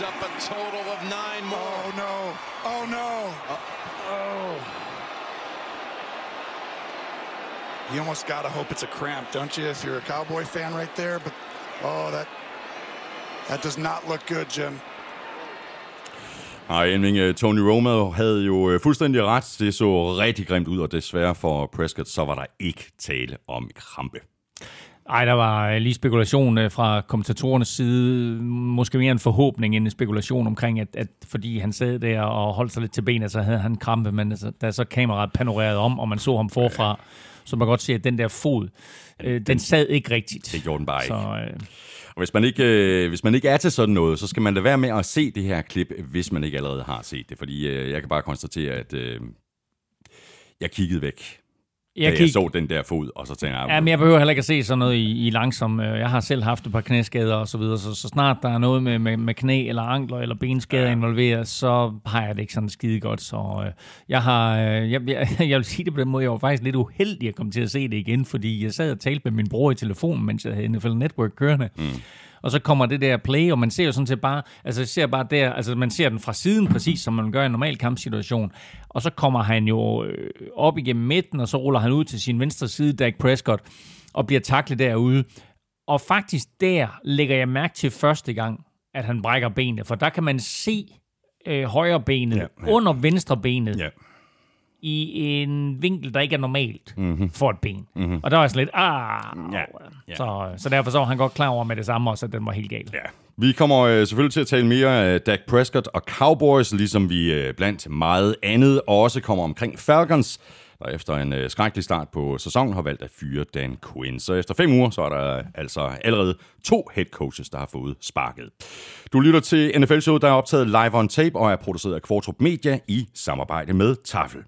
up a total of 9 more. Oh no. Oh no. Oh. You almost gotta hope it's a cramp, don't you, if you're a Cowboy fan right there? But that does not look good, Jim. Nej, Elming, Tony Romo havde jo fuldstændig ret. Det så rigtig grimt ud, og desværre for Prescott, så var der ikke tale om krampe. Ej, der var lige spekulation fra kommentatorernes side, måske mere en forhåbning end en spekulation omkring, at fordi han sad der og holdt sig lidt til benet, så havde han krampe, men da så kameraet panorerede om, og man så ham forfra, så man godt se, at den der fod, den sad ikke rigtigt. Det gjorde den bare ikke. Og hvis man ikke er til sådan noget, så skal man da være med at se det her klip, hvis man ikke allerede har set det. Fordi jeg kan bare konstatere, at jeg kiggede væk. Jeg så den der fod, og så tænkte jeg... Ja, men jeg behøver heller ikke at se sådan noget i langsom. Jeg har selv haft et par knæskader og så videre, så snart der er noget med knæ eller ankler eller benskader involveret, så har jeg det ikke sådan skide godt. Så jeg vil sige det på den måde, jeg var faktisk lidt uheldig at komme til at se det igen, fordi jeg sad og talte med min bror i telefonen, mens jeg havde NFL Network kørende. Og så kommer det der play, og man ser jo sådan set bare, man ser den fra siden, præcis som man gør i en normal kampsituation. Og så kommer han jo op igennem midten, og så ruller han ud til sin venstre side, Dak Prescott, og bliver tacklet derude. Og faktisk der lægger jeg mærke til første gang, at han brækker benet, for der kan man se højre benet under venstre benet. I en vinkel, der ikke er normalt for et ben. Og der var sådan lidt, Så derfor så var han godt klar over med det samme også, at den var helt galt. Ja. Vi kommer selvfølgelig til at tale mere af Dak Prescott og Cowboys, ligesom vi blandt meget andet også kommer omkring Falcons, der efter en skrækkelig start på sæsonen har valgt at fyre Dan Quinn. Så efter 5 uger, så er der altså allerede 2 head coaches, der har fået sparket. Du lytter til NFL-showet, der er optaget live on tape og er produceret af Kvartrup Media i samarbejde med Tafel.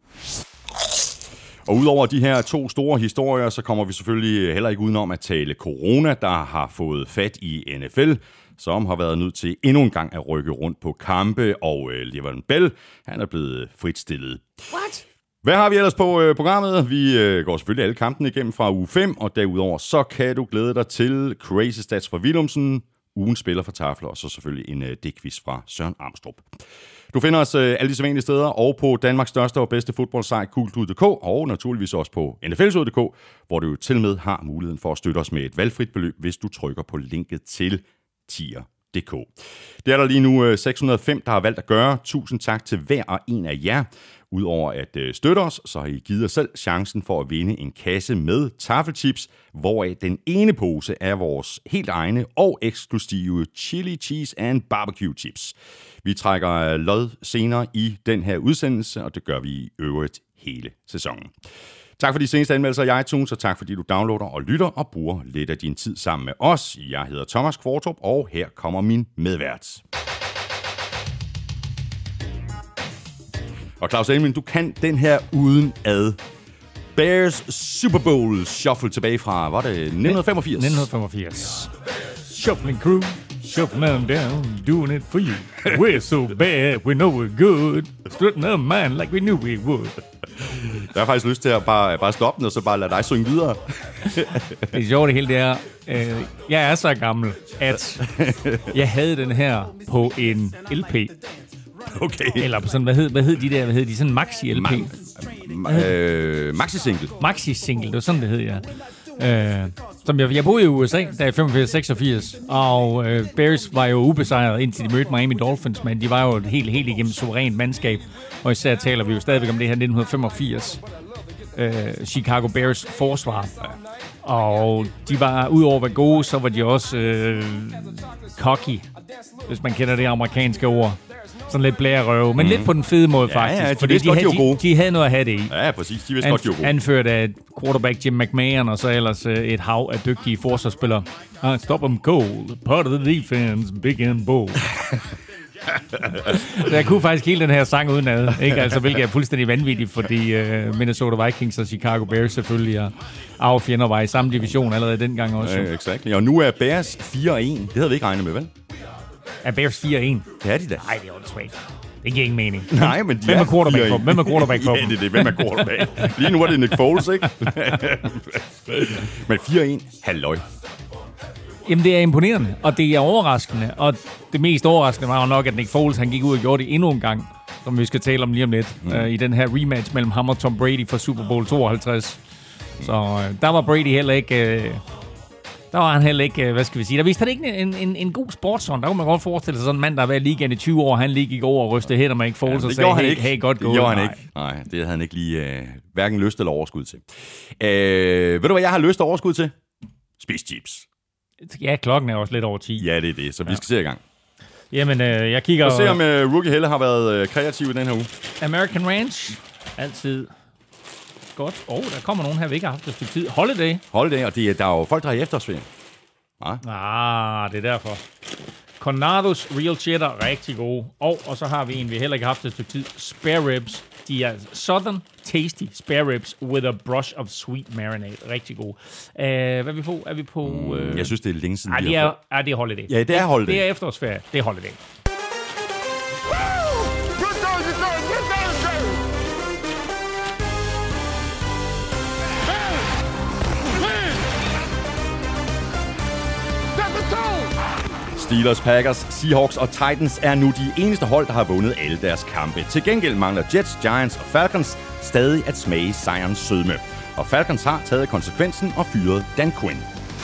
Og udover de her 2 store historier, så kommer vi selvfølgelig heller ikke udenom at tale corona, der har fået fat i NFL, som har været nødt til endnu en gang at rykke rundt på kampe, og Le'Veon Bell, han er blevet fritstillet. What? Hvad har vi ellers på programmet? Vi går selvfølgelig alle kampene igennem fra uge 5, og derudover så kan du glæde dig til Crazy Stats fra Willumsen, ugen spiller for Tafler, og så selvfølgelig en digtquiz fra Søren Armstrong. Du finder os alle de sædvanlige steder, og på Danmarks største og bedste fodboldsite, Kuglud.dk, og naturligvis også på NFLshow.dk, hvor du til med har muligheden for at støtte os med et valgfrit beløb, hvis du trykker på linket til tier.dk. Det er der lige nu 605, der har valgt at gøre. Tusind tak til hver og en af jer. Udover at støtte os, så har I givet os selv chancen for at vinde en kasse med taffelchips, hvoraf den ene pose er vores helt egne og eksklusive chili cheese and barbecue chips. Vi trækker lod senere i den her udsendelse, og det gør vi i øvrigt hele sæsonen. Tak for de seneste anmeldelser i iTunes, og tak fordi du downloader og lytter og bruger lidt af din tid sammen med os. Jeg hedder Thomas Kvartrup, og her kommer min medvært. Og Claus Elming, du kan den her uden ad. Bears Super Bowl shuffle tilbage fra, var det 1985? 1985. Shuffling crew, shuffling them down, doing it for you. We're so bad, we know we're good. Strutting our mind like we knew we would. Jeg har faktisk lyst til at bare stoppe den, og så bare lade dig synge videre. Det sjove det hele, det er, jeg er så gammel, at jeg havde den her på en LP. Okay. Eller på sådan, hvad hed de der? Hvad hed de? Sådan maxi-LP? Maxi-single. Maxi-single, det var sådan, det hed, ja. Som jeg boede i USA, der i 85-86, og Bears var jo ubesejret, indtil de mødte Miami Dolphins, men de var jo et helt igennem suverænt mandskab, og især taler vi jo stadigvæk om det her 1985 Chicago Bears forsvar. Og de var, udover at være gode, så var de også cocky, hvis man kender det amerikanske ord. Sådan lidt blærerøve, men lidt på den fede måde faktisk. Ja, fordi de havde noget at have det i. Ja, præcis. De vidste godt, de var gode. Anført af quarterback Jim McMahon, og så ellers et hav af dygtige forsvarsspillere. Stop them cold, part of the defense, big and bold. Så jeg kunne faktisk hele den her sang udenad, ikke? Altså, hvilket er fuldstændig vanvittigt, fordi Minnesota Vikings og Chicago Bears selvfølgelig er arvefjender, var i samme division allerede dengang også. Ja, exakt. Og nu er Bears 4-1. Det havde vi ikke regnet med, vel? Er Bears 4-1? Det er de da. Nej, det er åndssvagt. Det giver ingen mening. Nej, men de Hvem er quarterback for dem? Hvem er quarterback for dem? Ja, det er det. Hvem er quarterback? Lige nu er det Nick Foles, ikke? Men 4-1, halløj. Jamen, det er imponerende, og det er overraskende. Og det mest overraskende var jo nok, at Nick Foles han gik ud og gjorde det endnu en gang, som vi skal tale om lige om lidt, i den her rematch mellem ham og Tom Brady for Super Bowl 52. Så der var Brady heller ikke... Der var han heller ikke, hvad skal vi sige, der viste han ikke en god sportsånd. Der kunne man godt forestille sig sådan en mand, der har været i ligaen i 20 år, han lige gik over og rystede hænder med ikke Foles og sagde, hey, godt gået. Det gjorde han ikke. Nej, det havde han ikke lige hverken lyst eller overskud til. Ved du, hvad jeg har lyst og overskud til? Spis chips. Ja, klokken er også lidt over 10. Ja, det er det, så vi skal se i gang. Jamen, jeg kigger... Og se om Rookie Helle har været kreativ i den her uge. American Ranch. Altid godt. Der kommer nogen her, vi ikke har haft et stykke tid. Holiday, og der er jo folk, der har i efterårsferie. Det er derfor. Cornados Real Cheddar, rigtig gode. Og så har vi en, vi heller ikke har haft et stykke tid. Spare Ribs. De er Southern Tasty Spare Ribs with a brush of sweet marinade. Rigtig gode. Hvad er vi på? Er vi på... Jeg synes, det er længe siden, det er Holiday. Ja, det er Holiday. Det er efterårsferie. Det er Holiday. Steelers, Packers, Seahawks og Titans er nu de eneste hold, der har vundet alle deres kampe. Til gengæld mangler Jets, Giants og Falcons stadig at smage sejrens sødme. Og Falcons har taget konsekvensen og fyret Dan Quinn.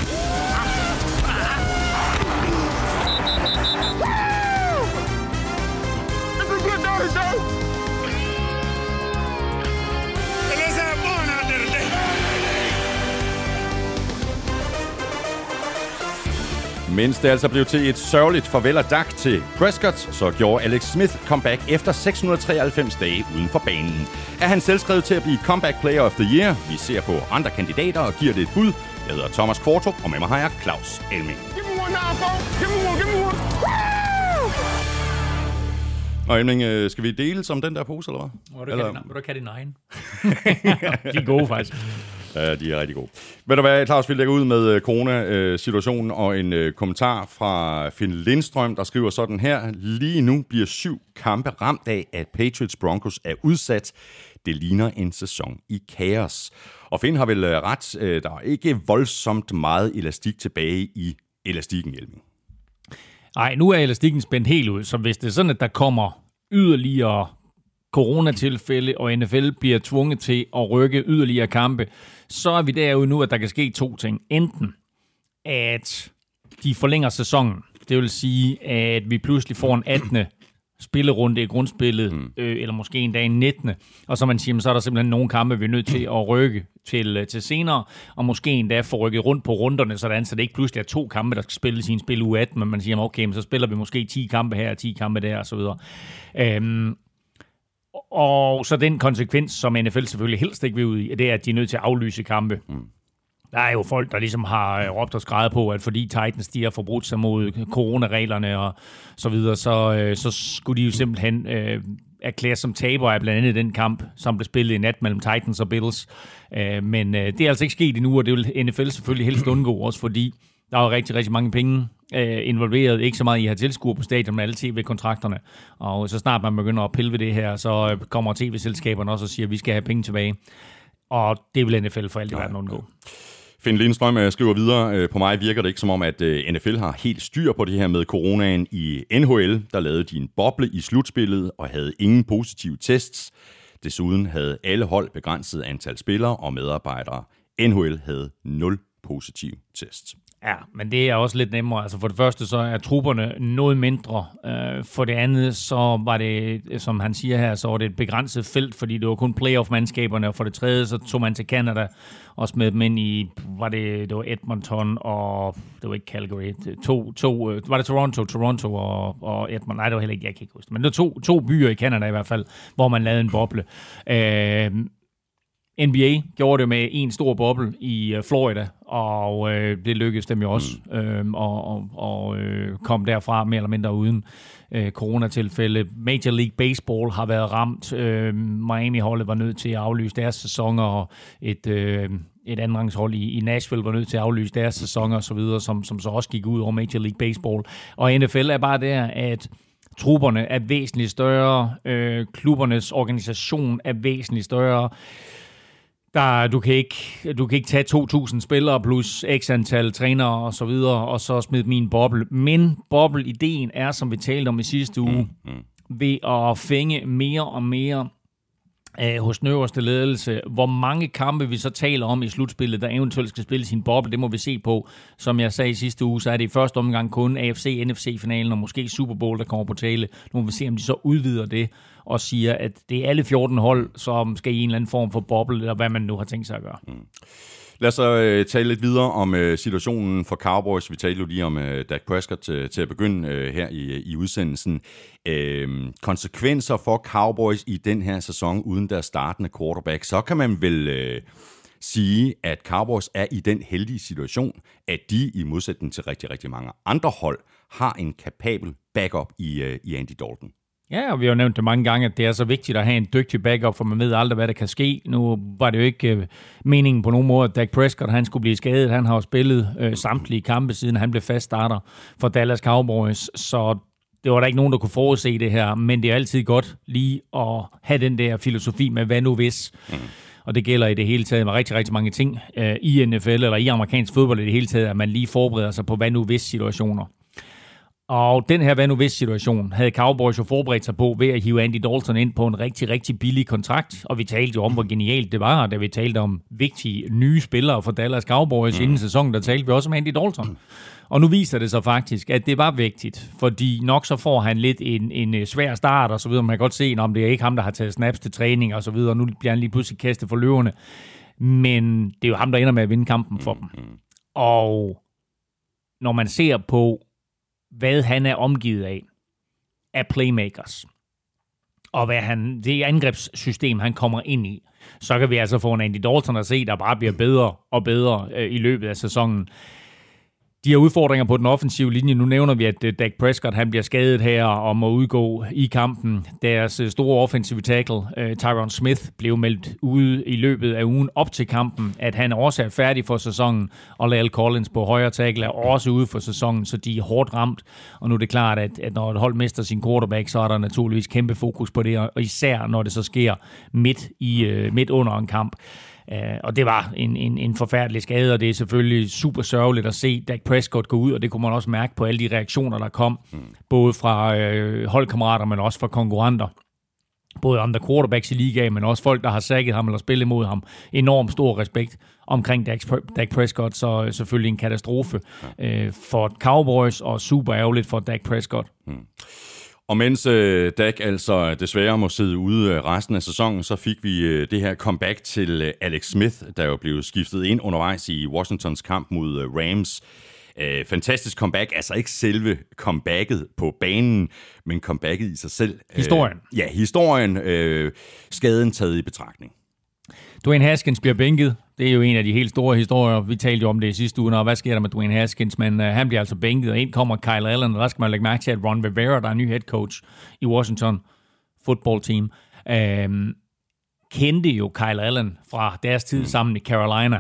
Mens det altså blev til et sørgeligt farvel og dak til Prescott, så gjorde Alex Smith comeback efter 693 dage uden for banen. Er han selvskrevet til at blive Comeback Player of the Year? Vi ser på andre kandidater og giver det et bud. Jeg hedder Thomas Kvartrup, og med mig har jeg Claus Elming. Og Elming, skal vi deles om den der pose, eller hvad? Vil du kalde det 9? De er gode, faktisk. Ja, de er rigtig gode. Ved du hvad, Claus, vi lægger ud med corona-situationen og en kommentar fra Finn Lindstrøm, der skriver sådan her. Lige nu bliver 7 kampe ramt af, at Patriots Broncos er udsat. Det ligner en sæson i kaos. Og Finn har vel ret. Der er ikke voldsomt meget elastik tilbage i elastikken, Elming. Nej, nu er elastikken spændt helt ud, så hvis det er sådan, at der kommer yderligere coronatilfælde, og NFL bliver tvunget til at rykke yderligere kampe, så er vi derude nu, at der kan ske 2 ting. Enten, at de forlænger sæsonen. Det vil sige, at vi pludselig får en 18. spillerunde i grundspillet, eller måske en dag en 19. Og så man siger, så er der simpelthen nogle kampe, vi er nødt til at rykke til senere, og måske endda få rykket rundt på runderne, så det ikke pludselig er 2 kampe, der skal spilles i en spil uge 18, men man siger, okay, så spiller vi måske 10 kampe her, 10 kampe der, og så videre. Og så den konsekvens, som NFL selvfølgelig helst ikke vil ud i, det er, at de er nødt til at aflyse kampe. Der er jo folk, der ligesom har råbt og skreget på, at fordi Titans de har forbrudt sig mod coronareglerne og så videre, så skulle de jo simpelthen erklæres som taber af blandt andet den kamp, som blev spillet i nat mellem Titans og Bills. Men det er altså ikke sket endnu, og det vil NFL selvfølgelig helst undgå, også fordi der er rigtig, rigtig mange penge involveret. Ikke så meget i at have tilskuere på stadion, men alle tv-kontrakterne. Og så snart man begynder at pille ved det her, så kommer tv-selskaberne også og siger, at vi skal have penge tilbage. Og det vil NFL for alt i verden undgå. Finn Lindstrøm skriver videre, på mig virker det ikke som om, at NFL har helt styr på det her med coronaen. I NHL, der lavede de en boble i slutspillet og havde ingen positive tests. Desuden havde alle hold begrænset antal spillere og medarbejdere. NHL havde 0 positive tests. Ja, men det er også lidt nemmere. Altså for det første, så er trupperne noget mindre. For det andet, så var det, som han siger her, så var det et begrænset felt, fordi det var kun playoff-mandskaberne. Og for det tredje, så tog man til Canada, også med dem ind i, det var Edmonton og, det var ikke Calgary, var det Toronto og Edmonton? Nej, det var heller ikke, jeg kan ikke huske det. Men det var to byer i Canada i hvert fald, hvor man lavede en boble. NBA gjorde det med en stor boble i Florida, og det lykkedes dem jo også, og kom derfra mere eller mindre uden coronatilfælde. Major League Baseball har været ramt. Miami-holdet var nødt til at aflyse deres sæsoner, og et andenrangshold i Nashville var nødt til at aflyse deres sæsoner osv., som så også gik ud over Major League Baseball. Og NFL er bare der, at trupperne er væsentligt større, klubbernes organisation er væsentligt større. Du kan ikke tage 2.000 spillere plus x antal trænere og så videre, og så smide dem i en boble. Men boble-ideen er, som vi talte om i sidste uge, ved at fænge mere og mere hos den øverste ledelse. Hvor mange kampe vi så taler om i slutspillet, der eventuelt skal spille sin boble, det må vi se på. Som jeg sagde i sidste uge, så er det i første omgang kun AFC, NFC-finalen og måske Super Bowl, der kommer på tale. Nu må vi se, om de så udvider det og siger, at det er alle 14 hold, som skal i en eller anden form for boble, eller hvad man nu har tænkt sig at gøre. Lad os så tale lidt videre om situationen for Cowboys. Vi talte jo lige om Dak Prescott til at begynde her i udsendelsen. Konsekvenser for Cowboys i den her sæson uden deres startende quarterback. Så kan man vel sige, at Cowboys er i den heldige situation, at de i modsætning til rigtig, rigtig mange andre hold har en kapabel backup i Andy Dalton. Ja, og vi har jo nævnt det mange gange, at det er så vigtigt at have en dygtig backup, for man ved aldrig, hvad der kan ske. Nu var det jo ikke meningen på nogen måde, at Dak Prescott han skulle blive skadet. Han har jo spillet samtlige kampe, siden han blev fast starter for Dallas Cowboys, så det var der ikke nogen, der kunne forudse det her, men det er altid godt lige at have den der filosofi med, hvad nu hvis. Og det gælder i det hele taget med rigtig, rigtig mange ting i NFL eller i amerikansk fodbold i det hele taget, at man lige forbereder sig på hvad nu hvis situationer. Og den her hvad nu hvis situation havde Cowboys jo forberedt sig på ved at hive Andy Dalton ind på en rigtig, rigtig billig kontrakt. Og vi talte jo om, hvor genialt det var, da vi talte om vigtige nye spillere for Dallas Cowboys inden sæsonen, der talte vi også om Andy Dalton. Og nu viser det sig faktisk, at det var vigtigt, fordi nok så får han lidt en svær start og så videre. Man kan godt se, om det er ikke ham, der har taget snaps til træning og så videre, og nu bliver han lige pludselig kastet for løverne. Men det er jo ham, der ender med at vinde kampen for dem. Og når man ser på, hvad han er omgivet af playmakers, og hvad det angrebssystem, han kommer ind i, så kan vi altså få en Andy Dalton at se, der bare bliver bedre og bedre i løbet af sæsonen. De her udfordringer på den offensive linje, nu nævner vi, at Dak Prescott han bliver skadet her og må udgå i kampen. Deres store offensive tackle, Tyron Smith, blev meldt ude i løbet af ugen op til kampen, at han også er færdig for sæsonen, og La'el Collins på højre tackle er også ude for sæsonen, så de er hårdt ramt. Og nu er det klart, at når et hold mister sin quarterback, så er der naturligvis kæmpe fokus på det, og især når det så sker midt under en kamp. Og det var en forfærdelig skade, og det er selvfølgelig super sørgeligt at se Dak Prescott gå ud, og det kunne man også mærke på alle de reaktioner, der kom, både fra holdkammerater, men også fra konkurrenter. Både andre quarterbacks i ligaen, men også folk, der har sækket ham eller spillet mod ham. Enormt stor respekt omkring Dak Prescott, så selvfølgelig en katastrofe for Cowboys, og super ærgerligt for Dak Prescott. Og mens Dak altså desværre må sidde ude resten af sæsonen, så fik vi det her comeback til Alex Smith, der jo blev skiftet ind undervejs i Washingtons kamp mod Rams. Fantastisk comeback, altså ikke selve comebacket på banen, men comebacket i sig selv. Historien. Historien. Skaden taget i betragtning. Dwayne Haskins bliver bænket. Det er jo en af de helt store historier. Vi talte jo om det i sidste uge, og hvad sker der med Dwayne Haskins? Men han bliver altså bænket, og ind kommer Kyle Allen, og der skal man lægge mærke til, at Ron Rivera, der er ny head coach i Washington football team, kendte jo Kyle Allen fra deres tid sammen i Carolina,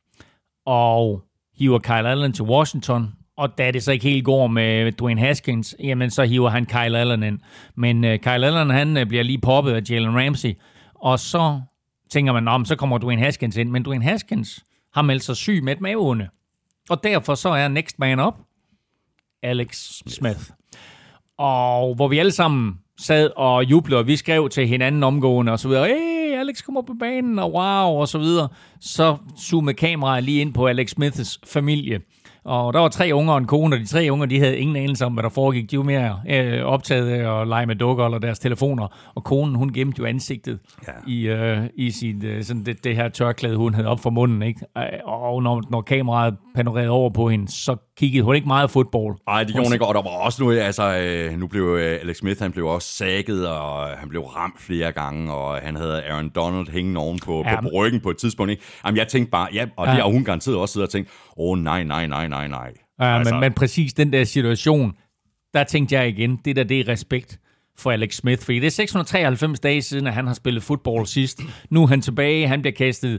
og hiver Kyle Allen til Washington, og da det så ikke helt går med Dwayne Haskins, jamen så hiver han Kyle Allen ind. Men Kyle Allen, han bliver lige poppet af Jalen Ramsey, og så tænker man, så kommer Dwayne Haskins ind. Men Dwayne Haskins har meldt sig syg med et maveonde. Og derfor så er next man up Alex Smith. Og hvor vi alle sammen sad og jublede, og vi skrev til hinanden omgående og så videre, hey, Alex kommer på banen, og wow, og så videre. Så zoomede kameraet lige ind på Alex Smiths familie. Og der var 3 unger og en kone, og de 3 unger, de havde ingen anelse om, hvad der foregik. De var mere optaget af at lege med dukker eller deres telefoner. Og konen, hun gemte jo ansigtet i sit, sådan det her tørklæde, hun havde op for munden. Ikke? Og når kameraet panorerede over på hende, så kiggede hun ikke meget fodbold. Nej, det gjorde hun ikke. Og der var også nu blev Alex Smith, han blev også sækket, og han blev ramt flere gange, og han havde Aaron Donald hængende oven på ryggen på et tidspunkt. Ikke? Jamen, jeg tænkte bare, det har hun garanteret også siddet og tænkt, nej. Ja, altså. men præcis den der situation, der tænkte jeg igen, det er respekt for Alex Smith, fordi det er 693 dage siden, at han har spillet fodbold sidst. Nu er han tilbage, han bliver kastet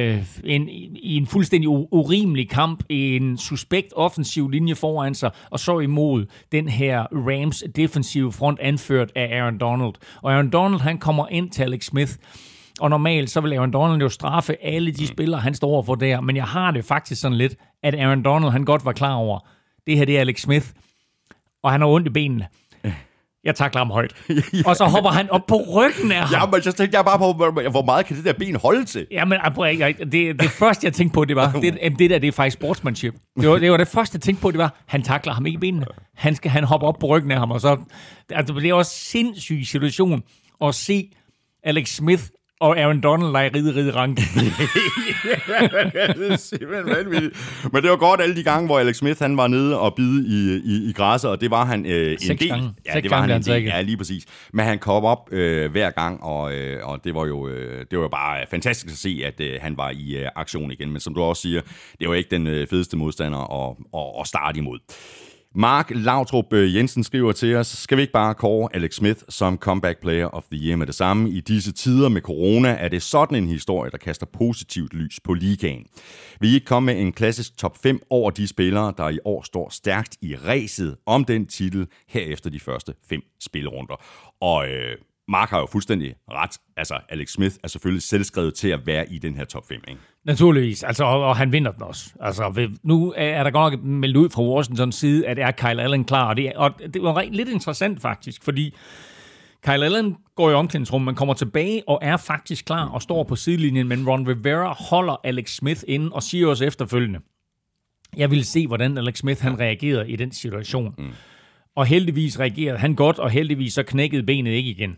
i en fuldstændig urimelig kamp, i en suspekt offensiv linje foran sig, og så imod den her Rams defensive front, anført af Aaron Donald. Og Aaron Donald, han kommer ind til Alex Smith Og normalt så vil Aaron Donald jo straffe alle de spillere, han står over for der. Men jeg har det faktisk sådan lidt, at Aaron Donald, han godt var klar over, det her det er Alex Smith, og han har ondt i benene. Jeg takler ham højt. Og så hopper han op på ryggen af ham. Ja, men så tænkte jeg bare på, hvor meget kan det der ben holde til? Jamen, det første, jeg tænkte på, det var, det er faktisk sportsmanship. Det var det første, jeg tænkte på, det var, han takler ham ikke i benene. Han hopper op på ryggen af ham, og så... Altså, det er også en sindssyg situation at se Alex Smith og Aaron Donald lege ride ranke. Det er simpelthen vanvittigt. Men det var godt alle de gange, hvor Alex Smith han var nede og bide i græsset, og det var han en del. Ja, det var han en del. Ja, lige præcis. Men han kom op hver gang, og det var jo bare fantastisk at se, at han var i aktion igen. Men som du også siger, det var ikke den fedeste modstander at starte imod. Mark Lautrup Jensen skriver til os, skal vi ikke bare kåre Alex Smith som comeback player of the year med det samme? I disse tider med corona er det sådan en historie, der kaster positivt lys på ligaen. Vil I ikke komme med en klassisk top 5 over de spillere, der i år står stærkt i ræset om den titel herefter de første 5 spillerunder? Og Mark har jo fuldstændig ret. Altså, Alex Smith er selvfølgelig selvskrevet til at være i den her top 5, ikke? Naturligvis, altså, og han vinder den også. Altså, nu er der godt nok meldt ud fra Washingtons side, at er Kyle Allen klar, og det var lidt interessant faktisk, fordi Kyle Allen går i omklædningsrummet, man kommer tilbage og er faktisk klar og står på sidelinjen, men Ron Rivera holder Alex Smith inde og siger også efterfølgende, jeg ville se, hvordan Alex Smith han reagerede i den situation. Og heldigvis reagerede han godt, og heldigvis så knækkede benet ikke igen.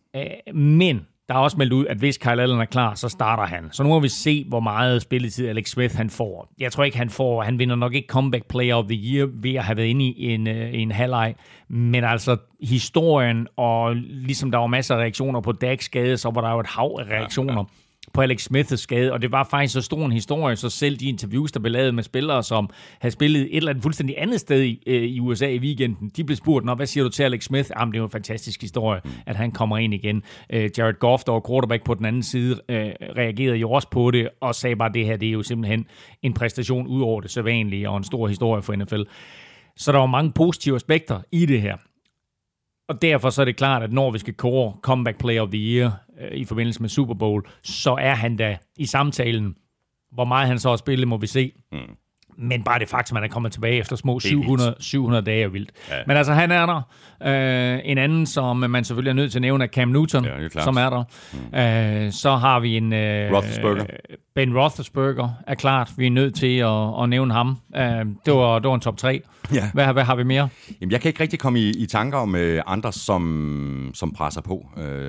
Men der er også meldt ud, at hvis Kyle Allen er klar, så starter han. Så nu må vi se, hvor meget spilletid Alex Smith han får. Jeg tror ikke, han vinder nok ikke comeback player of the year ved at have været inde i en halvleg. Men altså historien, og ligesom der var masser af reaktioner på Dags skade, så var der jo et hav af reaktioner på Alex Smiths skade, og det var faktisk så stor en historie, så selv de interviews, der blev lavet med spillere, som havde spillet et eller andet fuldstændig andet sted i USA i weekenden, de blev spurgt, hvad siger du til Alex Smith? Jamen, det er jo en fantastisk historie, at han kommer ind igen. Jared Goff, der var quarterback på den anden side, reagerede jo også på det, og sagde bare, det her, det er jo simpelthen en præstation ud over det sædvanlige, og en stor historie for NFL. Så der var mange positive aspekter i det her. Og derfor så er det klart, at når vi skal kåre comeback player of the year i forbindelse med Super Bowl, så er han da i samtalen. Hvor meget han så har spillet, må vi se. Men bare det faktum, at han er kommet tilbage efter små 700 dage er vildt. Ja. Men altså, han er der. En anden, som man selvfølgelig er nødt til at nævne, er Cam Newton, som er der. Så har vi en... Roethlisberger. Ben Roethlisberger er klart. Vi er nødt til at nævne ham. Det var en top 3. Ja. Hvad har vi mere? Jamen, jeg kan ikke rigtig komme i tanker om andre, som presser på.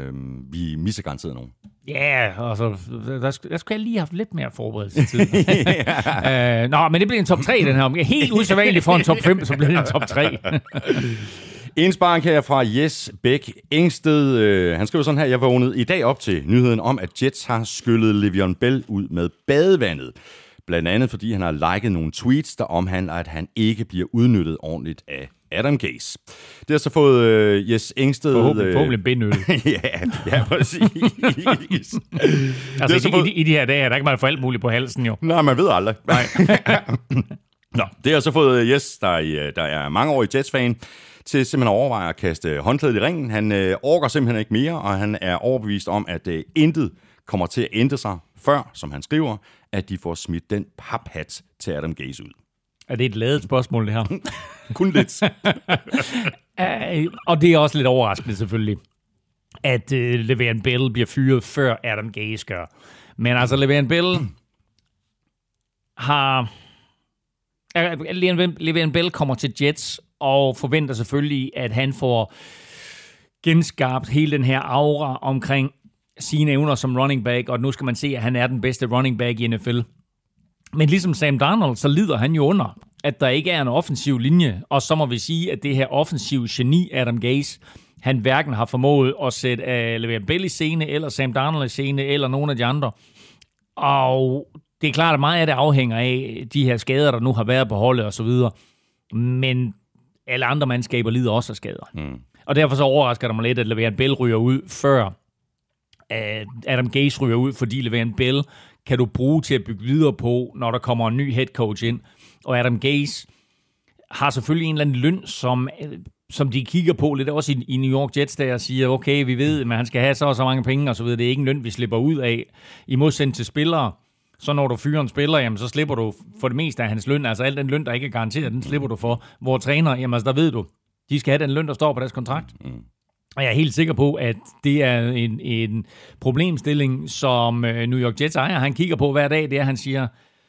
Vi misser garanteret nogen. Ja, altså, der skulle jeg lige have haft lidt mere forberedelse til. Men det bliver en top 3 den her. Helt usædvanligt for en top 5, så bliver det en top 3. Indspark her fra Jes Bæk Engsted. Han skriver sådan her, jeg vågnede i dag op til nyheden om, at Jets har skyllet Le'Veon Bell ud med badevandet. Blandt andet, fordi han har liket nogle tweets, der omhandler, at han ikke bliver udnyttet ordentligt af Adam Gase. Det har så fået Jes Engsted... Forhåbentlig bindøl. ja, præcis. Altså, i de her dage er der ikke meget for alt muligt på halsen, jo. Nej, man ved aldrig. Nej. Nå, det har så fået Jes, der er mangeårig Jets-fan, til simpelthen at overveje at kaste håndklædet i ringen. Han orker simpelthen ikke mere, og han er overbevist om, at intet kommer til at ændre sig, før, som han skriver, at de får smidt den paphat til Adam Gase ud. Er det et ladet spørgsmål, det her? Kun lidt. Og det er også lidt overraskende, selvfølgelig, at Le'Veon Bell bliver fyret, før Adam Gase gør. Men altså, Le'Veon Bell kommer til Jets, og forventer selvfølgelig, at han får genskabt hele den her aura omkring sine evner som running back, og nu skal man se, at han er den bedste running back i NFL. Men ligesom Sam Darnold, så lider han jo under, at der ikke er en offensiv linje, og så må vi sige, at det her offensive geni, Adam Gase, han hverken har formået at sætte Le'Veon Bell i scene, eller Sam Darnold i scene, eller nogen af de andre. Og det er klart, at meget af det afhænger af de her skader, der nu har været på holdet og så videre. Men alle andre mandskaber lider også af skader. Og derfor så overrasker det mig lidt, at Le'Veon Bell ryger ud, før Adam Gase ryger ud, fordi Le'Veon Bell kan du bruge til at bygge videre på, når der kommer en ny head coach ind. Og Adam Gase har selvfølgelig en eller anden løn, som som de kigger på lidt også i New York Jets, der siger, okay, vi ved, at han skal have så og så mange penge, og så videre. Det er ikke en løn, vi slipper ud af. I modsætning til spillere, så når du fyrer en spiller, jamen, så slipper du for det meste af hans løn. Altså al den løn, der ikke er garanteret, den slipper du for. Hvor træner, jamen altså, der ved du, de skal have den løn, der står på deres kontrakt. Og jeg er helt sikker på, at det er en problemstilling, som New York Jets ejer. Han kigger på hver dag, det er, han siger,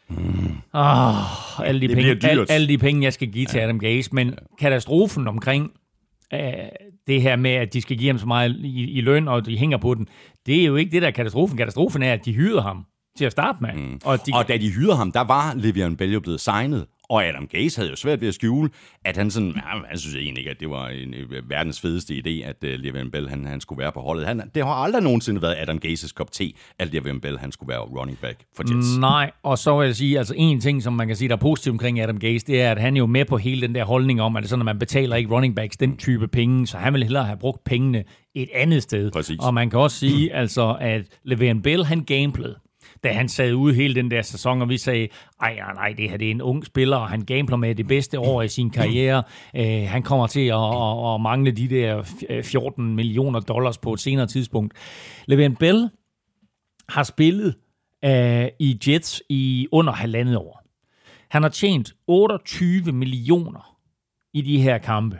alle de penge, jeg skal give til Adam Gase. Men katastrofen omkring det her med, at de skal give ham så meget i løn, og de hænger på den, det er jo ikke det, der er katastrofen. Katastrofen er, at de hyrede ham til at starte med. Og da de hyrede ham, der var Le'Veon Bell jo blevet signet. Og Adam Gase havde jo svært ved at skjule, at han sådan, han synes egentlig ikke, at det var en verdens fedeste idé, at Le'Veon Bell han skulle være på holdet. Det har aldrig nogensinde været Adam Gases kop te, at Le'Veon Bell han skulle være running back for Jets. Nej, og så vil jeg sige, altså en ting, som man kan sige, der er positivt omkring Adam Gase, det er, at han er jo med på hele den der holdning om, at det sådan, at man betaler ikke running backs den type penge, så han vil hellere have brugt pengene et andet sted. Præcis. Og man kan også sige, altså, at Le'Veon Bell, han gamblede, da han sad ude hele den der sæson, og vi sagde, nej, det her det er en ung spiller, og han gambler med det bedste år i sin karriere. Han kommer til at mangle de der $14 million på et senere tidspunkt. Le'Veon Bell har spillet i Jets i under 1,5 år. Han har tjent 28 millioner i de her kampe.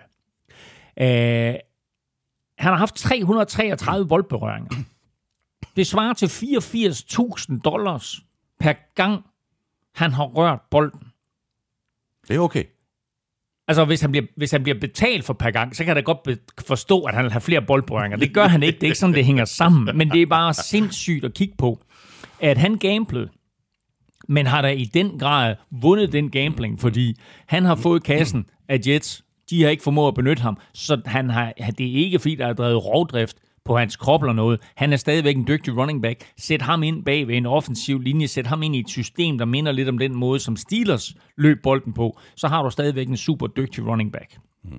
Han har haft 333 boldberøringer. Det svarer til $84,000 per gang, han har rørt bolden. Det er okay. Altså, hvis han bliver betalt for per gang, så kan jeg da godt forstå, at han vil have flere boldberøringer. Det gør han ikke. Det er ikke sådan, det hænger sammen. Men det er bare sindssygt at kigge på, at han gamblede, men har da i den grad vundet den gambling, fordi han har fået kassen af Jets. De har ikke formået at benytte ham, så det er ikke, fordi der er drevet rovdrift på hans krop eller noget. Han er stadigvæk en dygtig running back. Sæt ham ind bag ved en offensiv linje. Sæt ham ind i et system, der minder lidt om den måde, som Steelers løb bolden på. Så har du stadigvæk en super dygtig running back.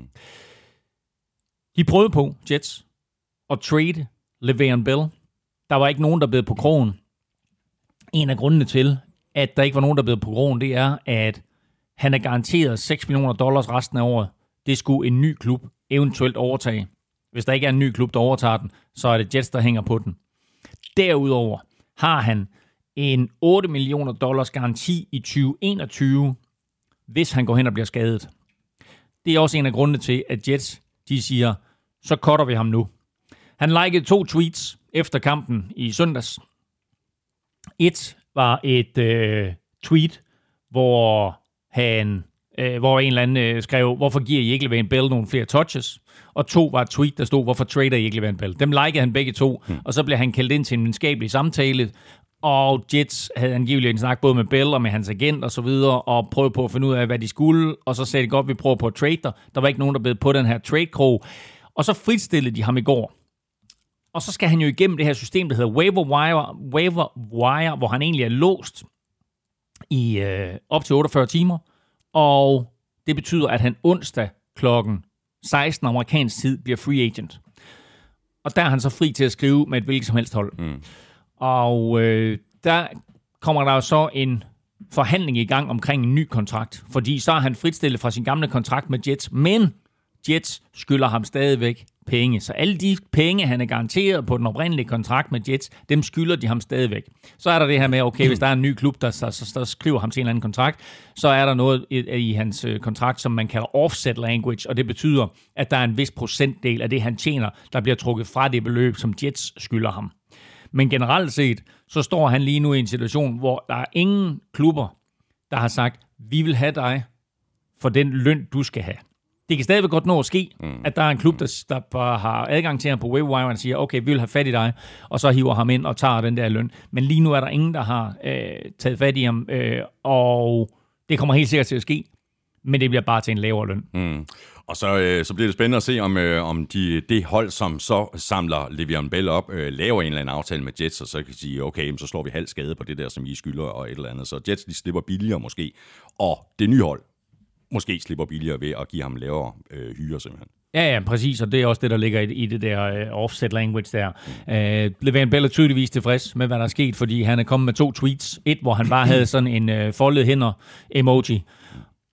De prøvede på, Jets, at trade Le'Veon Bell. Der var ikke nogen, der blev på krogen. En af grundene til, at der ikke var nogen, der blev på krogen, det er, at han er garanteret $6 million resten af året. Det skulle en ny klub eventuelt overtage. Hvis der ikke er en ny klub, der overtager den, så er det Jets, der hænger på den. Derudover har han en $8 million garanti i 2021, hvis han går hen og bliver skadet. Det er også en af grundene til, at Jets, de siger, så cutter vi ham nu. Han likede 2 tweets efter kampen i søndags. Et var et tweet, hvor en eller anden skrev, hvorfor giver I ikke Le'Veon Bell nogle flere touches? Og 2 var et tweet, der stod, hvorfor trader I ikke Le'Veon Bell? Dem likede han begge 2, og så blev han kaldt ind til en venskabelig samtale, og Jets havde angiveligt en snak både med Bell og med hans agent og så videre, og prøvede på at finde ud af, hvad de skulle, og så sagde de godt, vi prøver på at trade dig. Der var ikke nogen, der blev på den her trade-krog, og så fritstillede de ham i går. Og så skal han jo igennem det her system, der hedder waiver wire, hvor han egentlig er låst i op til 48 timer, og det betyder, at han onsdag klokken 16 amerikansk tid bliver free agent. Og der er han så fri til at skrive med et hvilket som helst hold. Og der kommer der jo så en forhandling i gang omkring en ny kontrakt, fordi så er han fritstillet fra sin gamle kontrakt med Jets, men Jets skylder ham stadigvæk penge. Så alle de penge, han er garanteret på den oprindelige kontrakt med Jets, dem skylder de ham stadigvæk. Så er der det her med, okay, hvis der er en ny klub, der skriver ham til en eller anden kontrakt, så er der noget i hans kontrakt, som man kalder offset language, og det betyder, at der er en vis procentdel af det, han tjener, der bliver trukket fra det beløb, som Jets skylder ham. Men generelt set, så står han lige nu i en situation, hvor der er ingen klubber, der har sagt, vi vil have dig for den løn, du skal have. Det kan stadigvæk godt nå at ske, at der er en klub, der har adgang til ham på waiver wire, og siger, okay, vi vil have fat i dig, og så hiver ham ind og tager den der løn. Men lige nu er der ingen, der har taget fat i ham, og det kommer helt sikkert til at ske, men det bliver bare til en lavere løn. Og så bliver det spændende at se, om det hold, som så samler Le'Veon Bell op, laver en eller anden aftale med Jets, og så kan de sige, okay, så slår vi halv skade på det der, som I skylder, og et eller andet. Så Jets, de slipper billigere måske, og det nye hold måske slipper billigere ved at give ham lavere hyre simpelthen. Ja, præcis, og det er også det, der ligger i det der offset language der. Le'Veon Bell er tydeligvis tilfreds med, hvad der er sket, fordi han er kommet med 2 tweets. Et, hvor han bare havde sådan en foldet hænder emoji,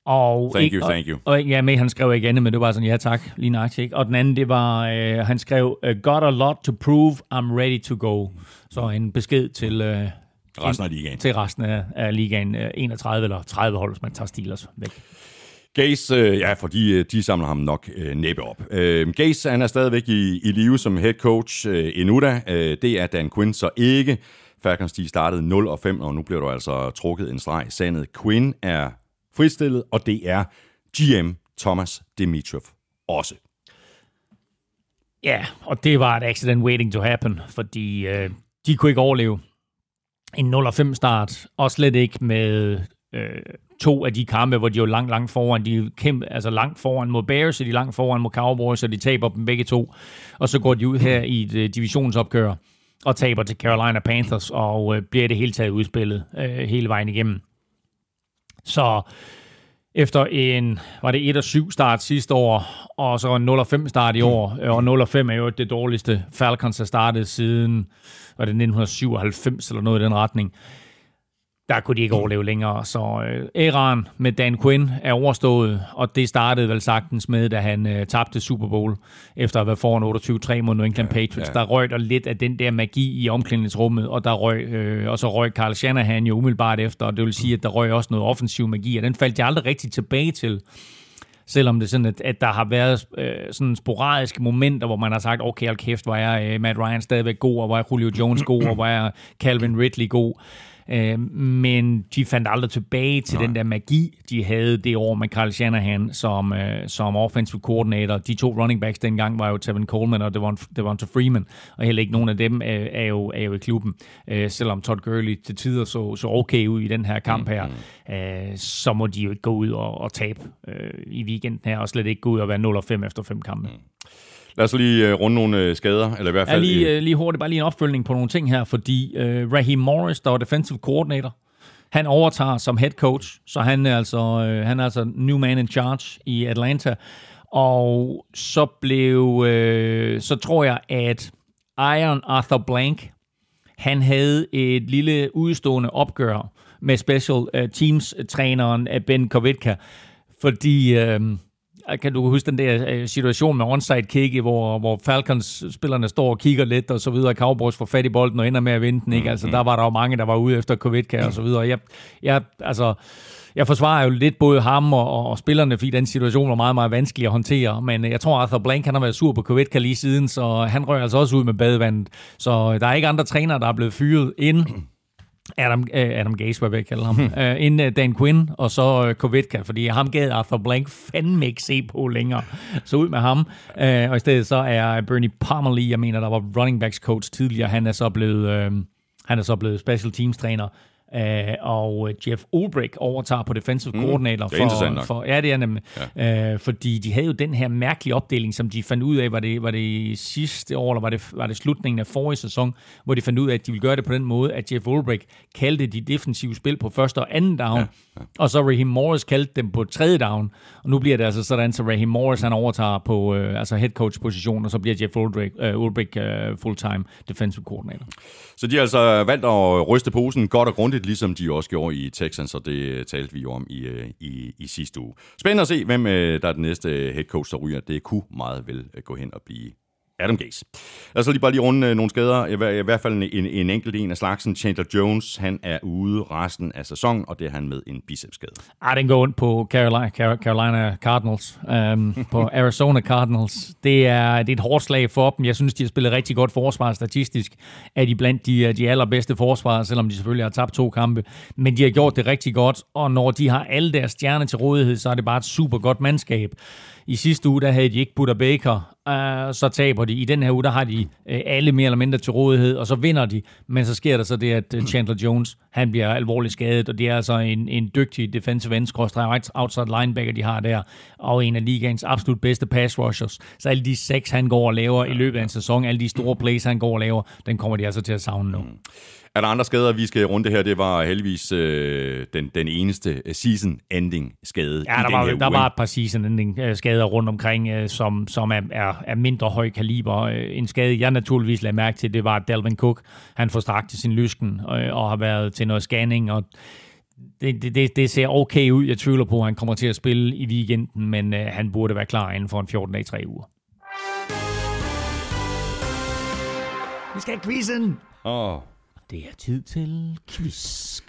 Og Thank you. Og ja, med han skrev ikke andet, men det var sådan, ja tak, lige nøjagtigt, ikke? Og den anden, det var, han skrev, got a lot to prove, I'm ready to go. Så en besked til resten af ligaen. Til resten af ligaen, 31 eller 30 hold, hvis man tager Steelers væk. Gase, ja, fordi de samler ham nok næppe op. Gase, han er stadigvæk i live som head coach endnu da. Det er Dan Quinn så ikke. Falcons, de startede 0-5, og nu bliver der altså trukket en streg i sandet. Quinn er fristillet, og det er GM Thomas Dimitroff også. Ja, og det var et accident waiting to happen, fordi de kunne ikke overleve en 0-5 start, og slet ikke med 2 af de kampe, hvor de er jo langt foran. De er altså langt foran mod Bears, og de er langt foran mod Cowboys, og de taber dem begge 2. Og så går de ud her i et divisionsopgør og taber til Carolina Panthers, og bliver det hele taget udspillet hele vejen igennem. Så efter var det 1-7 start sidste år, og så en 0-5 start i år, og 0-5 er jo det dårligste Falcons har startet siden, var det 1997 eller noget i den retning. Der kunne de ikke overleve længere, så æraen med Dan Quinn er overstået, og det startede vel sagtens med, da han tabte Super Bowl, efter at have været foran 28-3 mod New England Patriots. Der røg der lidt af den der magi i omklædningsrummet, og så røg Kyle Shanahan jo umiddelbart efter, og det vil sige, at der røg også noget offensiv magi, og den faldt jeg aldrig rigtig tilbage til, selvom det er sådan, at der har været sådan sporadiske momenter, hvor man har sagt, okay, hold kæft, hvor er Matt Ryan stadigvæk god, og hvor er Julio Jones god, og hvor er Calvin Ridley god. Men de fandt aldrig tilbage til den der magi, de havde det år med Kyle Shanahan som offensive coordinator. De 2 running backs dengang var jo Tevin Coleman og Devonta Freeman, og heller ikke nogen af dem er jo i klubben. Selvom Todd Gurley til tider så okay ud i den her kamp her, så må de jo ikke gå ud og tabe i weekenden her, og slet ikke gå ud og være 0-5 efter 5 kampe. Lad os lige runde nogle skader, eller i hvert fald... Lige hurtigt, bare lige en opfølgning på nogle ting her, fordi Raheem Morris, der var defensive coordinator, han overtager som head coach, så han er altså new man in charge i Atlanta, og så så tror jeg, at Iron Arthur Blank, han havde et lille udstående opgør med special teams-træneren Ben Kovitka, fordi... Kan du huske den der situation med onside kick, hvor Falcons-spillerne står og kigger lidt, og så videre, Cowboys får fat i bolden og ender med at vinde den, ikke? Altså, der var der jo mange, der var ude efter Kovitka og så videre. Jeg forsvarer jo lidt både ham og spillerne, fordi den situation var meget, meget vanskelig at håndtere, men jeg tror, Arthur Blank, han har været sur på Kovitka lige siden, så han rører altså også ud med badevandet. Så der er ikke andre trænere, der er blevet fyret ind. Adam Gase, hvad vil jeg kalde ham, inden Dan Quinn, og så Kovitka, fordi ham gad Arthur Blank fandme ikke se på længere. Så ud med ham, og i stedet så er Bernie Parmalee, jeg mener, der var running backs coach tidligere, han er så blevet special teams træner, og Jeff Ulbrich overtager på defensive coordinator. Det er interessant ja, det er nemlig. Ja. Fordi de havde jo den her mærkelige opdeling, som de fandt ud af, var det sidste år, eller var det slutningen af forrige sæson, hvor de fandt ud af, at de ville gøre det på den måde, at Jeff Ulbrich kaldte de defensive spil på første og anden down, og så Raheem Morris kaldte dem på tredje down, og nu bliver det altså sådan, så Raheem Morris, han overtager på head coach position, og så bliver Jeff Ulbrich full-time defensive coordinator. Så de har altså valgt at ryste posen godt og grundigt, ligesom de også gjorde i Texans, og det talte vi jo om i sidste uge. Spændende at se, hvem der er den næste head coach, der ryger. Det kunne meget vel gå hen og blive Adam Gase. Altså lige runde nogle skader. I hvert fald en enkelt en af slagsen. Chandler Jones, han er ude resten af sæsonen, og det er han med en bicepsskade. Den går ondt på Carolina Cardinals. På Arizona Cardinals. Det er et hårdt slag for dem. Jeg synes, de har spillet rigtig godt forsvar statistisk. Er de blandt de allerbedste forsvar, selvom de selvfølgelig har tabt 2 kampe. Men de har gjort det rigtig godt, og når de har alle deres stjerner til rådighed, så er det bare et super godt mandskab. I sidste uge, der havde de ikke Buda Baker, så taber de. I den her uge, der har de alle mere eller mindre til rådighed, og så vinder de. Men så sker der så det, at Chandler Jones, han bliver alvorligt skadet, og det er altså en dygtig defensive end, outside linebacker, de har der, og en af ligaens absolut bedste pass rushers. Så alle de 6, han går og laver i løbet af en sæson, alle de store plays, han går og laver, den kommer de altså til at savne nu. Er der andre skader, vi skal runde her? Det var heldigvis den eneste season-ending skade ja, der var et par season-ending skader rundt omkring, som er mindre høj kaliber. En skade, jeg naturligvis lagde mærke til, det var Dalvin Cook. Han får strakt til sin lysken og har været til noget scanning, og Det ser okay ud. Jeg tvivler på, at han kommer til at spille i weekenden, men han burde være klar inden for en 14 dage, 3 uger. Vi skal have quizzen! Det er tid til quiz.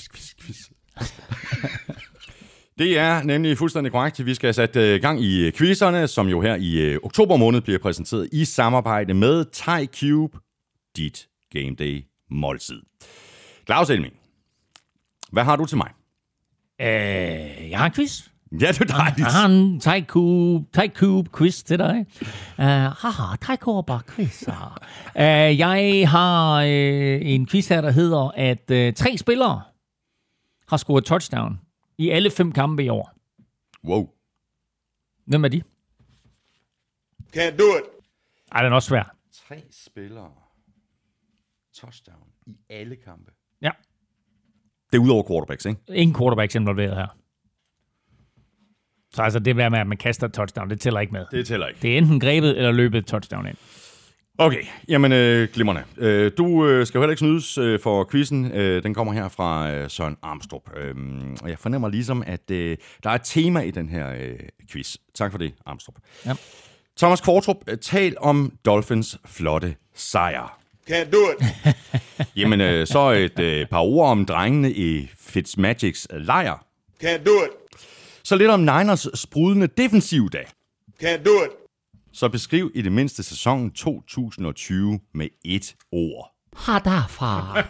Det er nemlig fuldstændig korrekt. Vi skal have sat gang i quizzerne, som jo her i oktober måned bliver præsenteret i samarbejde med Thai Cube, dit Game Day måltid. Claus Elming, hvad har du til mig? Jeg har en quiz. Ja, det er dejligt. Jeg har en Thai Cube quiz til dig. Thai Cube quiz. Jeg har en quiz her, der hedder, at 3 spillere har scoret touchdown i alle 5 kampe i år. Wow. Hvem er de? Can't do it. Ej, den er også svær. 3 spillere. Touchdown i alle kampe. Ja. Det er ud over quarterbacks, ikke? Ingen quarterbacks involveret her. Så altså det med, at man kaster et touchdown, det tæller ikke med. Det tæller ikke. Det er enten grebet eller løbet et touchdown ind. Okay, jamen glimrende. Du skal jo heller ikke snydes for quizzen. Den kommer her fra Søren Armstrong. Og jeg fornemmer ligesom, at der er et tema i den her quiz. Tak for det, Armstrong. Ja. Thomas Kvartrup, tal om Dolphins flotte sejr. Can't do it. Jamen, så et par ord om drengene i Fitzmagics lejr. Can't do it. Så lidt om Niners sprudlende defensiv dag. Can't do it. Så beskriv i det mindste sæsonen 2020 med 1 ord. Ha derfra.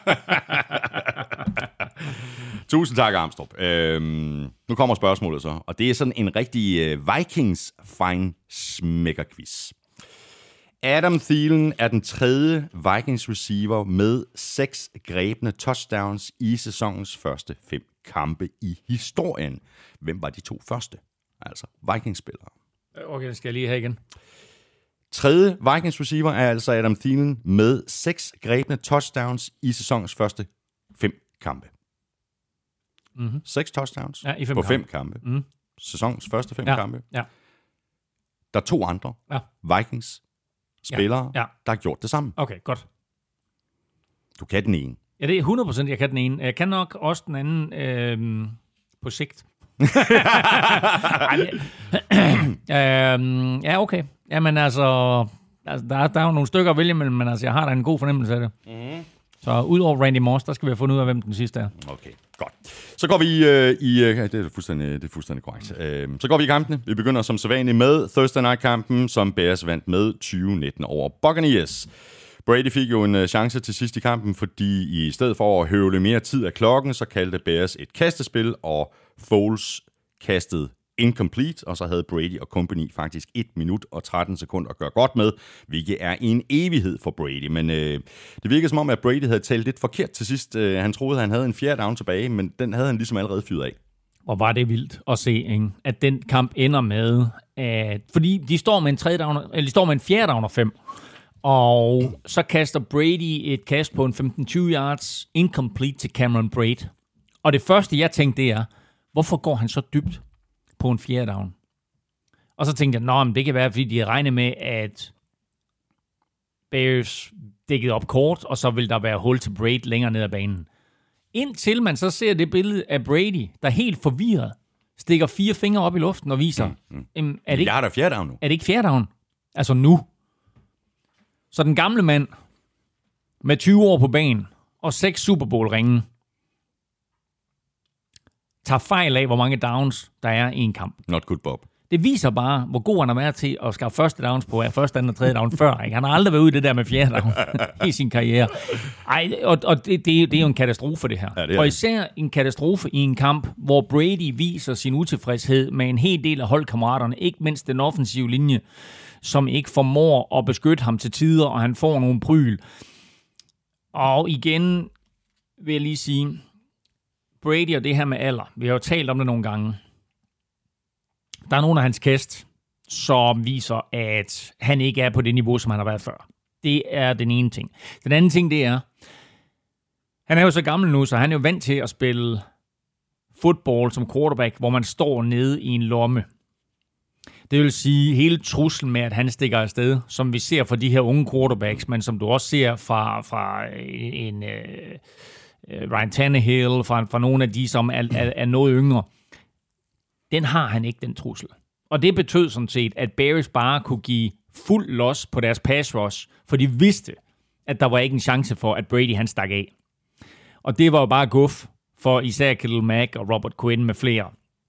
Tusind tak, Armstrong. Nu kommer spørgsmålet så, og det er sådan en rigtig Vikings fine smækker quiz. Adam Thielen er den 3. Vikings receiver med 6 grebne touchdowns i sæsonens første 5 kampe i historien. Hvem var de 2 første? Altså Vikings-spillere. Okay, det skal jeg lige have igen. 3. Vikings receiver er altså Adam Thielen med 6 grebne touchdowns i sæsonens første 5 kampe. 6 touchdowns ja, i 5 på kampe. 5 kampe. Sæsonens første 5 kampe. Ja. Der er 2 andre Vikings spillere, der har gjort det samme. Okay, godt. Du kan den ene. Ja, det er 100%, jeg kan den ene. Jeg kan nok også den anden på sigt. Ja, okay. Jamen altså der er jo nogle stykker at vælge mellem, men altså, jeg har da en god fornemmelse af det. Mm. Så ud over Randy Moss, der skal vi have fundet ud af, hvem den sidste er. Okay, godt. Så går vi det er fuldstændig korrekt. Så går vi i kampene. Vi begynder som sædvanligt med Thursday Night-kampen, som Bears vandt med 20-19 over Buccaneers. Brady fik jo en chance til sidst i kampen, fordi i stedet for at høvle mere tid af klokken, så kaldte Bears et kastespil, og Foles kastede incomplete, og så havde Brady og company faktisk 1 minut og 13 sekunder at gøre godt med, hvilket er en evighed for Brady. Men det virkede som om, at Brady havde talt lidt forkert til sidst. Han troede, at han havde en 4. down tilbage, men den havde han ligesom allerede fyret af. Og var det vildt at se, ikke? At den kamp ender med, at fordi de står med en 3. down, eller de står med en 4. down og 5. Og så kaster Brady et kast på en 15-20 yards incomplete til Cameron Braid. Og det første, jeg tænkte, det er, hvorfor går han så dybt på en 4. down? Og så tænkte jeg, men det kan være, fordi de regner med, at Bears dækkede op kort, og så vil der være hul til Braid længere ned ad banen. Indtil man så ser det billede af Brady, der helt forvirret stikker 4 fingre op i luften og viser, er det ikke, jeg har da 4. down nu. Er det ikke 4. down? Altså nu. Så den gamle mand med 20 år på banen og 6 Super Bowl-ringe tager fejl af, hvor mange downs der er i en kamp. Not good, Bob. Det viser bare, hvor god han har været til at skaffe første downs på første, anden og 3. down før. Ikke? Han har aldrig været ude i det der med 4. down i sin karriere. Og det er jo en katastrofe, det her. Ja, det og især en katastrofe i en kamp, hvor Brady viser sin utilfredshed med en hel del af holdkammeraterne, ikke mindst den offensive linje, som ikke formår at beskytte ham til tider, og han får nogle pryl. Og igen vil jeg lige sige, Brady og det her med alder, vi har jo talt om det nogle gange. Der er nogle af hans kast, som viser, at han ikke er på det niveau, som han har været før. Det er den ene ting. Den anden ting, det er, han er jo så gammel nu, så han er jo vant til at spille fodbold som quarterback, hvor man står nede i en lomme. Det vil sige hele truslen med, at han stikker afsted, som vi ser fra de her unge quarterbacks, men som du også ser fra Ryan Tannehill, fra nogle af de, som er noget yngre. Den har han ikke, den trussel. Og det betød sådan set, at Bears bare kunne give fuld los på deres pass rush, for de vidste, at der var ikke en chance for, at Brady han stak af. Og det var jo bare guf for især Khalil Mack og Robert Quinn med flere.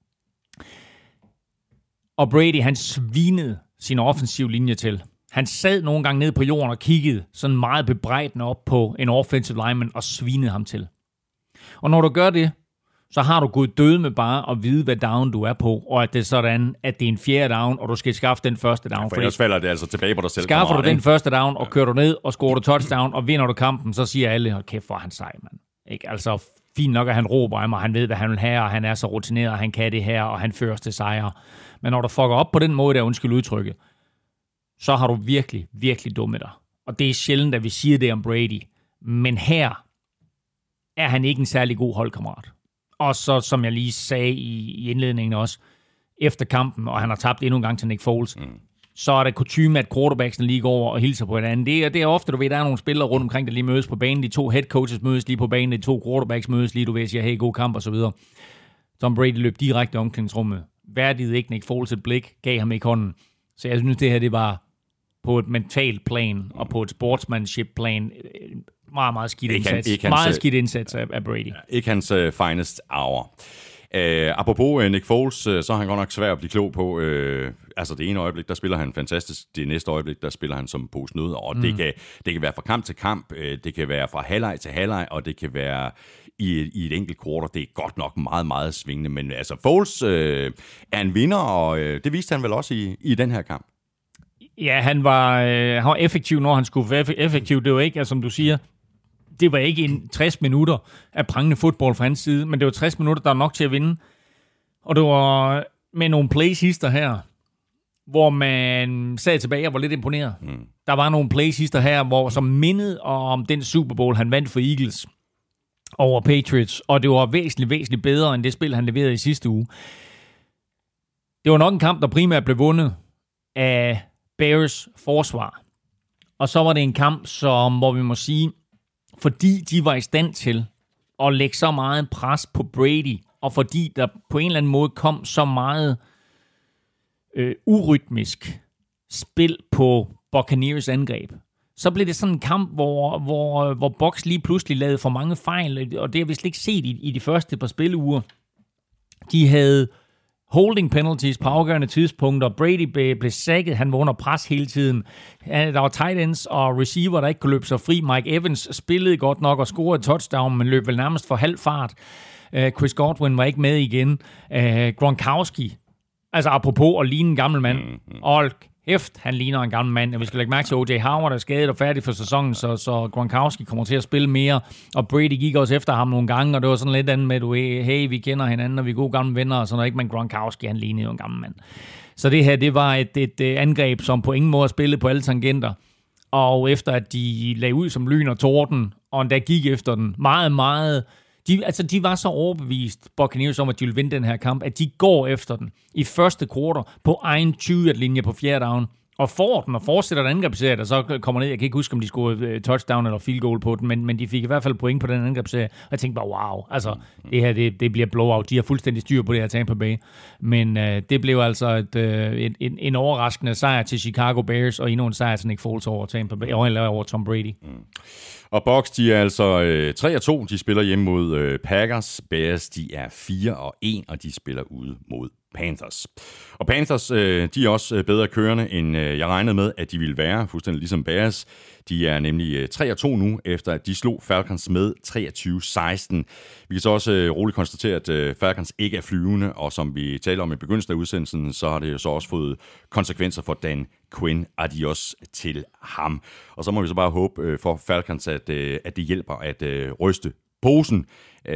Og Brady, han svinede sin offensiv linje til. Han sad nogle gange ned på jorden og kiggede sådan meget bebrejdende op på en offensive lineman og svinede ham til. Og når du gør det, så har du gået død med bare at vide, hvad down du er på, og at det er sådan, at det er en fjerde down, og du skal skaffe den første down. For ellers falder det altså tilbage på dig selv. Skaffer du den første down, og kører du ned, og scorer du touchdown, og vinder du kampen, så siger alle, hold kæft, hvor han sej, mand. Ikke? Altså, fint nok, at han råber af mig, han ved, hvad han vil have, og han er så rutineret, og han kan det her, og han fører til sejre. Men når du fucker op på den måde, der undskyld udtrykket, så har du virkelig, virkelig dummet dig. Og det er sjældent, at vi siger det om Brady. Men her er han ikke en særlig god holdkammerat. Og så, som jeg lige sagde i indledningen også, efter kampen, og han har tabt endnu en gang til Nick Foles, så er det kutyme, at quarterbacksen lige går over og hilser på hinanden. Det er ofte, du ved, der er nogle spillere rundt omkring, der lige mødes på banen. De to head coaches mødes lige på banen, de to quarterbacks mødes lige, du ved, siger, hey, god kamp, og så videre. Tom Brady løb direkte i omklædningsrummet. Værdigede ikke Nick Foles et blik, gav ham ikke hånden. Så jeg synes, det her, det var på et mentalt plan, og på et sportsmanship-plan, meget, meget skidt indsats. Meget skidt indsats af Brady. Ikke hans finest hour. Apropos Nick Foles, så er han godt nok svær at blive klog på. Altså det ene øjeblik, der spiller han fantastisk. Det næste øjeblik, der spiller han som pose nødder. Og det kan være fra kamp til kamp. Det kan være fra halvleg til halvleg. Og det kan være i et enkelt quarter. Det er godt nok meget, meget svingende. Men altså Foles er en vinder, og det viste han vel også i den her kamp. Ja, han var effektiv, når han skulle være effektiv. Det var ikke, altså, som du siger, det var ikke 60 minutter af prangende fodbold fra hans side, men det var 60 minutter, der var nok til at vinde. Og det var med nogle plays-hister her, hvor man sad tilbage og var lidt imponeret. Der var nogle plays-hister her, som mindede om den Super Bowl, han vandt for Eagles over Patriots, og det var væsentligt bedre, end det spil, han leverede i sidste uge. Det var nok en kamp, der primært blev vundet af Bears forsvar. Og så var det en kamp, hvor vi må sige, fordi de var i stand til at lægge så meget pres på Brady, og fordi der på en eller anden måde kom så meget urytmisk spil på Buccaneers angreb, så blev det sådan en kamp, hvor Bucs lige pludselig lavede for mange fejl, og det har vi slet ikke set i de første par spilleuger. De havde holding penalties på afgørende tidspunkter. Brady blev sacket. Han var under pres hele tiden. Der var tight ends og receiver, der ikke kunne løbe sig fri. Mike Evans spillede godt nok og scorede et touchdown, men løb vel nærmest for halv fart. Chris Godwin var ikke med igen. Gronkowski, altså apropos at ligne en gammel mand. Han ligner en gammel mand. Vi skal lægge mærke til, O.J. Howard er skadet og færdig for sæsonen, så Gronkowski kommer til at spille mere. Og Brady gik også efter ham nogle gange, og det var sådan lidt andet med, hey, vi kender hinanden, og vi er gode gamle venner, og sådan noget. Ikke, men Gronkowski, han lignede jo en gammel mand. Så det her, det var et angreb, som på ingen måde spillede på alle tangenter. Og efter at de lagde ud som lyn og torden, og endda gik efter den meget... De var så overbevist, Buccaneers, om, at de ville vinde den her kamp, at de går efter den i første quarter på egen 20-linje på fjerde down, og får den og fortsætter den angrebsserie, der så kommer ned. Jeg kan ikke huske, om de scorede touchdown eller field goal på den, men de fik i hvert fald point på den angrebsserie. Og jeg tænkte bare, wow, altså det her, det bliver blowout. De har fuldstændig styr på det her Tampa Bay. Men det blev altså en overraskende sejr til Chicago Bears, og endnu en sejr til Nick Foles over Tampa Bay, eller over Tom Brady. Og Bucs, de er altså 3-2. De spiller hjemme mod Packers. Bears, de er 4-1, og de spiller ude mod Panthers. Og Panthers, de er også bedre kørende, end jeg regnede med, at de ville være, fuldstændig ligesom Bears. De er nemlig 3-2 nu, efter at de slog Falcons med 23-16. Vi kan så også roligt konstatere, at Falcons ikke er flyvende, og som vi taler om i begyndelsen af udsendelsen, så har det jo så også fået konsekvenser for Dan Quinn. Adios til ham. Og så må vi så bare håbe for Falcons, at det hjælper at ryste posen,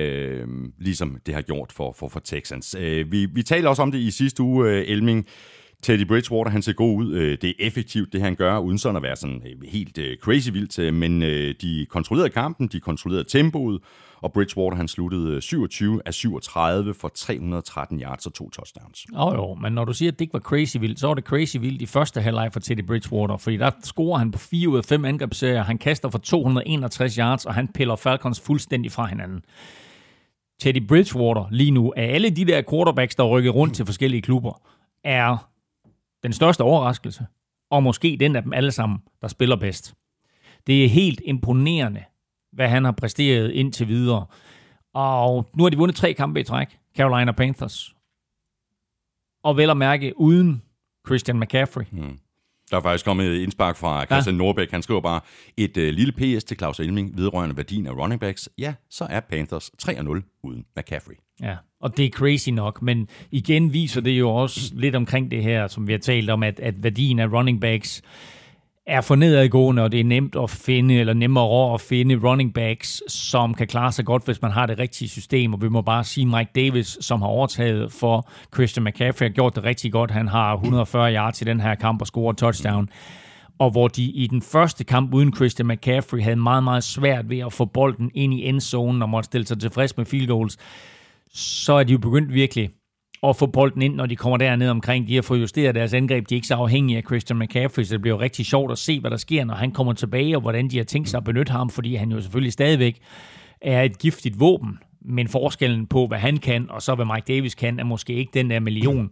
ligesom det har gjort for Texans. Vi taler også om det i sidste uge, Elming. Teddy Bridgewater, han ser god ud. Det er effektivt, det han gør, uden sådan at være sådan helt crazy vildt. Men de kontrollerede kampen, de kontrollerede tempoet, og Bridgewater, han sluttede 27 af 37 for 313 yards og 2 touchdowns. Jo, men når du siger, at det ikke var crazy vildt, så var det crazy vildt i første halvleg for Teddy Bridgewater, fordi der scorer han på 4 ud af 5 angrebsserier, han kaster for 261 yards, og han piller Falcons fuldstændig fra hinanden. Teddy Bridgewater lige nu, af alle de der quarterbacks, der rykker rundt til forskellige klubber, er den største overraskelse, og måske den af dem alle sammen, der spiller bedst. Det er helt imponerende, hvad han har præsteret indtil videre. Og nu har de vundet 3 kampe i træk, Carolina Panthers. Og vel at mærke uden Christian McCaffrey. Der er faktisk kommet et indspark fra Christian Norbæk. Han skriver bare, et lille PS til Claus Elming vedrørende værdien af running backs. Ja, så er Panthers 3-0 uden McCaffrey. Ja, og det er crazy nok, men igen viser det jo også lidt omkring det her, som vi har talt om, at værdien af running backs er for nedadgående, og det er nemt at finde, eller nemmere at finde running backs, som kan klare sig godt, hvis man har det rigtige system. Og vi må bare sige, Mike Davis, som har overtaget for Christian McCaffrey, har gjort det rigtig godt. Han har 140 yards i den her kamp og scoret touchdown. Og hvor de i den første kamp uden Christian McCaffrey havde meget, meget svært ved at få bolden ind i endzonen og måtte stille sig tilfreds med field goals, så er de jo begyndt virkelig at få bolden ind, når de kommer derned omkring. De har fået justeret deres angreb. De er ikke så afhængige af Christian McCaffrey, så det bliver jo rigtig sjovt at se, hvad der sker, når han kommer tilbage, og hvordan de har tænkt sig at benytte ham, fordi han jo selvfølgelig stadigvæk er et giftigt våben. Men forskellen på, hvad han kan, og så hvad Mike Davis kan, er måske ikke den der $1 million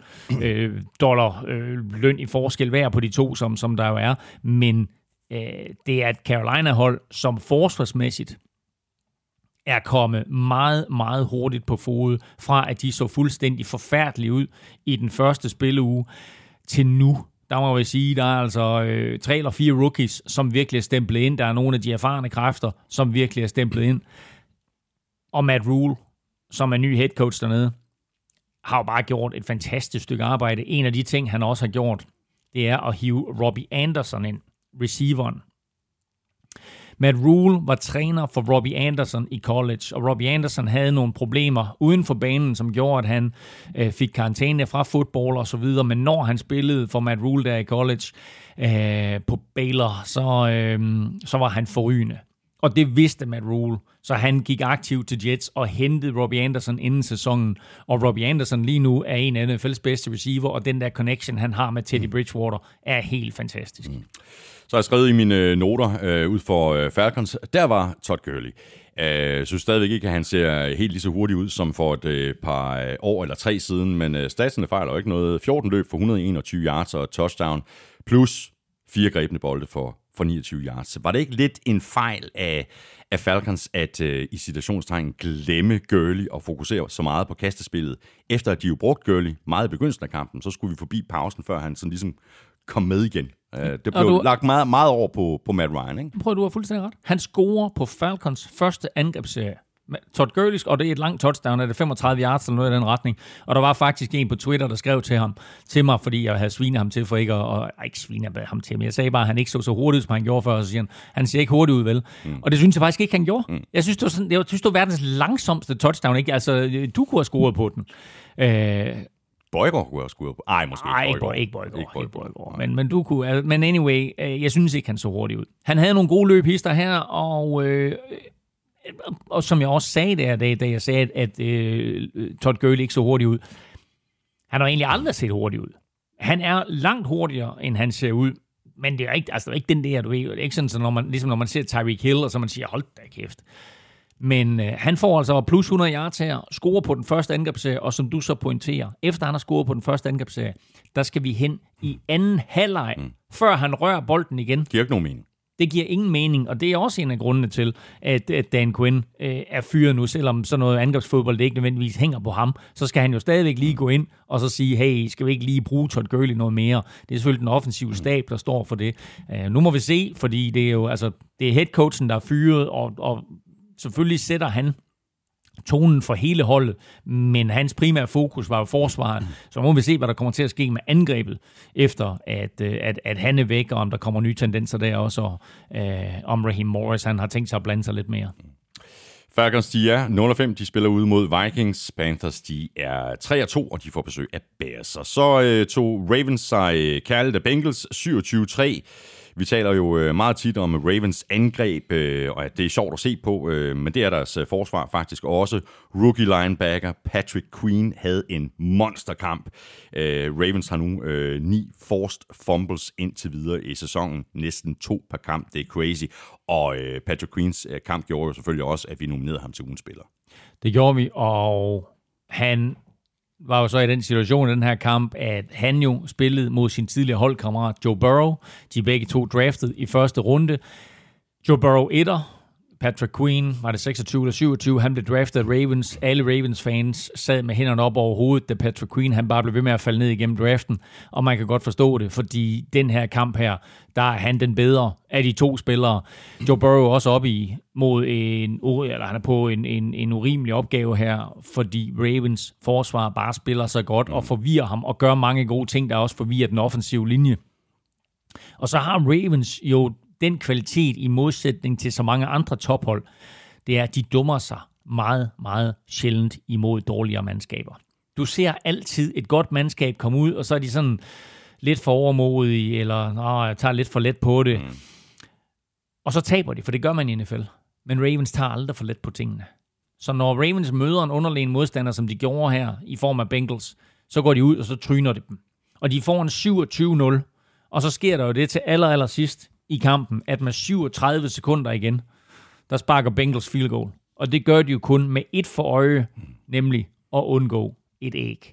løn i forskel hver på de to, som der jo er. Men det er et Carolina-hold, som forsvarsmæssigt er kommet meget, meget hurtigt på fod, fra at de så fuldstændig forfærdelige ud i den første spilleuge til nu. Der må jeg sige, der er altså 3 eller 4 rookies, som virkelig er stemplet ind. Der er nogle af de erfarne kræfter, som virkelig er stemplet ind. Og Matt Rule, som er ny head coach dernede, har jo bare gjort et fantastisk stykke arbejde. En af de ting, han også har gjort, det er at hive Robbie Anderson ind, receiveren. Matt Rule var træner for Robbie Anderson i college, og Robbie Anderson havde nogle problemer uden for banen, som gjorde, at han fik karantæne fra fodbold og så videre, men når han spillede for Matt Rule der i college på Baylor, så var han forrygende. Og det vidste Matt Rule, så han gik aktivt til Jets og hentede Robbie Anderson inden sæsonen. Og Robbie Anderson lige nu er en af NFL's bedste receiver, og den der connection, han har med Teddy Bridgewater, er helt fantastisk. Så har jeg skrevet i mine noter ud for Falcons, der var Todd Gurley. Jeg synes stadigvæk ikke, at han ser helt lige så hurtigt ud som for et par år eller 3 siden, men statserne fejler jo ikke noget. 14 løb for 121 yards og touchdown, plus 4 grebne bolde for 29 yards. Var det ikke lidt en fejl af Falcons at i citationstegn glemme Gurley og fokusere så meget på kastespillet? Efter at de jo brugt Gurley meget i begyndelsen af kampen, så skulle vi forbi pausen, før han sådan ligesom kom med igen. Det blev lagt meget, meget over på Matt Ryan, ikke? Prøv, du har fuldstændig ret. Han scorer på Falcons første angrebsserie. Todd Gurley, og det er et langt touchdown, er det 35 yards eller noget i den retning. Og der var faktisk en på Twitter, der skrev til mig, fordi jeg havde svinet ham til for ikke ikke svine ham til, men jeg sagde bare, at han ikke så hurtigt, som han gjorde før, og så siger han ser ikke hurtigt ud, vel? Og det synes jeg faktisk ikke, han gjorde. Jeg synes, det var verdens langsomste touchdown, ikke? Altså, du kunne have scoret på den. Bøjgaard kunne have scoret på. Ej, måske ikke Bøjgaard. Men du kunne. Men anyway, jeg synes ikke, han så hurtigt ud. Han havde nogle gode løbhister her, og som jeg også sagde der, da jeg sagde, at Todd Gurley ikke så hurtigt ud. Han har egentlig aldrig set hurtigt ud. Han er langt hurtigere, end han ser ud. Men det er ikke den der, du ved. Det er ikke sådan, så når man ser Tyreek Hill, og så man siger, hold da kæft. Men han får altså plus 100 yards her, scorer på den første angrebsserie, og som du så pointerer, efter han har scoret på den første angrebsserie, der skal vi hen i anden halvleg, før han rører bolden igen. Det giver ikke nogen mening. Det giver ingen mening, og det er også en af grundene til, at Dan Quinn er fyret nu, selvom sådan noget angrebsfodbold det ikke nødvendigvis hænger på ham, så skal han jo stadigvæk lige gå ind og så sige, hey, skal vi ikke lige bruge Todd Gurley noget mere? Det er selvfølgelig den offensive stab, der står for det. Nu må vi se, fordi det er jo det er headcoachen, der er fyret, og selvfølgelig sætter han tonen for hele holdet, men hans primære fokus var jo forsvaret. Så må vi se, hvad der kommer til at ske med angrebet, efter at han er væk, og om der kommer nye tendenser der også, om Raheem Morris, han har tænkt sig at blande sig lidt mere. Falcons, de er 0-5. De spiller ude mod Vikings. Panthers, de er 3-2, og de får besøg af Bears. Og så tog Ravens sig kærligt af Bengals 27-3. Vi taler jo meget tit om Ravens angreb, og at det er sjovt at se på, men det er deres forsvar faktisk også. Rookie linebacker Patrick Queen havde en monsterkamp. Ravens har nu 9 forced fumbles indtil videre i sæsonen. Næsten 2 per kamp, det er crazy. Og Patrick Queens kamp gjorde jo selvfølgelig også, at vi nominerede ham til ugens spiller. Det gjorde vi, og han var jo så i den situation i den her kamp, at han jo spillede mod sin tidligere holdkammerat Joe Burrow. De begge to draftet i første runde. Joe Burrow 1'er, Patrick Queen var det 26 eller 27. Han blev draftet af Ravens. Alle Ravens-fans sad med hænderne op over hovedet, da Patrick Queen han bare blev ved med at falde ned igennem draften. Og man kan godt forstå det, fordi den her kamp her, der er han den bedre af de to spillere. Joe Burrow også op i mod han er på en urimelig opgave her, fordi Ravens forsvar bare spiller så godt og forvirrer ham og gør mange gode ting, der også forvirrer den offensive linje. Og så har Ravens jo den kvalitet i modsætning til så mange andre tophold, det er, at de dummer sig meget, meget sjældent imod dårligere mandskaber. Du ser altid et godt mandskab komme ud, og så er de sådan lidt for overmodige, eller jeg tager lidt for let på det. Og så taber de, for det gør man i NFL. Men Ravens tager aldrig for let på tingene. Så når Ravens møder en underlegen modstander, som de gjorde her i form af Bengals, så går de ud, og så tryner de dem. Og de får en 27-0, og så sker der jo det til aller sidst i kampen, at med 37 sekunder igen, der sparker Bengals field goal. Og det gør de jo kun med et for øje, nemlig at undgå et æg.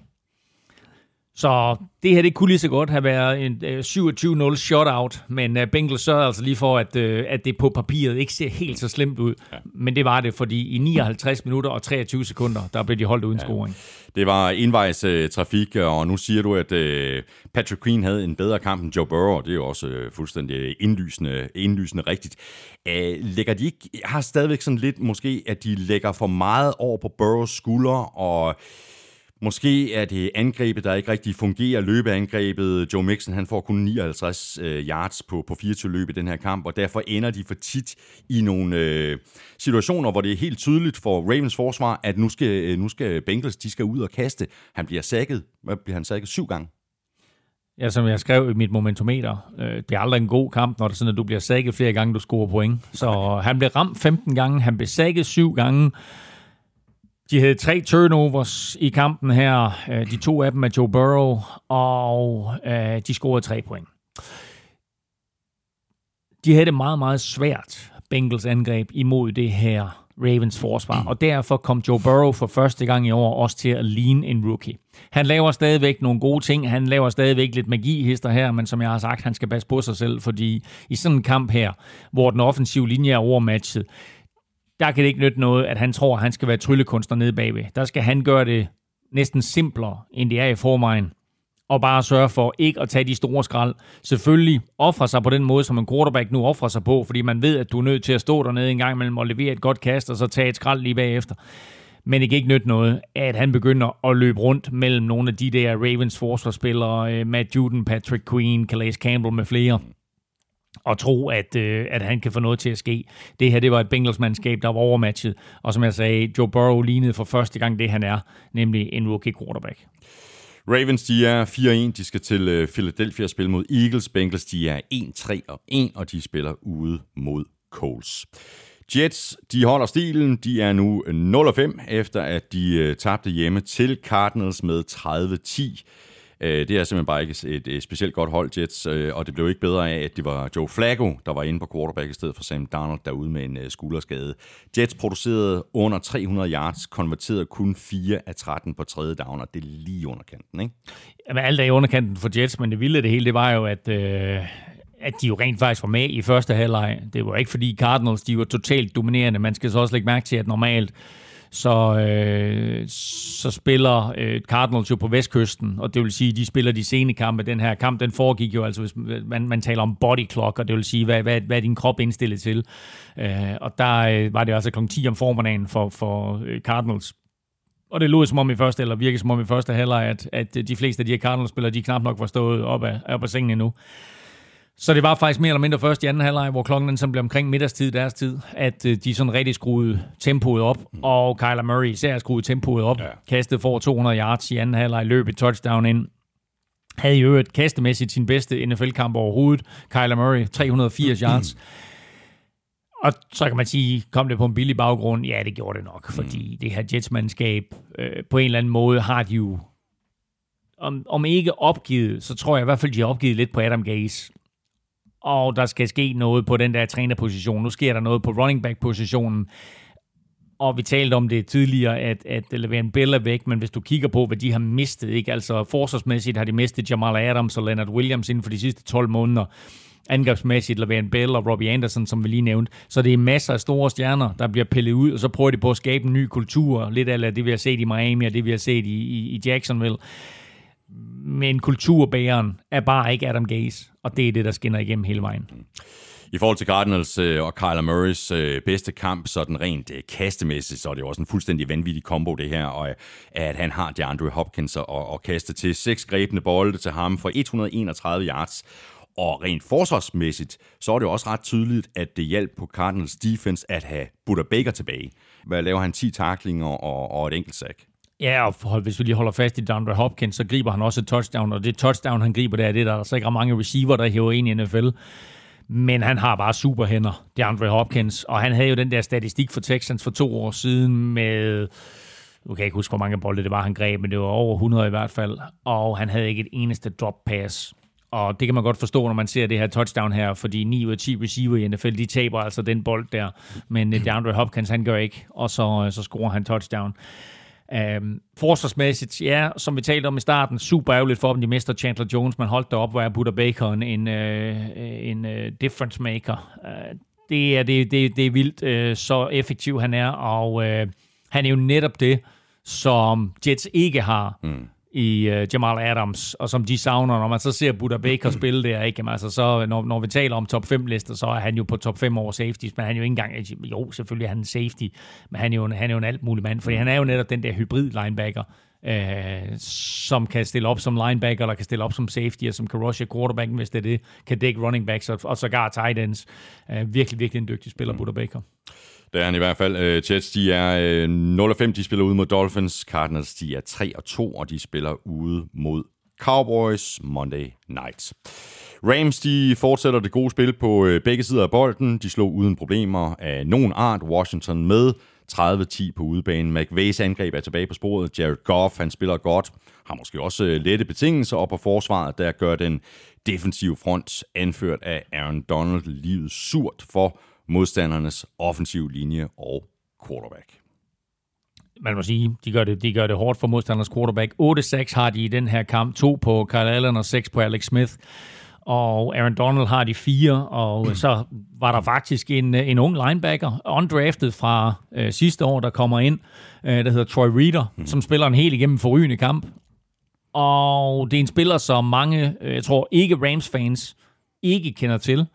Så det her, det kunne lige så godt have været en 27-0 shutout, men Bengals sørger altså lige for, at det på papiret ikke ser helt så slemt ud. Ja. Men det var det, fordi i 59 minutter og 23 sekunder, der blev de holdt uden scoring. Det var envejs trafik, og nu siger du, at Patrick Queen havde en bedre kamp end Joe Burrow, det er jo også fuldstændig indlysende rigtigt. Lægger de ikke, jeg har stadigvæk sådan lidt måske, at de lægger for meget over på Burrows skuldre, og måske er det angrebet, der ikke rigtig fungerer, løbeangrebet. Joe Mixon, han får kun 59 yards på 24 løb i den her kamp, og derfor ender de for tit i nogle situationer, hvor det er helt tydeligt for Ravens forsvar, at nu skal Bengals, de skal ud og kaste. Han bliver sacket. Hvad bliver han sacket? 7 gange? Ja, som jeg skrev i mit momentometer, det er aldrig en god kamp, når det er sådan, at du bliver sacket flere gange, du scorer point. Så han blev ramt 15 gange, han blev sacket 7 gange. De havde 3 turnovers i kampen her. De 2 af dem af Joe Burrow, og de scorede 3 point. De havde det meget, meget svært, Bengals angreb, imod det her Ravens forsvar, og derfor kom Joe Burrow for første gang i år også til at ligne en rookie. Han laver stadigvæk nogle gode ting, han laver stadigvæk lidt magihister her, men som jeg har sagt, han skal passe på sig selv, fordi i sådan en kamp her, hvor den offensive linje er overmatchet, der kan det ikke nytte noget, at han tror, at han skal være tryllekunstner nede bagved. Der skal han gøre det næsten simplere, end det er i forvejen. Og bare sørge for ikke at tage de store skrald. Selvfølgelig ofre sig på den måde, som en quarterback nu offrer sig på, fordi man ved, at du er nødt til at stå dernede en gang imellem og levere et godt kast, og så tage et skrald lige bagefter. Men det kan ikke nytte noget, at han begynder at løbe rundt mellem nogle af de der Ravens forsvarsspillere, Matt Judon, Patrick Queen, Calais Campbell med flere, og tro, at han kan få noget til at ske. Det her, det var et Bengals-mandskab, der var overmatchet, og som jeg sagde, Joe Burrow lignede for første gang det, han er, nemlig en rookie quarterback. Ravens, de er 4-1, de skal til Philadelphia spille mod Eagles. Bengals, de er 1-3-1, og de spiller ude mod Colts. Jets, de holder stilen, de er nu 0-5, efter at de tabte hjemme til Cardinals med 30-10. Det er simpelthen bare ikke et specielt godt hold, Jets, og det blev ikke bedre af, at det var Joe Flacco, der var inde på quarterback i stedet for Sam Darnold derude med en skulderskade. Jets producerede under 300 yards, konverterede kun 4 af 13 på tredje down, og det er lige underkanten, ikke? Jamen, alt er i underkanten for Jets, men det vilde det hele, det var jo, at de jo rent faktisk var med i første halvleg. Det var ikke fordi Cardinals, de var totalt dominerende. Man skal så også lægge mærke til, at normalt så spiller Cardinals jo på vestkysten, og det vil sige, de spiller de sene kampe. Den her kamp, den foregik jo altså, hvis man taler om body clock, og det vil sige, hvad er din krop indstillet til. Og der var det altså kl. 10 om formiddagen for Cardinals. Og det lød som om i første, eller virkede som om i første halvleg, at de fleste af de her Cardinals-spillere, de knap nok var stået op af sengen endnu. Så det var faktisk mere eller mindre først i anden halvleg, hvor klokken sådan blev omkring middagstid deres tid, at de sådan rigtig skruede tempoet op, og Kyler Murray især skruede tempoet op, kastede for 200 yards i anden halvleg, løb et touchdown ind, havde i øvrigt kastemæssigt sin bedste NFL-kamp overhovedet, Kyler Murray, 380 yards. Og så kan man sige, kom det på en billig baggrund? Ja, det gjorde det nok, fordi det her Jets-mandskab, på en eller anden måde har de jo, om ikke opgivet, så tror jeg i hvert fald, de har opgivet lidt på Adam Gase. Og der skal ske noget på den der trænerposition. Nu sker der noget på running back-positionen. Og vi talte om det tidligere, at Le'Veon Bell er væk, men hvis du kigger på, hvad de har mistet, ikke? Altså forsvarsmæssigt har de mistet Jamal Adams og Leonard Williams inden for de sidste 12 måneder. Angrebsmæssigt Le'Veon Bell og Robbie Anderson, som vi lige nævnte. Så det er masser af store stjerner, der bliver pillet ud, og så prøver de på at skabe en ny kultur. Lidt af det, vi har set i Miami, og det, vi har set i Jacksonville. Men kulturbæreren er bare ikke Adam Gase, og det er det, der skinner igennem hele vejen. I forhold til Cardinals og Kyler Murrays bedste kamp, sådan rent kastemæssigt, så er det jo også en fuldstændig vanvittig kombo det her, og at han har DeAndre Hopkins og kaste til 6 grebne bolde til ham for 131 yards. Og rent forsvarsmæssigt, så er det jo også ret tydeligt, at det hjalp på Cardinals defense at have Budda Baker tilbage. Hvad laver han? 10 tacklinger og et enkelt sack. Ja, og hvis vi lige holder fast i DeAndre Hopkins, så griber han også et touchdown, og det touchdown, han griber, det er der altså ikke mange receiver, der hiver ind i NFL. Men han har bare superhænder, DeAndre Hopkins, og han havde jo den der statistik for Texans for 2 år siden med, nu kan jeg ikke huske, hvor mange bolde det var, han greb, men det var over 100 i hvert fald, og han havde ikke et eneste drop pass. Og det kan man godt forstå, når man ser det her touchdown her, fordi 9 ud af 10 receiver i NFL, de taber altså den bold der, men DeAndre Hopkins, han gør ikke, og så scorer han touchdown. Forsvarsmæssigt, ja, som vi talte om i starten, super ærgerligt for dem, de mister Chandler Jones, man holdt derop, hvor er Budda Baker en difference maker. Det er vildt, så effektiv han er, og han er jo netop det, som Jets ikke har i Jamal Adams, og som de savner, når man så ser Budda Baker spille der, ikke? Altså, så når vi taler om top 5 lister, så er han jo på top 5 over safeties, men han er jo ikke engang, jo, selvfølgelig er han en safety, men han er jo en alt mulig mand, fordi han er jo netop den der hybrid linebacker, som kan stille op som linebacker, eller kan stille op som safety, og som kan rushe quarterbacken, hvis det kan dække running backs, og sågar tight ends. Virkelig, virkelig en dygtig spiller, Budda Baker. Det er han i hvert fald. Jets, de er 0-5, de spiller ude mod Dolphins. Cardinals, de er 3-2, og de spiller ude mod Cowboys Monday Night. Rams, de fortsætter det gode spil på begge sider af bolden. De slog uden problemer af nogen art Washington med 30-10 på udebane. McVays angreb er tilbage på sporet. Jared Goff, han spiller godt. Har måske også lette betingelser op på forsvaret, der gør den defensive front, anført af Aaron Donald, livet surt for modstandernes offensiv linje og quarterback. Man må sige, de gør det hårdt for modstanders quarterback. 8-6 har de i den her kamp. 2 på Kyle Allen og 6 på Alex Smith. Og Aaron Donald har de 4, og så var der faktisk en ung linebacker, undrafted fra sidste år, der kommer ind, der hedder Troy Reader, som spiller en helt igennem forrygende kamp. Og det er en spiller, som mange, jeg tror ikke Rams-fans, ikke kender til,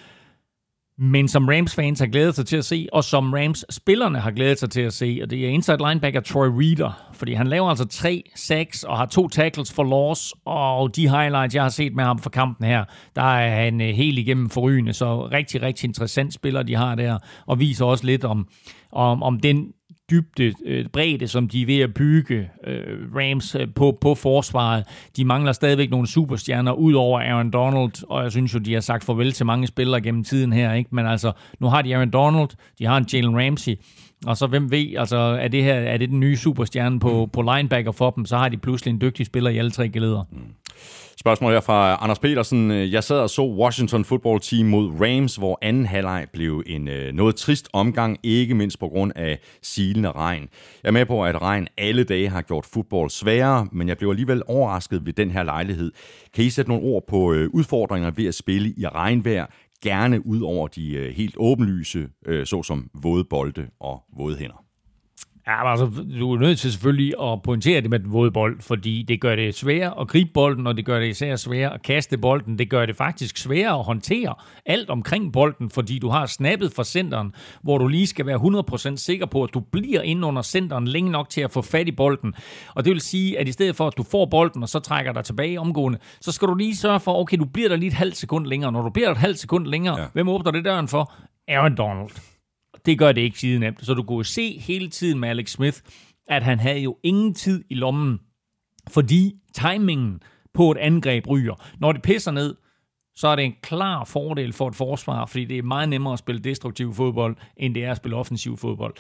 men som Rams-fans har glædet sig til at se, og som Rams-spillerne har glædet sig til at se, og det er inside linebacker Troy Reader, fordi han laver altså 3 sacks og har 2 tackles for loss, og de highlights, jeg har set med ham for kampen her, der er han helt igennem forrygende, så rigtig, rigtig interessant spiller, de har der, og viser også lidt om den dybde, bredde, som de er ved at bygge Rams på forsvaret. De mangler stadigvæk nogle superstjerner ud over Aaron Donald, og jeg synes jo, de har sagt farvel til mange spillere gennem tiden her, ikke? Men altså, nu har de Aaron Donald, de har en Jalen Ramsey, og så hvem ved, altså er det den nye superstjerne på linebacker for dem, så har de pludselig en dygtig spiller i alle 3 geleder. Spørgsmål her fra Anders Petersen. Jeg sad og så Washington Football Team mod Rams, hvor anden halvleg blev en noget trist omgang, ikke mindst på grund af silende regn. Jeg er med på, at regn alle dage har gjort fodbold sværere, men jeg blev alligevel overrasket ved den her lejlighed. Kan I sætte nogle ord på udfordringer ved at spille i regnvejr, gerne ud over de helt åbenlyse, såsom våde bolde og våde hænder? Ja, altså, du er nødt til selvfølgelig at pointere det med den våde bold, fordi det gør det sværere at gribe bolden, og det gør det især sværere at kaste bolden. Det gør det faktisk sværere at håndtere alt omkring bolden, fordi du har snappet fra centeren, hvor du lige skal være 100% sikker på, at du bliver inde under centeren længe nok til at få fat i bolden. Og det vil sige, at i stedet for, at du får bolden, og så trækker dig tilbage omgående, så skal du lige sørge for, okay, du bliver der lige et halvt sekund længere. Når du bliver der et halvt sekund længere, hvem åbner det døren for? Aaron Donald. Det gør det ikke sidenemt. Så du kunne se hele tiden med Alex Smith, at han havde jo ingen tid i lommen, fordi timingen på et angreb ryger. Når det pisser ned, så er det en klar fordel for et forsvar, fordi det er meget nemmere at spille destruktiv fodbold, end det er at spille offensiv fodbold.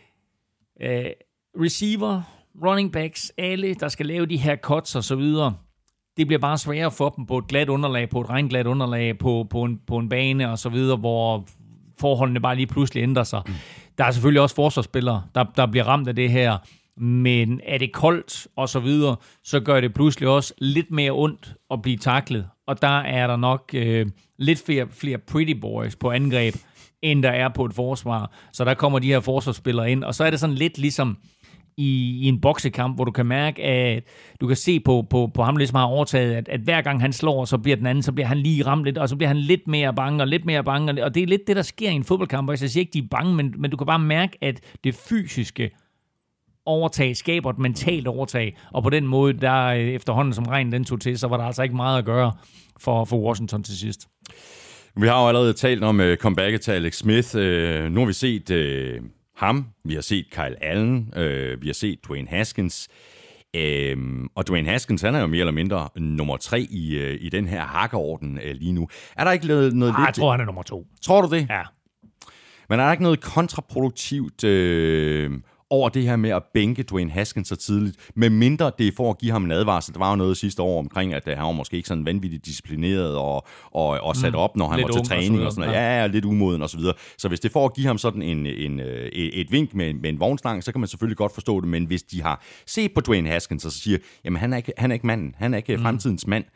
Receiver, running backs, alle, der skal lave de her cuts og så videre, det bliver bare sværere for dem på et glat underlag, på et regnglat underlag, på en bane og så videre, hvor forholdene bare lige pludselig ændrer sig. Der er selvfølgelig også forsvarsspillere, der bliver ramt af det her, men er det koldt og så videre, så gør det pludselig også lidt mere ondt at blive taklet. Og der er der nok lidt flere pretty boys på angreb, end der er på et forsvar. Så der kommer de her forsvarsspillere ind, og så er det sådan lidt ligesom i en boksekamp, hvor du kan mærke, at du kan se på ham, ligesom har overtaget, at hver gang han slår, så bliver den anden, så bliver han lige ramt lidt, og så bliver han lidt mere bange, og det er lidt det, der sker i en fodboldkamp, og jeg siger ikke, de er bange, men du kan bare mærke, at det fysiske overtag skaber et mentalt overtag, og på den måde, der efterhånden som regnen den tog til, så var der altså ikke meget at gøre for Washington til sidst. Vi har jo allerede talt om comebacket til Alex Smith. Nu har vi set ham, vi har set Kyle Allen, vi har set Dwayne Haskins, og Dwayne Haskins, han er jo mere eller mindre nummer 3 i den her hakkeorden lige nu. Er der ikke noget lidt... Jeg tror, han er nummer 2. Tror du det? Ja. Men er der ikke noget kontraproduktivt over det her med at bænke Dwayne Haskins så tidligt, med mindre det er for at give ham en advarsel? Der var jo noget sidste år omkring, at han var måske ikke sådan vanvittigt disciplineret og sat op, når han var til træning og sådan noget. Ja, lidt umoden og så videre. Så hvis det er for at give ham sådan et vink med en vognstang, så kan man selvfølgelig godt forstå det, men hvis de har set på Dwayne Haskins og så siger, jamen han er ikke manden, han er ikke fremtidens mand,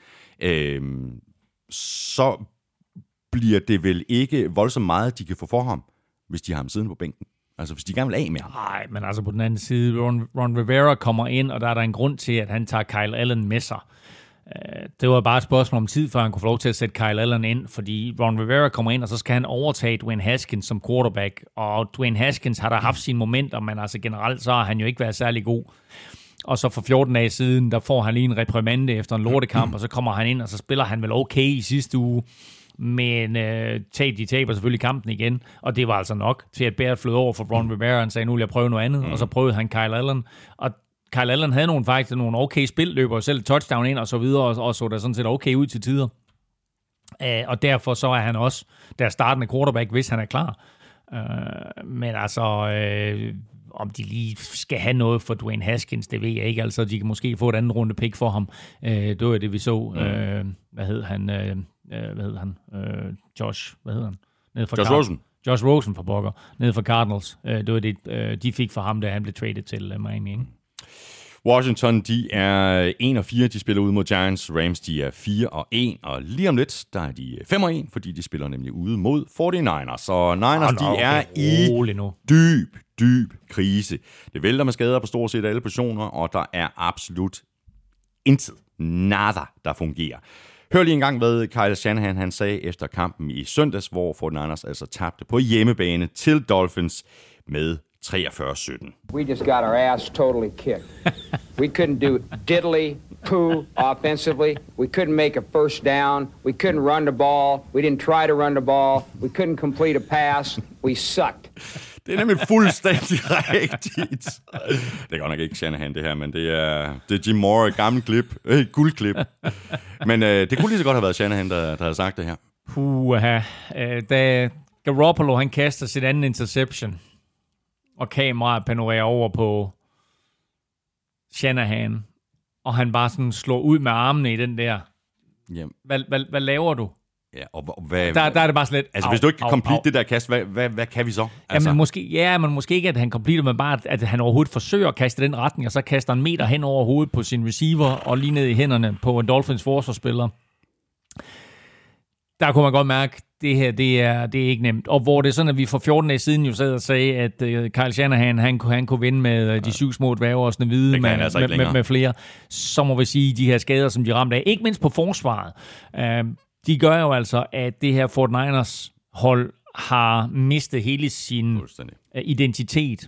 så bliver det vel ikke voldsomt meget, de kan få for ham, hvis de har ham siden på bænken. Altså, hvis de gerne vil af med ham. Nej, men altså på den anden side, Ron Rivera kommer ind, og der er der en grund til, at han tager Kyle Allen med sig. Det var bare et spørgsmål om tid, før han kunne få lov til at sætte Kyle Allen ind, fordi Ron Rivera kommer ind, og så skal han overtage Dwayne Haskins som quarterback, og Dwayne Haskins har der haft sine momenter, men altså generelt så har han jo ikke været særlig god. Og så for 14 dage siden, der får han lige en reprimande efter en lortekamp, og så kommer han ind, og så spiller han vel okay i sidste uge. Men de taber selvfølgelig kampen igen, og det var altså nok til at bære flød over for Ron Rivera. Han sagde, nu vil jeg prøve noget andet, og så prøvede han Kyle Allen. Og Kyle Allen havde faktisk nogle okay spilløber, og selv touchdown ind og så videre, og så der sådan set okay ud til tider. Og derfor så er han også der startende quarterback, hvis han er klar. Men altså, om de lige skal have noget for Dwayne Haskins, det ved jeg ikke. Altså, de kan måske få et andet runde pick for ham. Det var det, vi så. Hvad hed han? Josh Rosen. Josh Rosen fra Bokker, nede fra Cardinals. Det var det, de fik for ham, da han blev traded til Miami. Ikke? Washington, de er 1-4, de spiller ud mod Giants. Rams, de er 4-1, og lige om lidt, der er de 5-1, fordi de spiller nemlig ude mod 49ers. Så Niners, de er i dyb krise. Det vælter med skader på stort set alle positioner, og der er absolut nada, der fungerer. Hør lige engang, hvad Kyle Shanahan han sagde efter kampen i søndags, hvor 49ers altså tabte på hjemmebane til Dolphins med 43-17. We just got our ass totally kicked. We couldn't do diddly poo offensively. We couldn't make a first down. We couldn't run the ball. We didn't try to run the ball. We couldn't complete a pass. We sucked. Det er nemlig fuldstændig rigtigt. Det er godt nok ikke Shanahan, det her, men det er Jim Moore, gammel klip, guldklip. Men det kunne lige så godt have været Shanahan, der havde sagt det her. Da Garoppolo, han kaster sit anden interception, og kameraet panorerer over på Shanahan, og han bare sådan slår ud med armene i den der. Jamen. Hvad laver du? Ja, og hvad, der er det bare slet. Altså, hvis du ikke kan complete det der kast, hvad kan vi så? Altså. Men måske ikke, at han completer, men bare, at han overhovedet forsøger at kaste den retning, og så kaster han meter hen over hovedet på sin receiver, og lige ned i hænderne på en Dolphins forsvarsspiller. Der kunne man godt mærke, det her, det er ikke nemt. Og hvor det er sådan, at vi for 14 dage siden jo sad og sagde, at Kyle Shanahan, han kunne vinde med de 7 små dværge og Snehvide med flere, så må vi sige, de her skader, som de ramte af, ikke mindst på forsvaret, de gør jo altså, at det her 49ers hold har mistet hele sin identitet,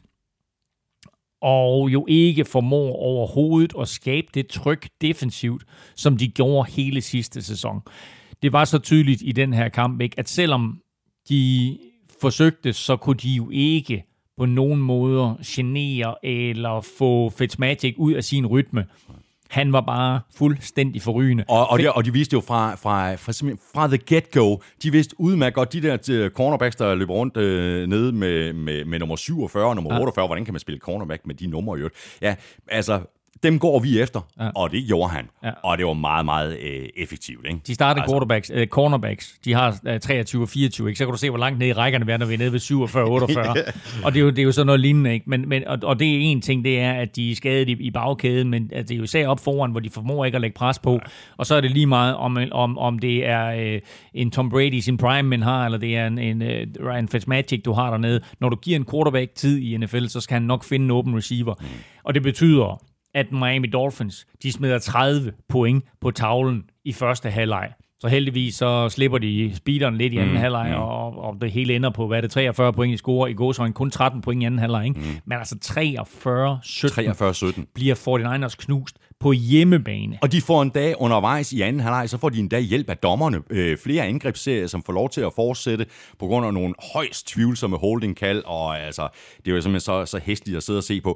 og jo ikke formår overhovedet at skabe det tryk defensivt, som de gjorde hele sidste sæson. Det var så tydeligt i den her kamp, ikke, at selvom de forsøgte, så kunne de jo ikke på nogen måder genere eller få Fitzmagic ud af sin rytme. Han var bare fuldstændig forrygende. Og de viste jo fra the get-go, de vidste udmærket godt, de der cornerbacks, der løber rundt nede med nummer 47 og nummer 48, hvordan kan man spille cornerback med de numre i øvrigt? Ja, altså, dem går vi efter, og det gjorde han. Ja. Og det var meget, meget effektivt. Ikke? De startede cornerbacks, de har 23 og 24, ikke? Så kan du se, hvor langt ned i rækkerne vi er, når vi er nede ved 47 og 48. Og det er jo sådan noget lignende. Ikke? Og det er en ting, det er, at de er skadet i bagkæden, men at det er jo især op foran, hvor de formår ikke at lægge pres på. Og så er det lige meget, om det er en Tom Brady i sin prime, man har, eller det er en Ryan Fitzmagic, du har dernede. Når du giver en quarterback tid i NFL, så skal han nok finde en open receiver. Og det betyder, at Miami Dolphins, de smider 30 point på tavlen i første halvleg. Så heldigvis så slipper de speederen lidt i anden halvleg, og det hele ender på, hvad er det, 43 point i score i gåseøjne, kun 13 point i anden halvleg. Ikke? Men altså 43-17 bliver 49ers knust på hjemmebane. Og de får en dag undervejs i anden halvleg, så får de en dag hjælp af dommerne. Flere angrebsserier, som får lov til at fortsætte på grund af nogle højst tvivlsomme holding-kald, og altså, det er jo simpelthen så hæsligt at sidde og se på.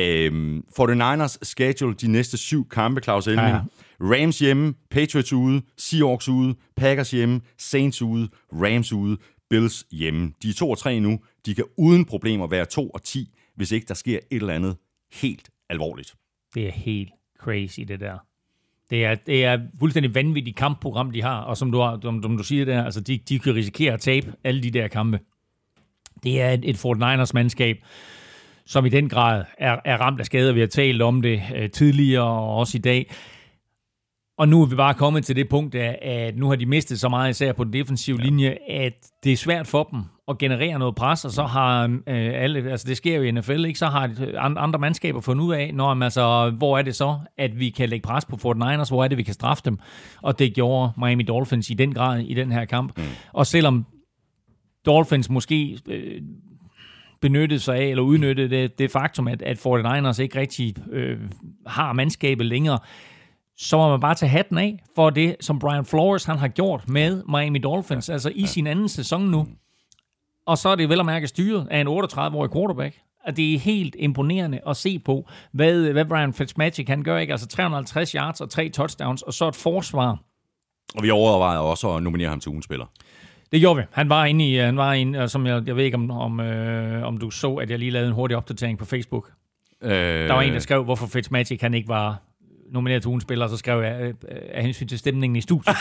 49ers schedule de næste 7 kampe, Claus Elming. Ja. Rams hjemme, Patriots ude, Seahawks ude, Packers hjemme, Saints ude, Rams ude, Bills hjemme. De er 2-3 nu. De kan uden problemer være 2-10, hvis ikke der sker et eller andet helt alvorligt. Det er helt crazy, det der. Det er fuldstændig vanvittigt kampprogram, de har, og som du siger der, altså de kan risikere at tabe alle de der kampe. Det er et 49ers-mandskab, som i den grad er ramt af skader. Vi har talt om det tidligere og også i dag. Og nu er vi bare kommet til det punkt, at nu har de mistet så meget, især på den defensive linje, at det er svært for dem at generere noget pres, og så har alle, altså det sker jo i NFL, ikke? Så har andre mandskaber fundet ud af, hvor er det så, at vi kan lægge pres på 49ers, hvor er det, vi kan straffe dem, og det gjorde Miami Dolphins i den grad i den her kamp. Og selvom Dolphins måske benyttede sig af, eller udnyttede det faktum, at 49ers ikke rigtig har mandskabet længere, så må man bare tage hatten af for det, som Brian Flores han har gjort med Miami Dolphins, altså i sin anden sæson nu. Og så er det vel at mærke styret af en 38-årig quarterback. Og det er helt imponerende at se på, hvad Brian Fitzmagic han gør, ikke? Altså 350 yards og 3 touchdowns, og så et forsvar. Og vi overvejede også at nominere ham til ugens spiller. Det gjorde vi. Han var inde, som jeg ved ikke, om du så, at jeg lige lavede en hurtig opdatering på Facebook. Der var en, der skrev, hvorfor Fitzmagic han ikke var nomineret til ugens spiller, så skrev jeg af hensyn til stemningen i studiet.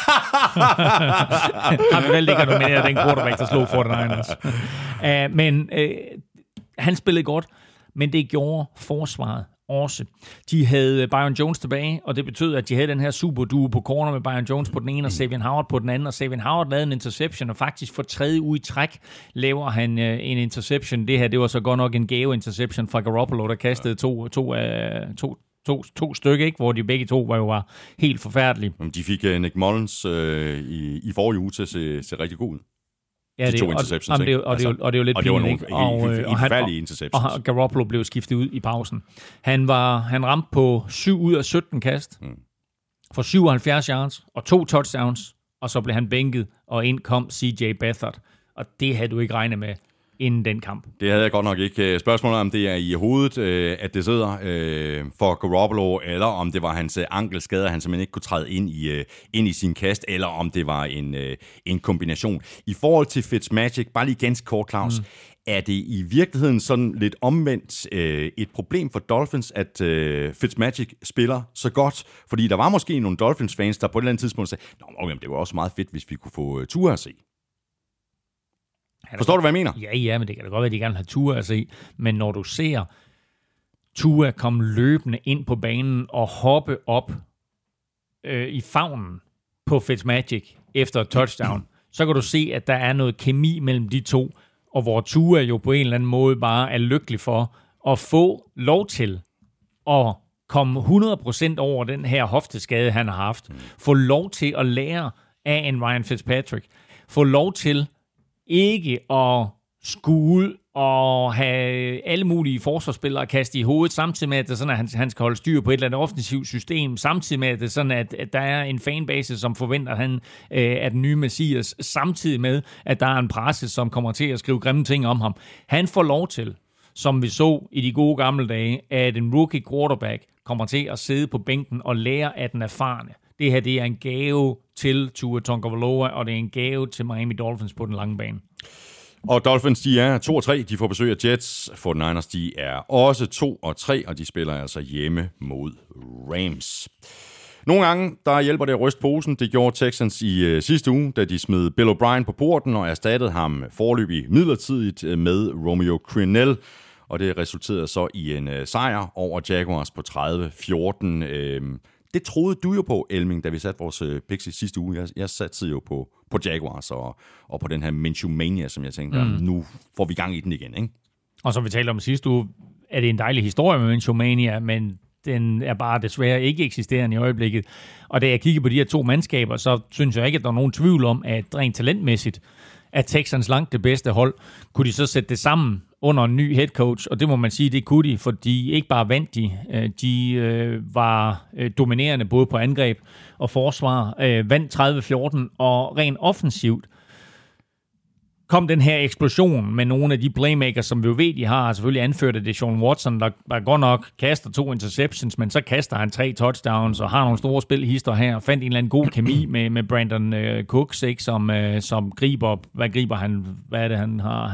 Har vi vel ikke at nominere den quarterback, der slog 49ers. Men han spillede godt, men det gjorde forsvaret også. De havde Byron Jones tilbage, og det betød, at de havde den her superduo på corner med Byron Jones på den ene, og Xavier Howard på den anden, og Xavier Howard lavede en interception, og faktisk for 3. uge i træk laver han en interception. Det her, det var så godt nok en gave-interception fra Garoppolo, der kastede to stykker, ikke? Hvor de begge to var helt forfærdelige. De fik Nick Mullins i forrige uge til at se rigtig god ud. Ja, de 2 interceptions, og det er jo lidt pinligt, ikke? Og forfærdelige interceptions. Og Garoppolo blev skiftet ud i pausen. Han ramte på 7 ud af 17 kast for 77 yards og 2 touchdowns, og så blev han bænket, og ind kom CJ Beathard. Og det havde du ikke regnet med inden den kamp. Det havde jeg godt nok ikke. Spørgsmålet om det er i hovedet, at det sidder for Garoppolo, eller om det var hans ankelskade, han simpelthen ikke kunne træde ind i sin kast, eller om det var en kombination. I forhold til Fitzmagic, bare lige ganske kort, Claus, er det i virkeligheden sådan lidt omvendt et problem for Dolphins, at Fitzmagic spiller så godt? Fordi der var måske nogle Dolphins-fans, der på et eller andet tidspunkt sagde, det var også meget fedt, hvis vi kunne få Tua at se. Forstår du, hvad jeg mener? Ja, men det kan da godt være, at de gerne vil have Tua at se. Men når du ser Tua komme løbende ind på banen og hoppe op i favnen på Fitzmagic efter et touchdown, så kan du se, at der er noget kemi mellem de to, og hvor Tua jo på en eller anden måde bare er lykkelig for at få lov til at komme 100% over den her hofteskade, han har haft. Få lov til at lære af en Ryan Fitzpatrick. Få lov til ikke at skue ud og have alle mulige forsvarsspillere kastet i hovedet, samtidig med, at det er sådan, at han skal holde styr på et eller andet offensivt system, samtidig med, at det er sådan, at der er en fanbase, som forventer, at han er den nye messias, samtidig med, at der er en presse, som kommer til at skrive grimme ting om ham. Han får lov til, som vi så i de gode gamle dage, at en rookie quarterback kommer til at sidde på bænken og lære af den erfarne. Det her, det er en gave til Tua Tagovailoa, og det er en gave til Miami Dolphins på den lange bane. Og Dolphins, de er 2-3. De får besøg af Jets. 49ers, de er også 2-3, og de spiller altså hjemme mod Rams. Nogle gange, der hjælper det at ryste posen. Det gjorde Texans i sidste uge, da de smed Bill O'Brien på porten og erstattede ham foreløbig midlertidigt med Romeo Crennel. Og det resulterede så i en sejr over Jaguars på 30-14. Det troede du jo på, Elming, da vi satte vores picks i sidste uge. Jeg satte jo på Jaguars og på den her Minshew-mania, som jeg tænkte, nu får vi gang i den igen, ikke? Og som vi talte om sidste uge, er det en dejlig historie med Minshew-mania, men den er bare desværre ikke eksisterende i øjeblikket. Og da jeg kigger på de her to mandskaber, så synes jeg ikke, at der er nogen tvivl om, at rent talentmæssigt er Texans langt det bedste hold. Kunne de så sætte det sammen under en ny head coach, og det må man sige, det kunne de, fordi ikke bare vandt de var dominerende både på angreb og forsvar, vandt 30-14, og rent offensivt kom den her eksplosion med nogle af de playmakers, som vi jo ved, de har selvfølgelig anført af Deshaun Watson, der godt nok kaster 2 interceptions, men så kaster han 3 touchdowns og har nogle store spilhister her, og fandt en eller anden god kemi med Brandon Cooks, ikke, som griber, hvad griber han, hvad er det, han har?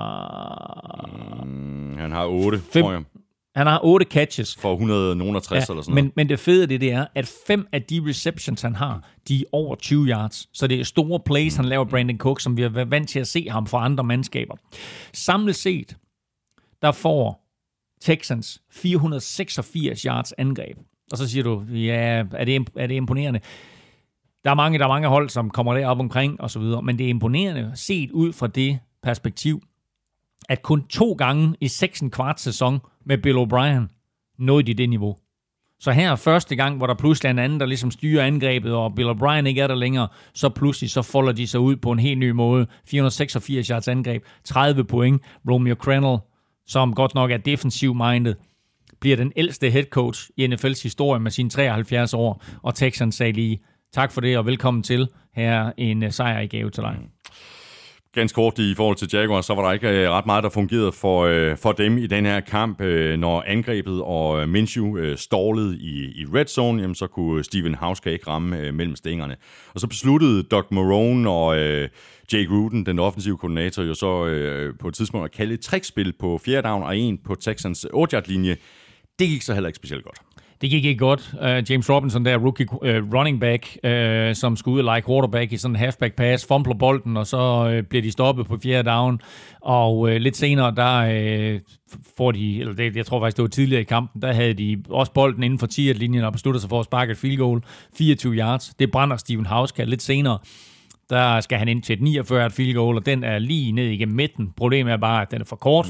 Han har 8, tror jeg. Han har 8 catches. For 160 eller sådan noget. Men det fede det er, at 5 af de receptions, han har, de er over 20 yards. Så det er store plays, han laver Brandon Cook, som vi har været vant til at se ham fra andre mandskaber. Samlet set, der får Texans 486 yards angreb. Og så siger du, ja, er det imponerende? Der er mange hold, som kommer derop omkring og så videre, men det er imponerende set ud fra det perspektiv, at kun 2 gange i 6,25 sæson med Bill O'Brien nåede de det niveau. Så her er første gang, hvor der pludselig er en anden, der ligesom styrer angrebet, og Bill O'Brien ikke er der længere, så pludselig så folder de sig ud på en helt ny måde. 486 yards angreb, 30 point. Romeo Crennel, som godt nok er defensiv-minded, bliver den ældste head coach i NFL's historie med sine 73 år, og Texans sagde lige, tak for det, og velkommen til. Her er en sejr i gave til dig. Ganske kort i forhold til Jaguars, så var der ikke ret meget, der fungerede for dem i den her kamp. Når angrebet og Minshew stallede i red zone, jamen, så kunne Steven Hauska ikke ramme mellem stængerne. Og så besluttede Doug Marrone og Jay Gruden, den offensive koordinator, jo så på et tidspunkt at kalde et trickspil på 4. down og 1 på Texans 8-yard-linje. Det gik så heller ikke specielt godt. Det gik ikke godt. James Robinson, der rookie running back, som skulle ud og lege quarterback i sådan en halfback pass, fumbler bolden, og så bliver de stoppet på 4. down. Og lidt senere, der får de, eller det, jeg tror faktisk, det var tidligere i kampen, der havde de også bolden inden for 10-linjen og besluttede sig for at sparke et field goal, 24 yards. Det brænder Steven Hauska lidt senere. Der skal han ind til et 49 field goal, og den er lige ned igennem midten. Problemet er bare, at den er for kort.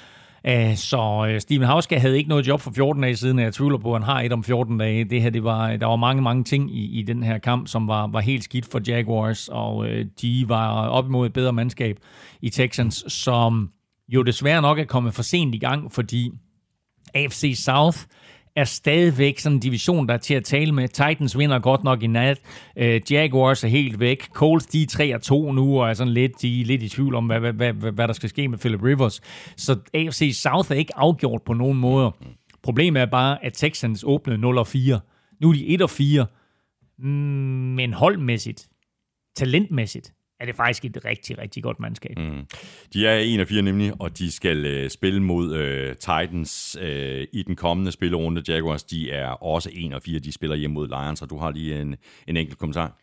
Så Steven Hauska havde ikke noget job for 14 dage siden, og jeg tvivler på, at han har et om 14 dage. Det her, der var mange ting i den her kamp, som var helt skidt for Jaguars, og de var op imod et bedre mandskab i Texans, som jo desværre nok er kommet for sent i gang, fordi AFC South er stadigvæk sådan en division, der er til at tale med. Titans vinder godt nok i nat. Jaguars er helt væk. Colts, de er 3-2 nu, og er sådan lidt i tvivl om, hvad der skal ske med Philip Rivers. Så AFC South er ikke afgjort på nogen måder. Problemet er bare, at Texans åbnede 0-4. Nu er de 1-4. Men holdmæssigt, talentmæssigt, er det faktisk et rigtig, rigtig godt mandskab. De er 1-4 nemlig, og de skal spille mod Titans i den kommende spillerunde. Jaguars, de er også 1-4, de spiller hjem mod Lions, og du har lige en enkelt kommentar.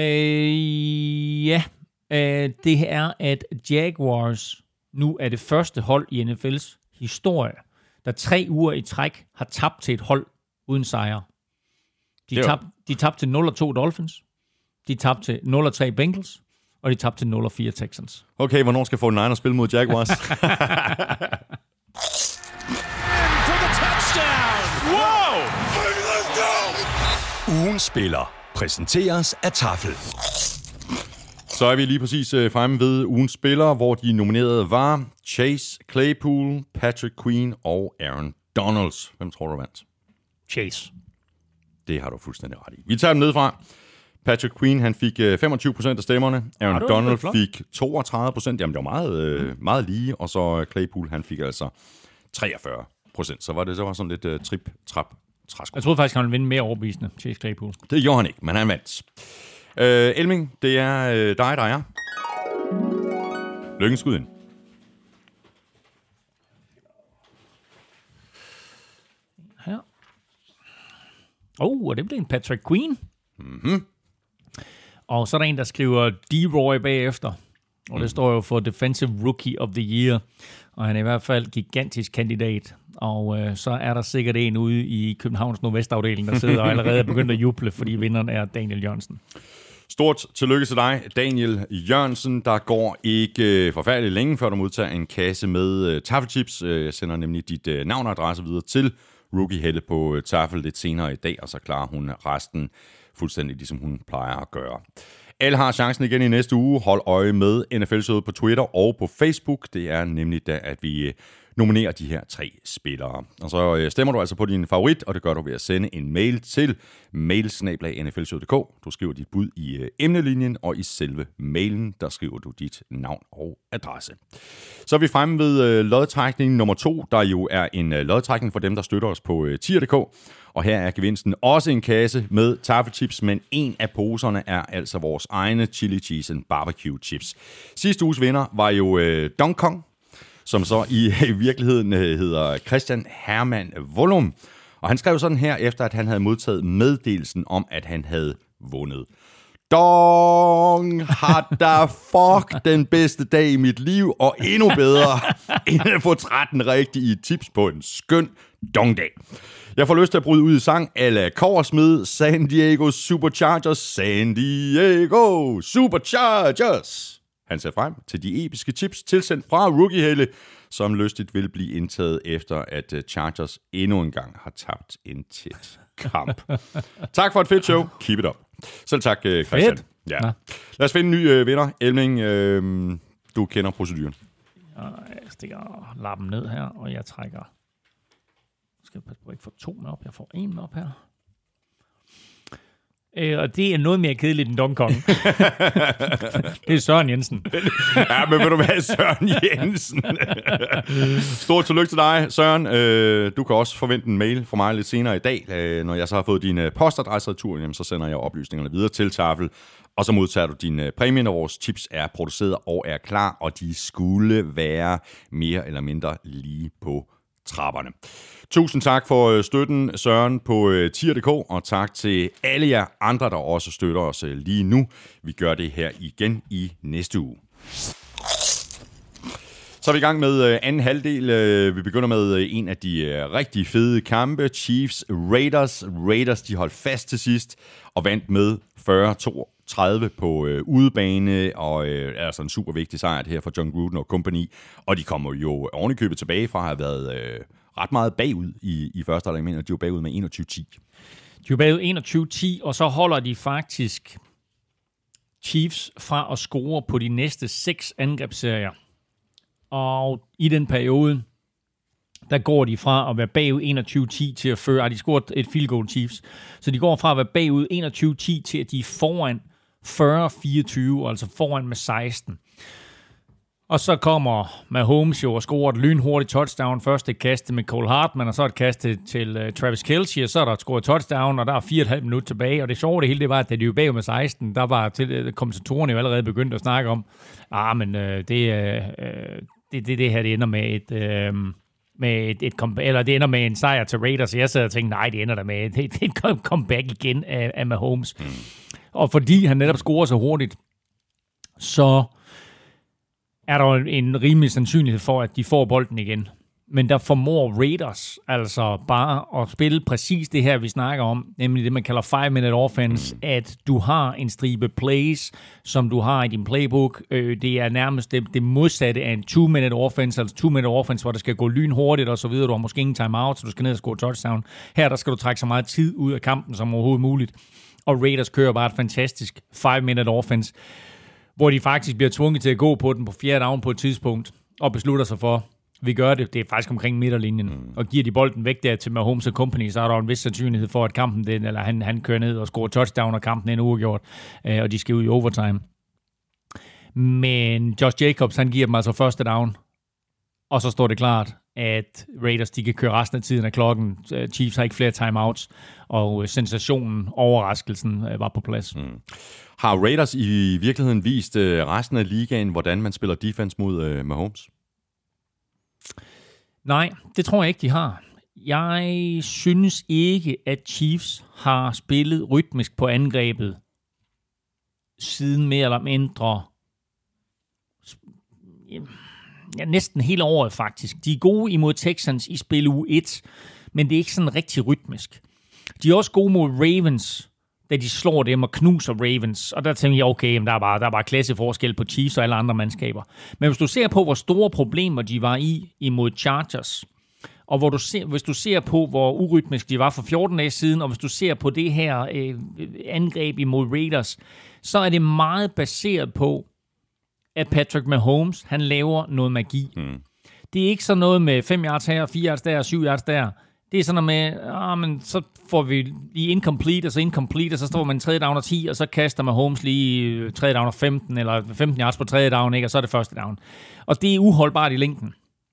Det er, at Jaguars nu er det første hold i NFL's historie, der 3 uger i træk har tabt til et hold uden sejre. De tabte til 0-2 Dolphins, de tabte til 0-3 Bengals, og de tabte til 0-4 Texans. Okay, hvornår skal 49ers spille mod Jaguars? Ugens spiller præsenteres af Tafel. Så er vi lige præcis fremme ved ugens spillere, hvor de nominerede var Chase Claypool, Patrick Queen og Aaron Donalds. Hvem tror du vandt? Chase. Det har du fuldstændig ret i. Vi tager dem ned fra. Patrick Queen, han fik 25% af stemmerne. Aaron Donald fik 32%. Jamen, det var meget lige. Og så Claypool, han fik altså 43%. Så var det sådan lidt trip-trap-træsko. Jeg troede faktisk, han ville vinde mere overbevisende, Chase Claypool. Det gjorde han ikke, men han vandt. Elming, det er dig, der er. Lykkens skud ind. Her. Og det blev en Patrick Queen. Mhm. Og så er der en, der skriver D-Roy bagefter. Og det står jo for Defensive Rookie of the Year. Og han er i hvert fald gigantisk kandidat. Og så er der sikkert en ude i Københavns Nordvestafdeling, der sidder og allerede er begyndt at juble, fordi vinderen er Daniel Jørgensen. Stort tillykke til dig, Daniel Jørgensen. Der går ikke forfærdeligt længe, før du modtager en kasse med taffelchips. Jeg sender nemlig dit navn og adresse videre til Rookie Helle på Tafel lidt senere i dag, og så klarer hun resten fuldstændig ligesom hun plejer at gøre. Alle har chancen igen i næste uge. Hold øje med NFL-showet på Twitter og på Facebook. Det er nemlig da, at vi nominerer de her 3 spillere. Og så stemmer du altså på din favorit, og det gør du ved at sende en mail til mail@nflshowet.dk. Du skriver dit bud i emnelinjen, og i selve mailen, der skriver du dit navn og adresse. Så er vi fremme ved lodtrækning nummer 2, der jo er en lodtrækning for dem, der støtter os på tier.dk. Og her er gevinsten også en kasse med taffelchips, men en af poserne er altså vores egne chili cheese and barbecue chips. Sidste uges vinder var jo Dong Kong, som så i virkeligheden hedder Christian Hermann Volum. Og han skrev sådan her, efter at han havde modtaget meddelelsen om, at han havde vundet. Dong har da fuck den bedste dag i mit liv, og endnu bedre end at få 13 rigtige tips på en skøn dong-dag. Jeg får lyst til at bryde ud i sang a la Kobbersmed, San Diego Superchargers, San Diego Superchargers. Han ser frem til de episke tips tilsendt fra Rookie Helle, som lystigt vil blive indtaget efter, at Chargers endnu en gang har tabt en tæt kamp. Tak for et fedt show. Keep it up. Selv tak, Christian. Fedt. Ja. Lad os finde en ny vinder. Elming, du kender proceduren. Jeg stikker lappen ned her, og jeg trækker. Jeg skal passe på, at jeg ikke får 2 med op. Jeg får 1 med op her. Og det er noget mere kedeligt end Dong Kong. Det er Søren Jensen. Ja, men vil du være Søren Jensen? Stort tillykke til dig, Søren. Du kan også forvente en mail fra mig lidt senere i dag. Når jeg så har fået din postadresse retur, så sender jeg oplysningerne videre til Tafel. Og så modtager du din præmie, når vores tips er produceret og er klar, og de skulle være mere eller mindre lige på trapperne. Tusind tak for støtten, Søren, på tier.dk, og tak til alle jer andre, der også støtter os lige nu. Vi gør det her igen i næste uge. Så er vi i gang med anden halvdel. Vi begynder med en af de rigtig fede kampe. Chiefs Raiders. Raiders, de holdt fast til sidst og vandt med 40-32 på udebane, og altså en super vigtig sejr det her for John Gruden og company. Og de kommer jo ovenikøbet tilbage fra at have været ret meget bagud i første halvleg, og de var bagud med 21-10. De var bagud 21-10, og så holder de faktisk Chiefs fra at score på de næste 6 angrebsserier. Og i den periode, der går de fra at være bagud 21-10 til at føre. De scoret et field goal Chiefs. Så de går fra at være bagud 21-10 til at de er foran 40-24, altså foran med 16. Og så kommer Mahomes jo og scorer et lynhurtigt touchdown. Først et kast med Cole Hartman, og så et kast til Travis Kelce, og så er der scoret touchdown, og der er 4,5 minutter tilbage. Og det sjove det hele, det var, at da de jo bagud med 16, der var kommentatorerne jo allerede begyndt at snakke om, men det her, det ender med det ender med en sejr til Raiders. Så jeg sad og tænkte, nej, det ender der med et comeback igen af Mahomes. Og fordi han netop scorer så hurtigt, så er der en rimelig sandsynlighed for, at de får bolden igen. Men der formår Raiders altså bare at spille præcis det her, vi snakker om, nemlig det, man kalder 5-minute offense, at du har en stribe plays, som du har i din playbook. Det er nærmest det modsatte af en 2-minute offense, altså 2-minute offense, hvor det skal gå lynhurtigt og så videre. Du har måske ingen timeout, så du skal ned og score touchdown. Her der skal du trække så meget tid ud af kampen som overhovedet muligt. Og Raiders kører bare et fantastisk 5-minute offense, hvor de faktisk bliver tvunget til at gå på den på 4. down på et tidspunkt, og beslutter sig for, vi gør det er faktisk omkring midterlinjen, og giver de bolden væk der til Mahomes og company, så er der en vis sandsynlighed for, at kampen eller han kører ned og scorer touchdown, og kampen er uafgjort, og de skal ud i overtime. Men Josh Jacobs, han giver dem altså første down, og så står det klart, at Raiders, de kan køre resten af tiden af klokken. Chiefs har ikke flere timeouts, og sensationen, overraskelsen var på plads. Har Raiders i virkeligheden vist resten af ligaen, hvordan man spiller defense mod Mahomes? Nej, det tror jeg ikke, de har. Jeg synes ikke, at Chiefs har spillet rytmisk på angrebet siden mere eller mindre næsten hele året faktisk. De er gode imod Texans i spil uge 1, men det er ikke sådan rigtig rytmisk. De er også gode mod Ravens, da de slår dem og knuser Ravens. Og der tænker jeg, okay, der er bare klasseforskel på Chiefs og alle andre mandskaber. Men hvis du ser på, hvor store problemer de var imod Chargers, og hvis du ser på, hvor urytmisk de var for 14 dage siden, og hvis du ser på det her angreb imod Raiders, så er det meget baseret på, at Patrick Mahomes, han laver noget magi. Det er ikke sådan noget med 5 yards her, 4 yards der, 7 yards der. Det er sådan noget med, men så får vi lige incomplete, og så står man 3. down og 10, og så kaster Mahomes lige 3. down og 15, eller 15 yards på 3. down, ikke? Og så er det 1. down. Og det er uholdbart i længden.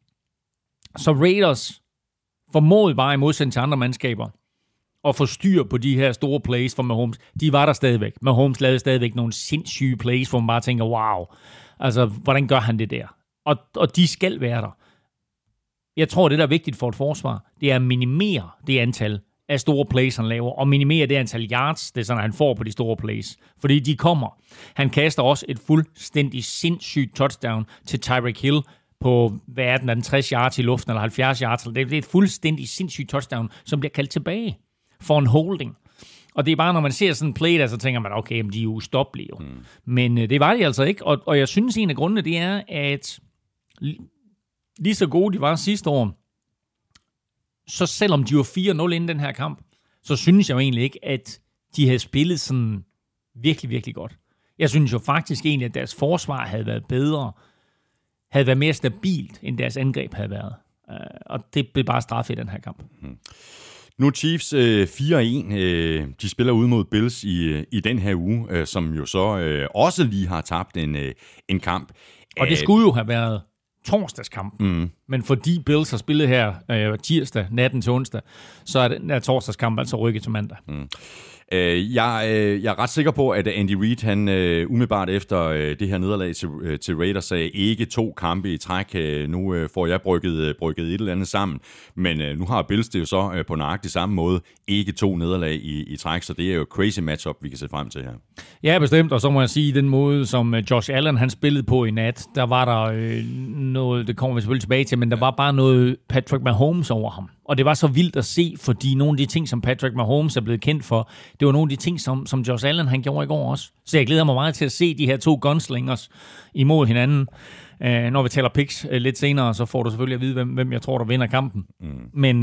Så Raiders formåede bare i modsætning til andre mandskaber at få styr på de her store plays for Mahomes. De var der stadigvæk. Mahomes lavede stadigvæk nogle sindssyge plays, hvor man bare tænker, wow, altså, hvordan gør han det der? Og de skal være der. Jeg tror, det der er vigtigt for et forsvar, det er at minimere det antal af store plays, han laver, og minimere det antal yards, det er sådan, han får på de store plays. Fordi de kommer. Han kaster også et fuldstændig sindssygt touchdown til Tyreek Hill på, hvad er den 60 yards i luften, eller 70 yards. Det er et fuldstændig sindssygt touchdown, som bliver kaldt tilbage for en holding. Og det er bare, når man ser sådan en play der, så tænker man, okay, de er jo ustoppelige. Men det var de altså ikke. Og jeg synes, en af grundene, det er, at lige så gode de var sidste år, så selvom de var 4-0 inden den her kamp, så synes jeg jo egentlig ikke, at de havde spillet sådan virkelig, virkelig godt. Jeg synes jo faktisk egentlig, at deres forsvar havde været bedre, havde været mere stabilt, end deres angreb havde været. Og det blev bare straffet i den her kamp. Nu Chiefs 4-1. De spiller ud mod Bills i den her uge, som jo så også lige har tabt en kamp. Og det skulle jo have været torsdagskampen. Men fordi Bills har spillet her tirsdag, natten til onsdag, så er den der torsdagskamp altså rykket til mandag. Jeg er ret sikker på, at Andy Reid, han umiddelbart efter det her nederlag til Raiders, sagde ikke 2 kampe i træk. Nu får jeg brygget et eller andet sammen. Men nu har Bills det jo så på nøjagtig samme måde ikke 2 nederlag i træk, så det er jo et crazy matchup, vi kan se frem til her. Ja, bestemt, og så må jeg sige, den måde, som Josh Allen han spillede på i nat, der var der noget, det kommer vi selvfølgelig tilbage til, men der var bare noget Patrick Mahomes over ham. Og det var så vildt at se, fordi nogle af de ting, som Patrick Mahomes er blevet kendt for, det var nogle af de ting, som Josh Allen han gjorde i går også. Så jeg glæder mig meget til at se de her 2 gunslingers imod hinanden. Når vi taler picks lidt senere, så får du selvfølgelig at vide, hvem jeg tror, der vinder kampen. Men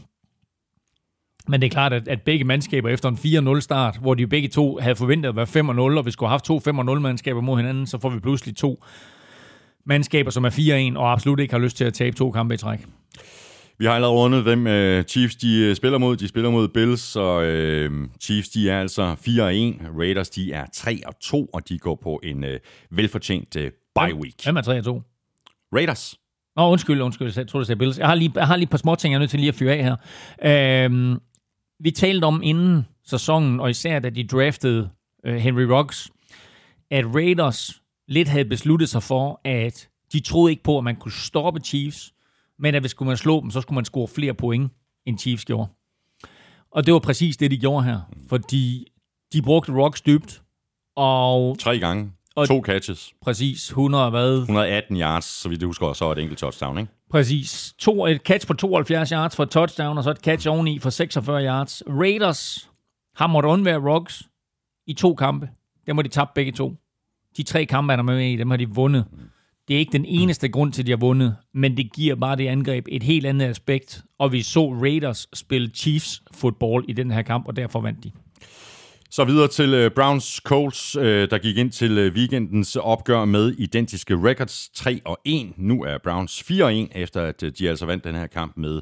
det er klart, at begge mandskaber efter en 4-0 start, hvor de begge to havde forventet at være 5-0, og vi skulle have haft 2 5-0-mandskaber mod hinanden, så får vi pludselig 2 mandskaber, som er 4-1, og absolut ikke har lyst til at tabe 2 kampe i træk. Vi har allerede rundet, hvem Chiefs de spiller mod. De spiller mod Bills, så Chiefs de er altså 4-1. Raiders de er 3-2, og de går på en velfortjent bye week. Hvem er 3-2? Raiders. Undskyld, jeg tror, det sagde Bills. Jeg har lige et par små ting, jeg er nødt til lige at fyre af her. Vi talte om inden sæsonen, og især da de draftede Henry Ruggs, at Raiders lidt havde besluttet sig for, at de troede ikke på, at man kunne stoppe Chiefs, men at hvis man slå dem, så skulle man score flere point, end Chiefs gjorde. Og det var præcis det, de gjorde her. Fordi de brugte Ruggs dybt. Og 3 gange. Og 2 catches. Præcis. 118 yards, så vidt jeg husker, så et enkelt touchdown, ikke? Præcis. Et catch på 72 yards for et touchdown, og så et catch oveni for 46 yards. Raiders har måttet undvære Ruggs i 2 kampe. Dem har de tabt begge 2. De 3 kampe, han er med i, dem har de vundet. Det er ikke den eneste grund til, at de har vundet, men det giver bare det angreb et helt andet aspekt. Og vi så Raiders spille Chiefs football i den her kamp, og derfor vandt de. Så videre til Browns Colts, der gik ind til weekendens opgør med identiske records 3-1. Nu er Browns 4-1, efter at de altså vandt den her kamp med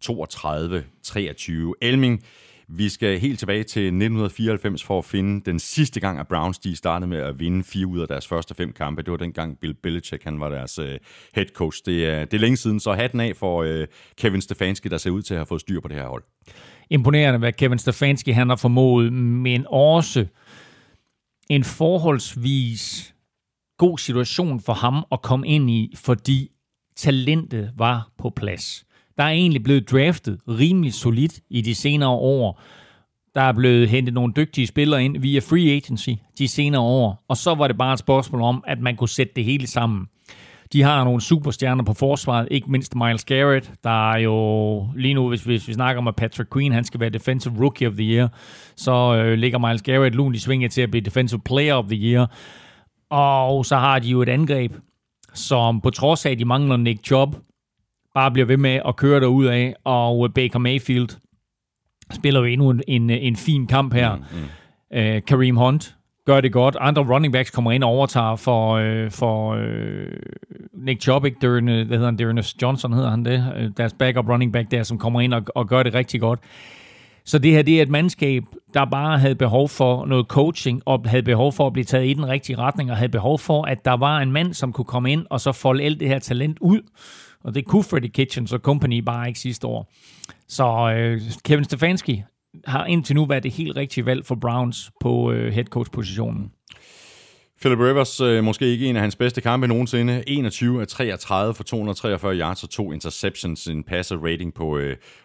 32-23. Elming, vi skal helt tilbage til 1994 for at finde den sidste gang, at Browns de startede med at vinde 4 ud af deres første 5 kampe. Det var dengang Bill Belichick han var deres head coach. Det er længe siden, så hatten af for Kevin Stefanski, der ser ud til at have fået styr på det her hold. Imponerende, hvad Kevin Stefanski han har formået, men også en forholdsvis god situation for ham at komme ind i, fordi talentet var på plads. Der er egentlig blevet draftet rimelig solidt i de senere år. Der er blevet hentet nogle dygtige spillere ind via free agency de senere år, og så var det bare et spørgsmål om, at man kunne sætte det hele sammen. De har nogle superstjerner på forsvaret, ikke mindst Myles Garrett, der er jo lige nu, hvis vi snakker om, at Patrick Queen, han skal være Defensive Rookie of the Year, så ligger Myles Garrett lunt i svinget til at blive Defensive Player of the Year. Og så har de jo et angreb, som på trods af, at de mangler Nick Chubb, bare bliver ved med at køre derudad, og Baker Mayfield spiller jo endnu en fin kamp her. Kareem Hunt gør det godt. Andre running backs kommer ind og overtager for Nick Chubb, ikke? Dearness Johnson hedder han det. Deres backup running back der, som kommer ind og gør det rigtig godt. Så det her, det er et mandskab, der bare havde behov for noget coaching, og havde behov for at blive taget i den rigtige retning, og havde behov for, at der var en mand, som kunne komme ind og så folde alt det her talent ud. Og det kunne Freddie Kitchens og company bare ikke sidste år. Så Kevin Stefanski har indtil nu været det helt rigtige valg for Browns på head coach-positionen. Philip Rivers, måske ikke en af hans bedste kampe nogensinde. 21 af 33 for 243 yards og 2 interceptions, en passer rating på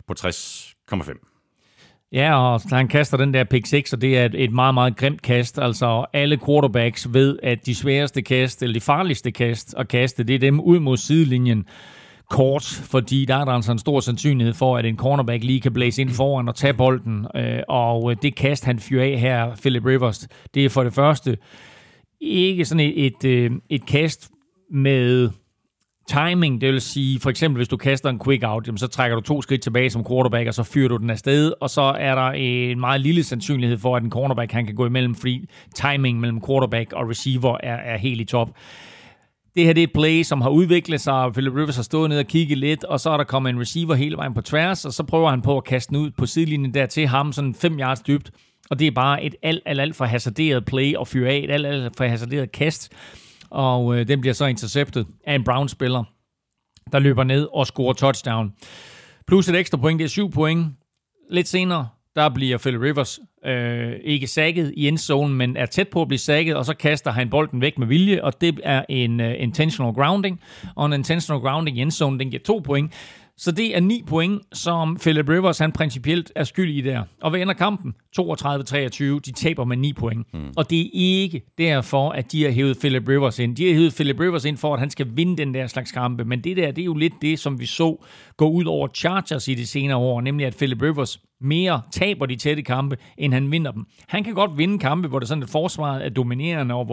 60,5. Ja, og han kaster den der pick 6, og det er et meget, meget grimt kast. Altså, alle quarterbacks ved, at de sværeste kast, eller de farligste kast at kaste, det er dem ud mod sidelinjen kort, fordi der er der altså en stor sandsynlighed for, at en cornerback lige kan blæse ind foran og tage bolden. Og det kast, han fyrer af her, Philip Rivers, det er for det første ikke sådan et kast med timing, det vil sige, for eksempel hvis du kaster en quick out, så trækker du 2 skridt tilbage som quarterback, og så fyrer du den afsted, og så er der en meget lille sandsynlighed for, at en cornerback han kan gå imellem, fordi timing mellem quarterback og receiver er helt i top. Det her det er et play, som har udviklet sig, og Philip Rivers har stået ned og kigget lidt, og så er der kommet en receiver hele vejen på tværs, og så prøver han på at kaste den ud på sidelinjen der til ham, sådan 5 yards dybt, og det er bare et alt for hasarderet play at fyre af, et alt for hasarderet kast, og den bliver så interceptet af en Browns-spiller, der løber ned og scorer touchdown. Plus et ekstra point, det er 7 point. Lidt senere, der bliver Philip Rivers ikke sacket i endzonen, men er tæt på at blive sacket, og så kaster han bolden væk med vilje, og det er en intentional grounding, og en intentional grounding i endzonen, den giver 2 point. Så det er 9 point, som Philip Rivers han principielt er skyld i der. Og hvad ender kampen? 32-23, de taber med 9 point. Og det er ikke derfor, at de har hævet Philip Rivers ind. De har hævet Philip Rivers ind for, at han skal vinde den der slags kampe. Men det der, det er jo lidt det, som vi så gå ud over Chargers i de senere år, nemlig at Philip Rivers mere taber de tætte kampe, end han vinder dem. Han kan godt vinde kampe, hvor det sådan et forsvaret er dominerende, og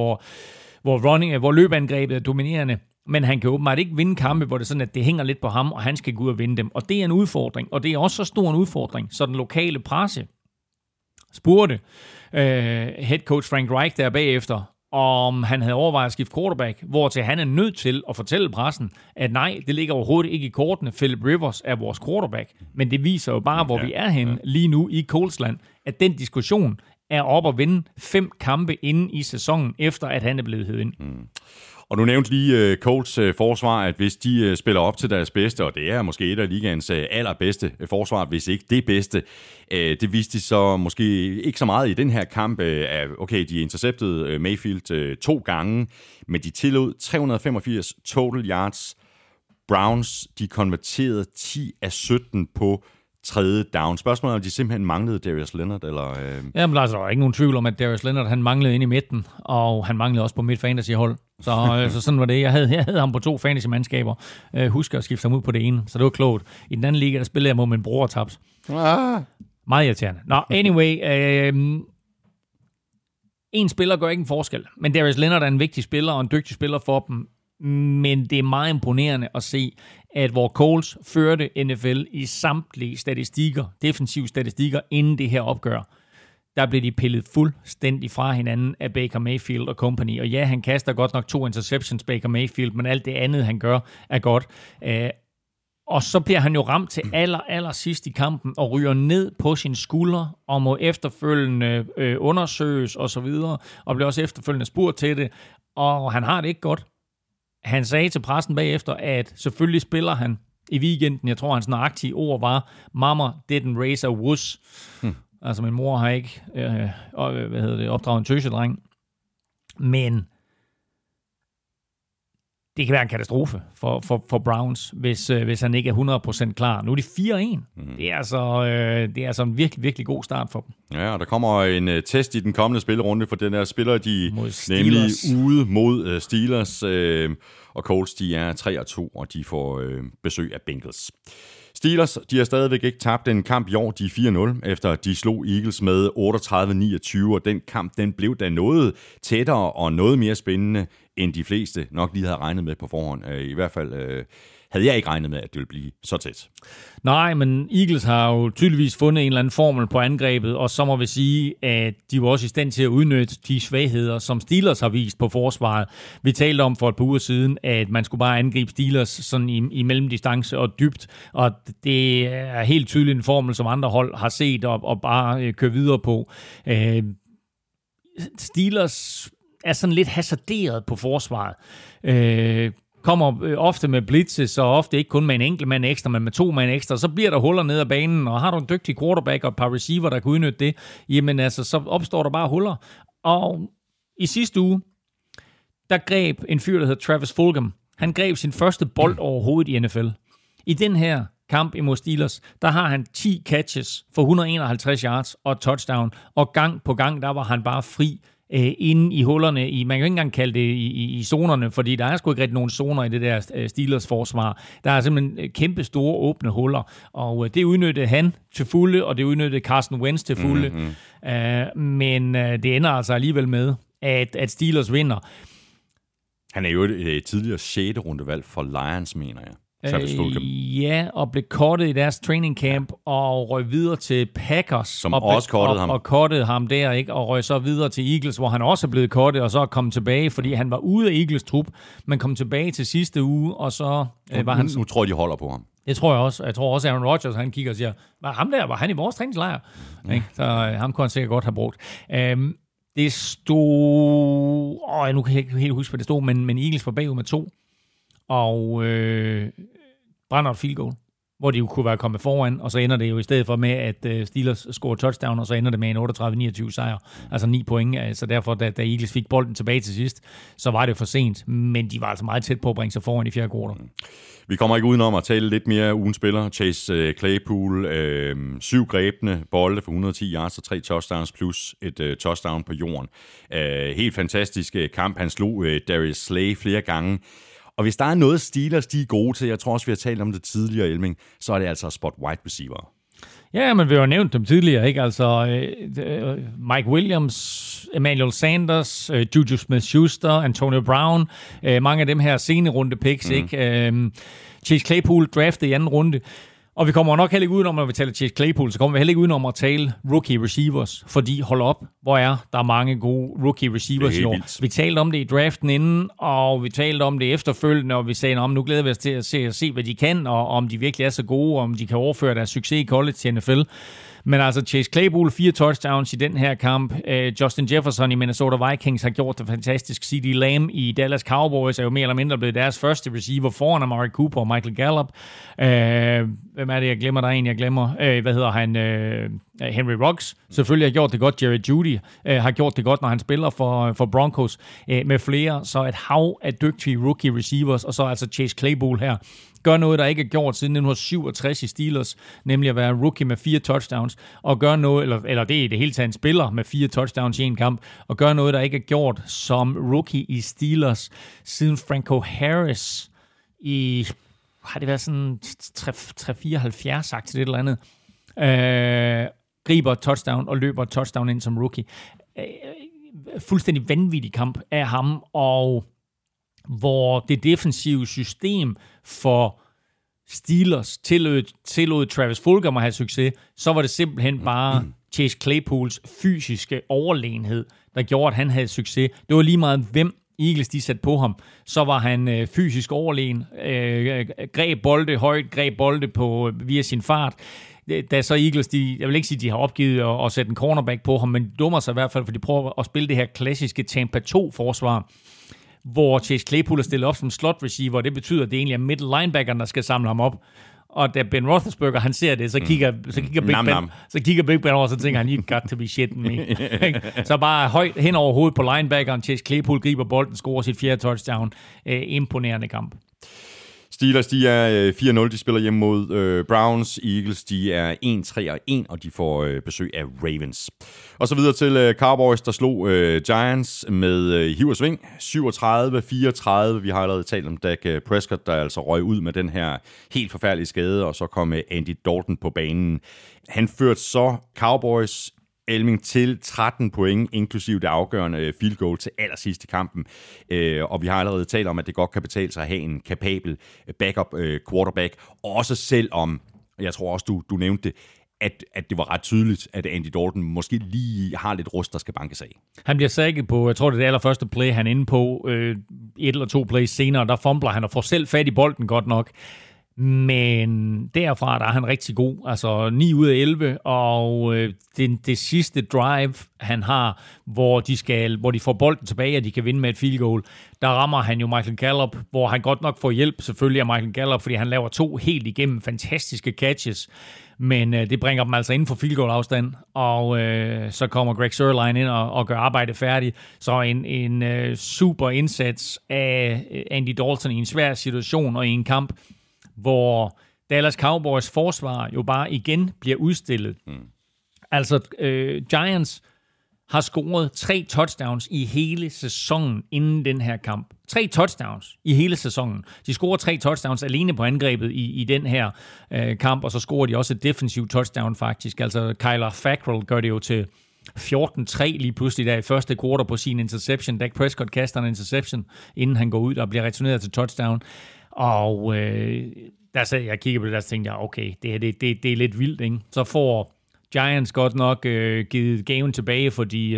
hvor løbeangrebet er dominerende. Men han kan åbenbart ikke vinde kampe, hvor det er sådan, at det hænger lidt på ham, og han skal gå ud og vinde dem. Og det er en udfordring, og det er også så stor en udfordring, så den lokale presse spurgte head coach Frank Reich der bagefter, om han havde overvejet at skifte quarterback, hvortil han er nødt til at fortælle pressen, at nej, det ligger overhovedet ikke i kortene. Philip Rivers er vores quarterback. Men det viser jo bare, hvor vi er henne lige nu i Coltsland, at den diskussion er op at vinde 5 kampe inden i sæsonen, efter at han er blevet hævet ind. Og du nævnte lige Colts forsvar, at hvis de spiller op til deres bedste, og det er måske et af ligaens allerbedste forsvar, hvis ikke det bedste, det viste de så måske ikke så meget i den her kamp. Okay, de interceptede Mayfield 2 gange, men de tillod 385 total yards. Browns, de konverterede 10 af 17 på tredje down. Spørgsmålet er, om de simpelthen manglede Darius Leonard, eller... Jamen, altså, der er ikke nogen tvivl om, at Darius Leonard, han manglede inde i midten, og han manglede også på mit fantasy-hold. Så sådan var det. Jeg havde ham på 2 fantasy-mandskaber. Husker at skifte ham ud på det ene, så det var klogt. I den anden liga, der spillede jeg mod min bror og tabte. Meget irriterende. Nå, anyway... En spiller gør ikke en forskel, men Darius Leonard er en vigtig spiller og en dygtig spiller for dem. Men det er meget imponerende at se, at hvor Colts førte NFL i samtlige statistikker, defensive statistikker, inden det her opgør, der blev de pillet fuldstændig fra hinanden af Baker Mayfield og company. Og ja, han kaster godt nok 2 interceptions, Baker Mayfield, men alt det andet, han gør, er godt. Og så bliver han jo ramt til aller sidst i kampen og ryger ned på sin skulder og må efterfølgende undersøges og så videre, og bliver også efterfølgende spurgt til det, og han har det ikke godt. Han sagde til pressen bagefter, at selvfølgelig spiller han i weekenden. Jeg tror, hans nøjagtige ord var, "Mama didn't raise a wuss." Altså, min mor har ikke opdraget en tøsedreng. Men det kan være en katastrofe for Browns, hvis han ikke er 100% klar. Nu er de 4-1. Det er altså en virkelig, virkelig god start for dem. Ja, og der kommer en test i den kommende spillerunde, for den her spiller, de nemlig ude mod Steelers, og Colts, de er 3-2, og de får besøg af Bengals. Steelers, de har stadigvæk ikke tabt en kamp i år. De er 4-0, efter de slog Eagles med 38-29, og den kamp, den blev da noget tættere og noget mere spændende, end de fleste nok lige havde regnet med på forhånd. I hvert fald havde jeg ikke regnet med, at det ville blive så tæt. Nej, men Eagles har jo tydeligvis fundet en eller anden formel på angrebet, og så må vi sige, at de var også i stand til at udnytte de svagheder, som Steelers har vist på forsvaret. Vi talte om for et par uger siden, at man skulle bare angribe Steelers sådan i mellemdistance og dybt, og det er helt tydeligt en formel, som andre hold har set og bare kører videre på. Steelers er sådan lidt hasarderet på forsvaret. Kommer ofte med blitzes, og ofte ikke kun med en enkelt mand ekstra, men med 2 mand ekstra, så bliver der huller ned ad banen, og har du en dygtig quarterback og et par receiver, der kan udnytte det, jamen altså, så opstår der bare huller. Og i sidste uge, der greb en fyr, der hedder Travis Fulgham. Han greb sin første bold overhovedet i NFL. I den her kamp imod Steelers, der har han 10 catches for 151 yards og touchdown, og gang på gang, der var han bare fri inde i hullerne, man kan ikke engang kalde det i zonerne, fordi der er sgu ikke rigtig nogen zoner i det der Steelers forsvar. Der er simpelthen kæmpe store åbne huller, og det udnyttede han til fulde, og det udnyttede Carson Wentz til fulde. Men det ender altså alligevel med, at Steelers vinder. Han er jo et tidligere 6. rundevalg for Lions, mener jeg. Ja, og blev cuttet i deres training camp og røg videre til Packers. Som også cuttede ham. Og cuttede ham der, ikke? Og røg så videre til Eagles, hvor han også er blevet cuttet, og så er kommet tilbage, fordi han var ude af Eagles trup, men kom tilbage til sidste uge, og så var han... Nu tror jeg, de holder på ham. Det tror jeg også. Jeg tror også, Aaron Rodgers, han kigger og siger, var han i vores træningslejr? Så ham kunne han sikkert godt have brugt. Det stod... nu kan jeg ikke helt huske, hvad det stod, men Eagles var bagud med 2. Og brænder et field goal, hvor de jo kunne være kommet foran, og så ender det jo i stedet for med, at Steelers scorer touchdown, og så ender det med en 38-29 sejr, altså 9 point. Altså derfor, da Eagles fik bolden tilbage til sidst, så var det for sent, men de var altså meget tæt på at bringe sig foran i 4. kvartal. Vi kommer ikke udenom at tale lidt mere ugens spiller. Chase Claypool, 7 grebne bolde for 110 yards og 3 touchdowns plus et touchdown på jorden. Helt fantastisk kamp. Han slog Darius Slay flere gange. Og hvis der er noget Steelers, de er gode til, jeg tror også, vi har talt om det tidligere, Elming, så er det altså spot wide receiver. Ja, men vi har jo nævnt dem tidligere, ikke? Altså Mike Williams, Emmanuel Sanders, Juju Smith-Schuster, Antonio Brown, mange af dem her sene runde picks, ikke? Chase Claypool draftet i 2. runde. Og vi kommer nok heller ikke udenom, når vi taler Chase Claypool, så kommer vi heller ikke udenom at tale rookie receivers, fordi hold op, hvor er der mange gode rookie receivers i år. Vildt. Vi talte om det i draften inden, og vi talte om det efterfølgende, og vi sagde, nu glæder vi os til at se, hvad de kan, og om de virkelig er så gode, og om de kan overføre deres succes i college til NFL. Men altså Chase Claypool, 4 touchdowns i den her kamp. Justin Jefferson i Minnesota Vikings har gjort det fantastisk. CeeDee Lamb i Dallas Cowboys er jo mere eller mindre blevet deres første receiver foran Amari Cooper og Michael Gallup. Hvem er det, jeg glemmer? Der er en, jeg glemmer. Hvad hedder han? Henry Ruggs. Selvfølgelig har gjort det godt. Jerry Jeudy har gjort det godt, når han spiller for Broncos med flere. Så et hav af dygtige rookie receivers, og så altså Chase Claypool her. gør noget, der ikke er gjort siden 1967 i Steelers, nemlig at være rookie med 4 touchdowns, og gør noget, eller det er i det hele taget en spiller med 4 touchdowns i en kamp, og gør noget, der ikke er gjort som rookie i Steelers, siden Franco Harris i, har det været sådan 3-74 sagt til det eller andet, griber et touchdown og løber et touchdown ind som rookie. Fuldstændig vanvittig kamp af ham, og hvor det defensive system for Steelers tillod Travis Fulgham at have succes, så var det simpelthen bare Chase Claypools fysiske overlegenhed, der gjorde, at han havde succes. Det var lige meget, hvem Eagles de satte på ham, så var han fysisk overlegen, greb bolde højt, greb bolde via sin fart. Da så Eagles, jeg vil ikke sige, de har opgivet at sætte en cornerback på ham, men de dummer sig i hvert fald, for de prøver at spille det her klassiske Tampa 2-forsvar, hvor Chase Claypool er stillet op som slot receiver, og det betyder, at det egentlig er middle linebackeren, der skal samle ham op. Og da Ben Roethlisberger, han ser det, så kigger Big Ben over, og så tænker han, you got to be shitting me. Så bare højt hen over hovedet på linebackeren, Chase Claypool griber bolden, scorer sit 4. touchdown. Imponerende kamp. Steelers, de er 4-0, de spiller hjemme mod Browns. Eagles, de er 1-3-1, og de får besøg af Ravens. Og så videre til Cowboys, der slog Giants med hiv og sving. 37-34. Vi har allerede talt om Dak Prescott, der altså røg ud med den her helt forfærdelige skade, og så kom Andy Dalton på banen. Han førte så Cowboys Elming til 13 point, inklusive det afgørende field goal til allersidst i kampen. Og vi har allerede talt om, at det godt kan betale sig at have en kapabel backup quarterback. Også selvom, jeg tror også, du nævnte det, at det var ret tydeligt, at Andy Dalton måske lige har lidt rust, der skal bankes af. Han bliver sækket på, jeg tror det er det allerførste play, han er inde på. 1 eller 2 plays senere, der fumbler han og får selv fat i bolden godt nok. Men derfra der er han rigtig god. Altså 9 ud af 11, og det sidste drive, han har, hvor de får bolden tilbage, og de kan vinde med et field goal, der rammer han jo Michael Gallup, hvor han godt nok får hjælp selvfølgelig af Michael Gallup, fordi han laver 2 helt igennem fantastiske catches, men det bringer dem altså inden for field goal afstand, og så kommer Greg Zuerlein ind og gør arbejdet færdigt. Så en super indsats af Andy Dalton i en svær situation og i en kamp, hvor Dallas Cowboys forsvar jo bare igen bliver udstillet. Altså, Giants har scoret 3 touchdowns i hele sæsonen inden den her kamp. 3 touchdowns i hele sæsonen. De scorer 3 touchdowns alene på angrebet i den her kamp, og så scorer de også et defensive touchdown faktisk. Altså, Kyler Fackrell gør det jo til 14-3 lige pludselig der i første quarter på sin interception. Dak Prescott kaster en interception, inden han går ud og bliver returneret til touchdown. Og der sad jeg og kiggede på det, der tænkte jeg, okay, det er lidt vildt, ikke? Så får Giants godt nok givet gaven tilbage, fordi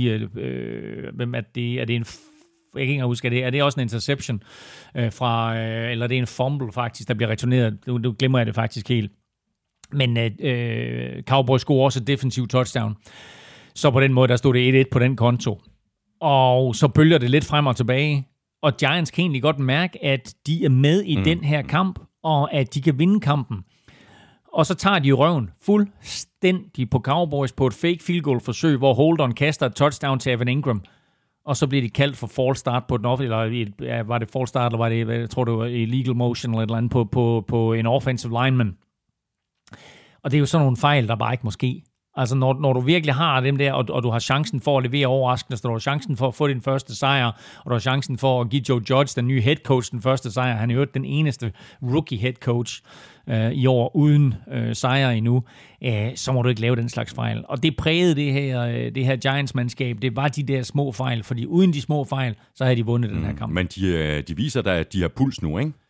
hvem er det? Er det en... Jeg kan ikke huske, er det også en interception eller det er en fumble faktisk, der bliver returneret? Nu glemmer jeg det faktisk helt. Men Cowboys scorer også et defensivt touchdown. Så på den måde, der stod det 1-1 på den konto. Og så bølger det lidt frem og tilbage. Og Giants kan egentlig godt mærke, at de er med i den her kamp, og at de kan vinde kampen. Og så tager de røven fuldstændig på Cowboys på et fake field goal forsøg, hvor Holdon kaster et touchdown til Evan Ingram. Og så bliver de kaldt for false start på den eller var det false start, eller var det, jeg tror det var illegal motion eller et eller andet på en offensive lineman. Og det er jo sådan nogle fejl, der bare ikke må ske. Altså, når du virkelig har dem der, og du har chancen for at levere overraskende, så du har chancen for at få din første sejr, og du har chancen for at give Joe Judge, den nye head coach, den første sejr. Han er jo den eneste rookie head coach i år uden sejr endnu. Så må du ikke lave den slags fejl. Og det prægede det her Giants-mandskab. Det var de der små fejl, fordi uden de små fejl, så havde de vundet den her kamp. Men de viser da, at de har puls nu, ikke?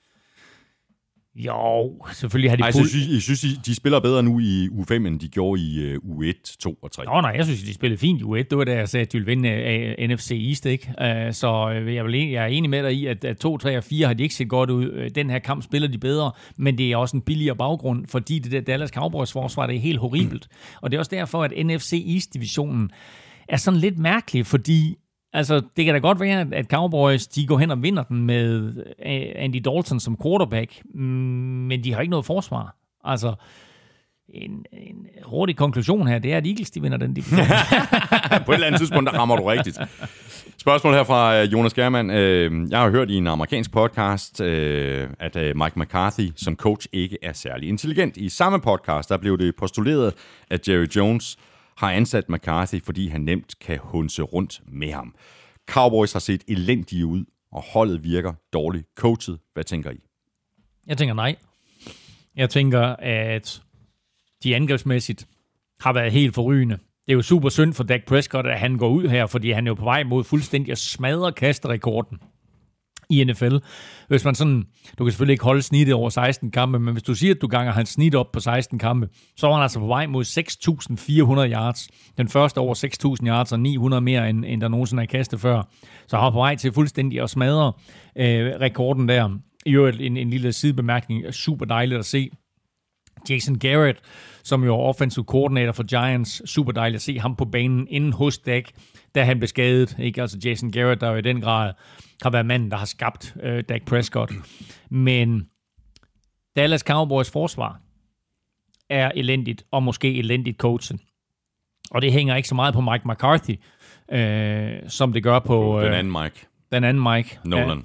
Jo, selvfølgelig har de Jeg synes, de spiller bedre nu i U5, end de gjorde i U1, 2 og 3. Nej, jeg synes, de spillede fint i U1. Det var da jeg sagde, at de ville vinde af NFC East, ikke? Så jeg er enig med dig i, at 2, 3 og 4 har de ikke set godt ud. Den her kamp spiller de bedre, men det er også en billigere baggrund, fordi det der Dallas Cowboys forsvar, det er helt horribelt. Og det er også derfor, at NFC East-divisionen er sådan lidt mærkelig, fordi altså, det kan da godt være, at Cowboys de går hen og vinder den med Andy Dalton som quarterback, men de har ikke noget forsvar. Altså, en hurtig konklusion her, det er, at Eagles, de vinder den division. På et eller andet tidspunkt, der rammer du rigtigt. Spørgsmål her fra Jonas Germann. Jeg har hørt i en amerikansk podcast, at Mike McCarthy som coach ikke er særlig intelligent. I samme podcast, der blev det postuleret, at Jerry Jones har ansat McCarthy, fordi han nemt kan hunse rundt med ham. Cowboys har set elendige ud, og holdet virker dårligt coachet. Hvad tænker I? Jeg tænker nej. Jeg tænker, at de angrebsmæssigt har været helt forrygende. Det er jo super synd for Dak Prescott, at han går ud her, fordi han er jo på vej mod fuldstændig at smadre kasterekorden i NFL. Hvis man sådan, du kan selvfølgelig ikke holde snittet over 16 kampe, men hvis du siger, at du ganger hans snit op på 16 kampe, så var han altså på vej mod 6.400 yards. Den første over 6.000 yards og 900 mere, end der nogensinde er kastet før. Så han var på vej til fuldstændig at smadre rekorden der. I øvrigt en lille sidebemærkning, super dejligt at se. Jason Garrett, som jo er offensive coordinator for Giants, super dejligt at se ham på banen inden hos Dak, da han blev skadet. Ikke? Altså Jason Garrett, der jo i den grad har været manden, der har skabt Dak Prescott. Men Dallas Cowboys forsvar er elendigt, og måske elendigt coachet. Og det hænger ikke så meget på Mike McCarthy, som det gør på den anden Mike. Nolan.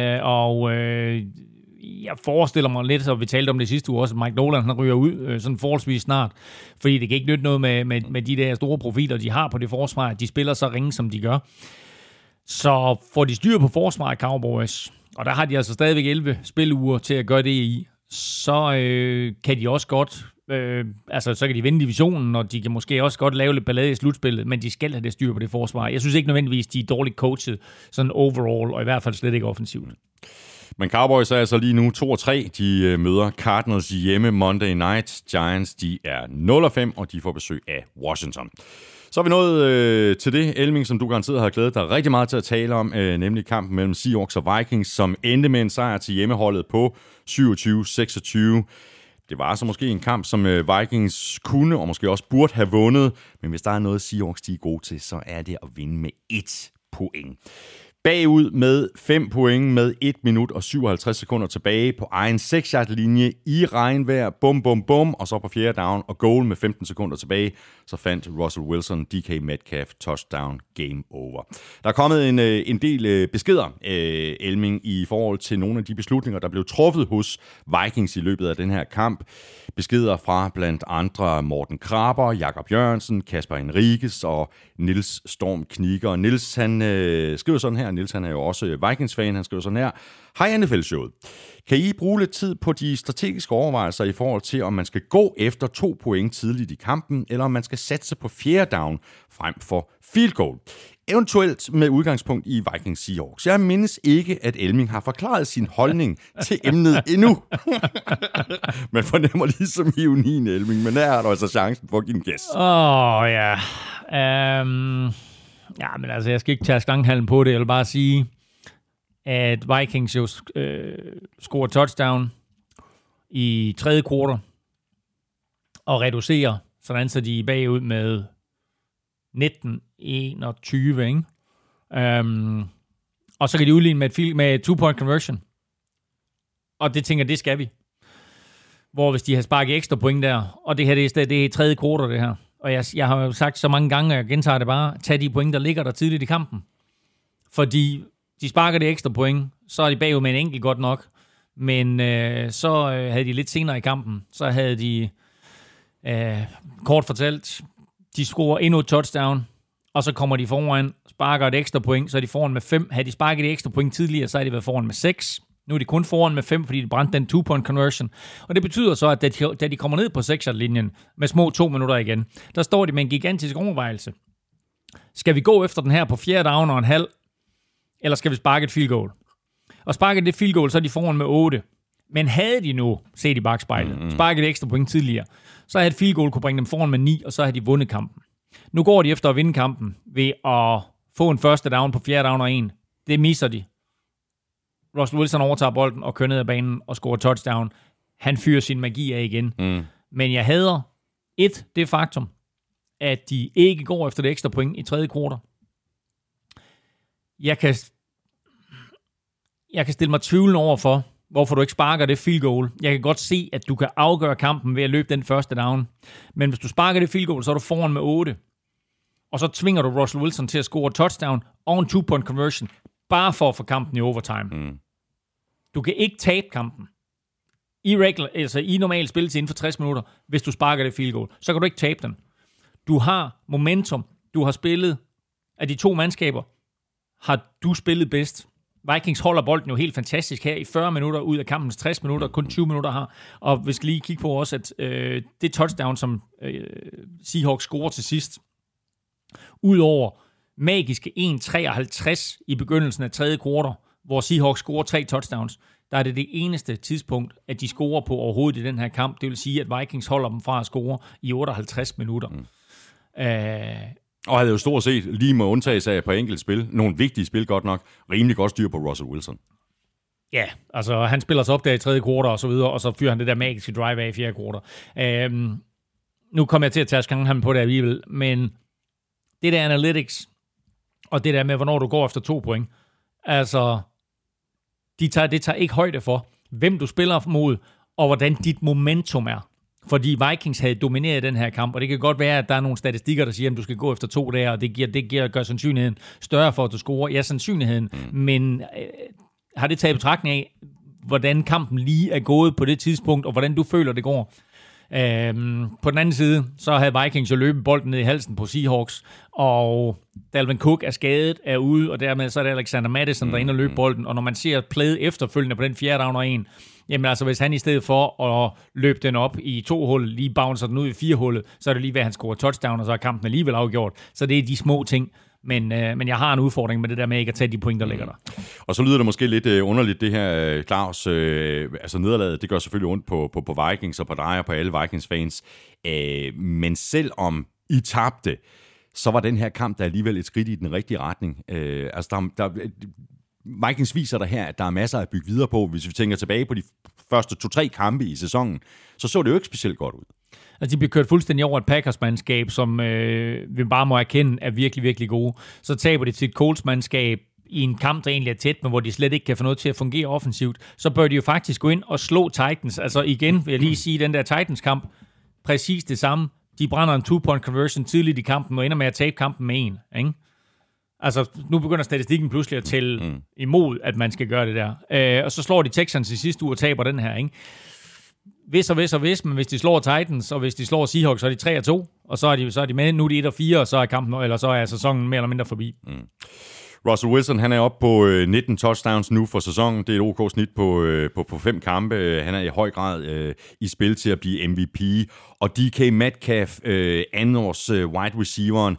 Jeg forestiller mig lidt, og vi talte om det sidste uge også, at Mike Nolan han ryger ud sådan forholdsvis snart, fordi det kan ikke nytte noget med de der store profiler, de har på det forsvar, at de spiller så ringe, som de gør. Så får de styr på forsvaret Cowboys, og der har de altså stadigvæk 11 spiluger til at gøre det i, så kan de også godt, så kan de vinde divisionen, og de kan måske også godt lave lidt ballade i slutspillet, men de skal have det styr på det forsvar. Jeg synes ikke nødvendigvis, de er dårligt coachet, sådan overall, og i hvert fald slet ikke offensivt. Men Cowboys er altså lige nu 2-3. De møder Cardinals hjemme Monday Night. Giants, de er 0-5, og de får besøg af Washington. Så er vi nået til det, Elming, som du garanteret har glædet dig rigtig meget til at tale om, nemlig kampen mellem Seahawks og Vikings, som endte med en sejr til hjemmeholdet på 27-26. Det var altså måske en kamp, som Vikings kunne og måske også burde have vundet, men hvis der er noget, Seahawks de er gode til, så er det at vinde med 1 point. Bagud med 5 point med 1 minut og 57 sekunder tilbage på egen 6-yard-linje i regnvejr. Bum, bum, bum. Og så på 4. down og goal med 15 sekunder tilbage. Så fandt Russell Wilson, DK Metcalf, touchdown, game over. Der er kommet en del beskeder, Elming, i forhold til nogle af de beslutninger, der blev truffet hos Vikings i løbet af den her kamp. Beskeder fra blandt andre Morten Krabber, Jakob Jørgensen, Kasper Henriques og Niels Storm Kniger. Niels, han skriver sådan her. Niels, han er jo også Vikings-fan. Han skriver sådan her. Hej NFL-showet. Kan I bruge lidt tid på de strategiske overvejelser i forhold til, om man skal gå efter 2 point tidligt i kampen, eller om man skal satse på 4. down frem for field goal? Eventuelt med udgangspunkt i Vikings Seahawks. Jeg mindes ikke, at Elming har forklaret sin holdning til emnet endnu. Man fornemmer ligesom ionien, Elming, men der er der altså chancen for at give en gæst. Ja. Ja, men altså, jeg skal ikke tage stanghallen på det. Jeg vil bare sige, at Vikings jo scorer touchdown i 3. kvartal og reducerer, sådan så de er bagud med 19-21, ikke? Og så kan de udligne med 2-point conversion. Og det tænker det skal vi. Hvor hvis de har sparket ekstra point der, og det her det er 3. kvartal det her. Og jeg har jo sagt så mange gange, og jeg gentager det bare, tag de point, der ligger der tidligt i kampen. Fordi de sparker det ekstra point, så er de bagud med en enkelt godt nok. Men så havde de lidt senere i kampen, så havde de kort fortalt, de scorer endnu et touchdown, og så kommer de foran, sparker et ekstra point, så er de foran med 5. Havde de sparket et ekstra point tidligere, så er de været foran med 6. Nu er de kun foran med 5, fordi de brændte den 2-point conversion. Og det betyder så, at da de kommer ned på 6-yard-linjen med små 2 minutter igen, der står de med en gigantisk overvejelse. Skal vi gå efter den her på 4. down og en halv, eller skal vi sparke et field goal? Og sparke det field goal, så er de foran med 8. Men havde de nu set i bakspejlet, sparket et ekstra point tidligere, så havde et field goal kunne bringe dem foran med 9, og så havde de vundet kampen. Nu går de efter at vinde kampen ved at få en første down på 4. down og 1. Det misser de. Russell Wilson overtager bolden og kører ned ad banen og scorer touchdown. Han fyrer sin magi af igen. Men jeg hader det faktum, at de ikke går efter det ekstra point i 3. kvartal. Jeg kan stille mig tvivlen over for, hvorfor du ikke sparker det field goal. Jeg kan godt se, at du kan afgøre kampen ved at løbe den første down. Men hvis du sparker det field goal, så er du foran med 8. Og så tvinger du Russell Wilson til at score touchdown og en 2-point conversion, bare for at få kampen i overtime. Du kan ikke tabe kampen i normal spilletid inden for 60 minutter, hvis du sparker det field goal. Så kan du ikke tabe den. Du har momentum. Du har spillet af de to mandskaber. Har du spillet bedst? Vikings holder bolden jo helt fantastisk her i 40 minutter ud af kampens 60 minutter, kun 20 minutter har. Og vi skal lige kigge på også, at det touchdown, som Seahawks scorer til sidst, udover magiske 1.53 i begyndelsen af tredje kvartal, hvor Seahawks scorer 3 touchdowns, der er det eneste tidspunkt, at de scorer på overhovedet i den her kamp. Det vil sige, at Vikings holder dem fra at score i 58 minutter. Og havde jo stort set, lige med undtagelse af på enkelt spil, nogle vigtige spil godt nok, rimelig godt styr på Russell Wilson. Ja, altså han spiller sig op der i tredje kvartal og så videre, og så fyrer han det der magiske drive af i fjerde kvartal. Nu kommer jeg til at tage skangen på det alligevel, men det der analytics, og det der med, hvornår du går efter 2 point, altså, det tager ikke højde for, hvem du spiller mod, og hvordan dit momentum er. Fordi Vikings havde domineret den her kamp, og det kan godt være, at der er nogle statistikker, der siger, at du skal gør efter 2 der, og det gør sandsynligheden større for, at du scorer. Ja, sandsynligheden, men har det taget betragtning af, hvordan kampen lige er gået på det tidspunkt, og hvordan du føler, det går? På den anden side, så havde Vikings jo løbet bolden ned i halsen på Seahawks, og Dalvin Cook er skadet, er ude, og dermed så er det Alexander Mattison, der er inde og løbe bolden, og når man ser playet efterfølgende på den 4. down og 1, jamen altså, hvis han i stedet for at løbe den op i 2-hullet, lige bouncer den ud i 4-hullet, så er det lige ved, at han scorer touchdown, og så er kampen alligevel afgjort. Så det er de små ting. Men jeg har en udfordring med det der med ikke at tage de point, der ligger der. Og så lyder det måske lidt underligt, det her, Claus. Altså nederlaget, det gør selvfølgelig ondt på Vikings og på dig og på alle Vikings-fans. Men selvom I tabte, så var den her kamp der alligevel et skridt i den rigtige retning. Altså Vikings viser der her, at der er masser at bygge videre på. Hvis vi tænker tilbage på de første 2-3 kampe i sæsonen, så det jo ikke specielt godt ud. Altså, de bliver kørt fuldstændig over et Packers-mandskab, som vi bare må erkende er virkelig, virkelig gode. Så taber de til et Colts-mandskab i en kamp, der egentlig er tæt, men hvor de slet ikke kan få noget til at fungere offensivt. Så bør de jo faktisk gå ind og slå Titans. Altså igen, vil jeg lige sige, den der Titans-kamp, præcis det samme. De brænder en 2-point conversion tidligt i kampen, og ender med at tabe kampen med 1, ikke? Altså, nu begynder statistikken pludselig at tælle imod, at man skal gøre det der. Og så slår de Texans i sidste uge og taber den her, ikke? Hvis, men hvis de slår Titans, og hvis de slår Seahawks, så er de 3-2, og så er de med. Nu er de 1-4, og så er kampen, eller så er sæsonen mere eller mindre forbi. Russell Wilson, han er oppe på 19 touchdowns nu for sæsonen. Det er et OK snit på 5 kampe. Han er i høj grad i spil til at blive MVP. Og DK Metcalf, andenårs wide receiveren,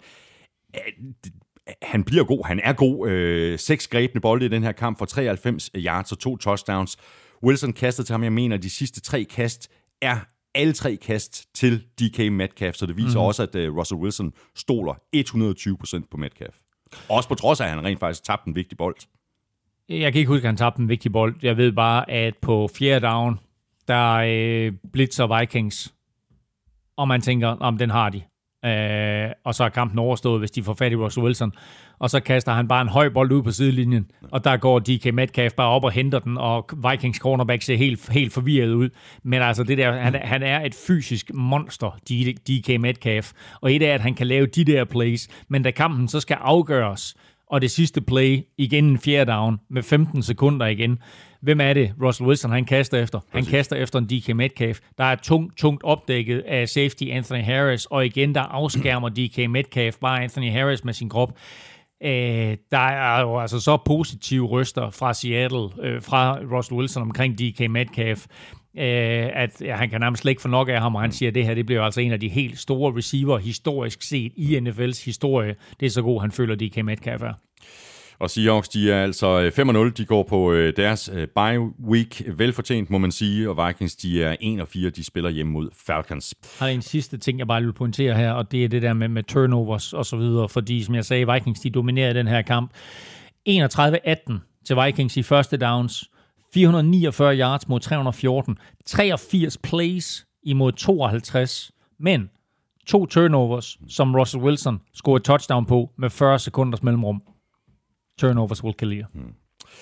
han bliver god. Han er god. 6 grebne bolde i den her kamp for 93 yards og 2 touchdowns. Wilson kastede til ham, jeg mener, de sidste 3 kast er alle 3 kast til DK Metcalf, så det viser også, at Russell Wilson stoler 120% på Metcalf. Også på trods af, at han rent faktisk tabte en vigtig bold. Jeg kan ikke huske, at han tabte en vigtig bold. Jeg ved bare, at på 4. down, der blitzer Vikings, og man tænker, om den har de. Og så er kampen overstået, hvis de får fat i Russell Wilson. Og så kaster han bare en høj bold ud på sidelinjen, og der går DK Metcalf bare op og henter den, og Vikings cornerback ser helt forvirret ud. Men altså, det der, han er et fysisk monster, DK Metcalf. Og et er, at han kan lave de der plays, men da kampen så skal afgøres, og det sidste play igen en 4. down med 15 sekunder igen. Hvem er det, Russell Wilson, han kaster efter? Han kaster efter en DK Metcalf. Der er tungt opdækket af safety Anthony Harris, og igen, der afskærmer DK Metcalf bare Anthony Harris med sin krop. Der er jo altså så positive røster fra Seattle, fra Russell Wilson omkring DK Metcalf, at han kan nærmest slet ikke få nok af ham, og han siger, at det her det bliver altså en af de helt store receiver historisk set i NFL's historie. Det er så god, han føler, DK Metcalf er. Og Seahawks, de er altså 5-0. De går på deres bye week. Velfortjent, må man sige. Og Vikings, de er 1-4. De spiller hjemme mod Falcons. Har en sidste ting, jeg bare vil pointere her, og det er det der med turnovers og så videre. Fordi, som jeg sagde, Vikings, de dominerede den her kamp. 31-18 til Vikings i første downs. 449 yards mod 314. 83 plays imod 52. Men 2 turnovers, som Russell Wilson scorede touchdown på med 40 sekunders mellemrum. Turnovers will kill you.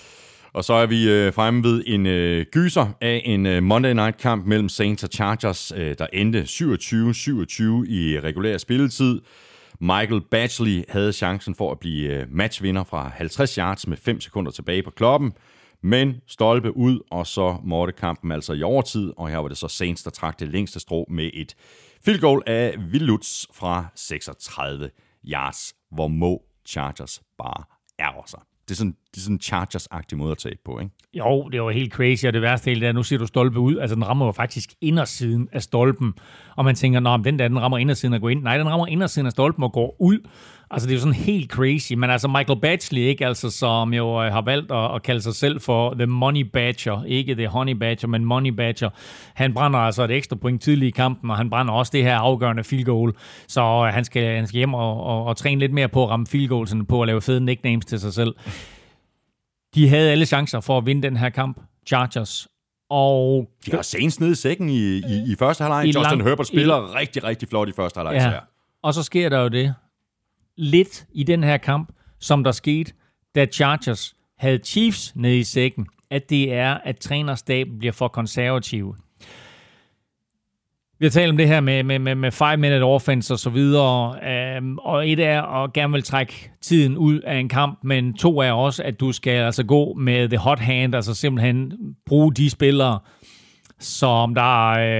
Og så er vi fremme ved en gyser af en Monday Night-kamp mellem Saints og Chargers, der endte 27-27 i regulær spilletid. Michael Badgley havde chancen for at blive matchvinder fra 50 yards med 5 sekunder tilbage på klokken, men stolpe ud, og så måtte kampen altså i overtid, og her var det så Saints, der trak det længste strå med et field goal af Will Lutz fra 36 yards, hvor må Chargers bare ærger sig. Det er sådan en Chargers-agtig måde at tage på, ikke? Jo, det var helt crazy, og det værste hele er, nu siger du stolpe ud, altså den rammer jo faktisk indersiden af stolpen, og man tænker, nå, den rammer indersiden at gå ind. Nej, den rammer indersiden af stolpen og går ud. Altså det er jo sådan helt crazy, men altså Michael Badgley, ikke, altså, som jo har valgt at kalde sig selv for The Money Badger, ikke The Honey Badger, men Money Badger. Han brænder altså et ekstra point tidligt i kampen, og han brænder også det her afgørende field goal, så han skal hjem og træne lidt mere på at ramme field goals, end på at lave fede nicknames til sig selv. De havde alle chancer for at vinde den her kamp, Chargers. Og de har Saints nede i sækken i første halvleg. Justin Herbert spiller rigtig, rigtig flot i første halvleg. Ja. Og så sker der jo det lidt i den her kamp, som der skete, da Chargers havde Chiefs nede i sækken, at det er, at trænerstaben bliver for konservative. Vi har talt om det her med 5-minute offense og så videre, og et er at gerne vil trække tiden ud af en kamp, men to er også, at du skal altså gå med the hot hand, altså simpelthen bruge de spillere, som der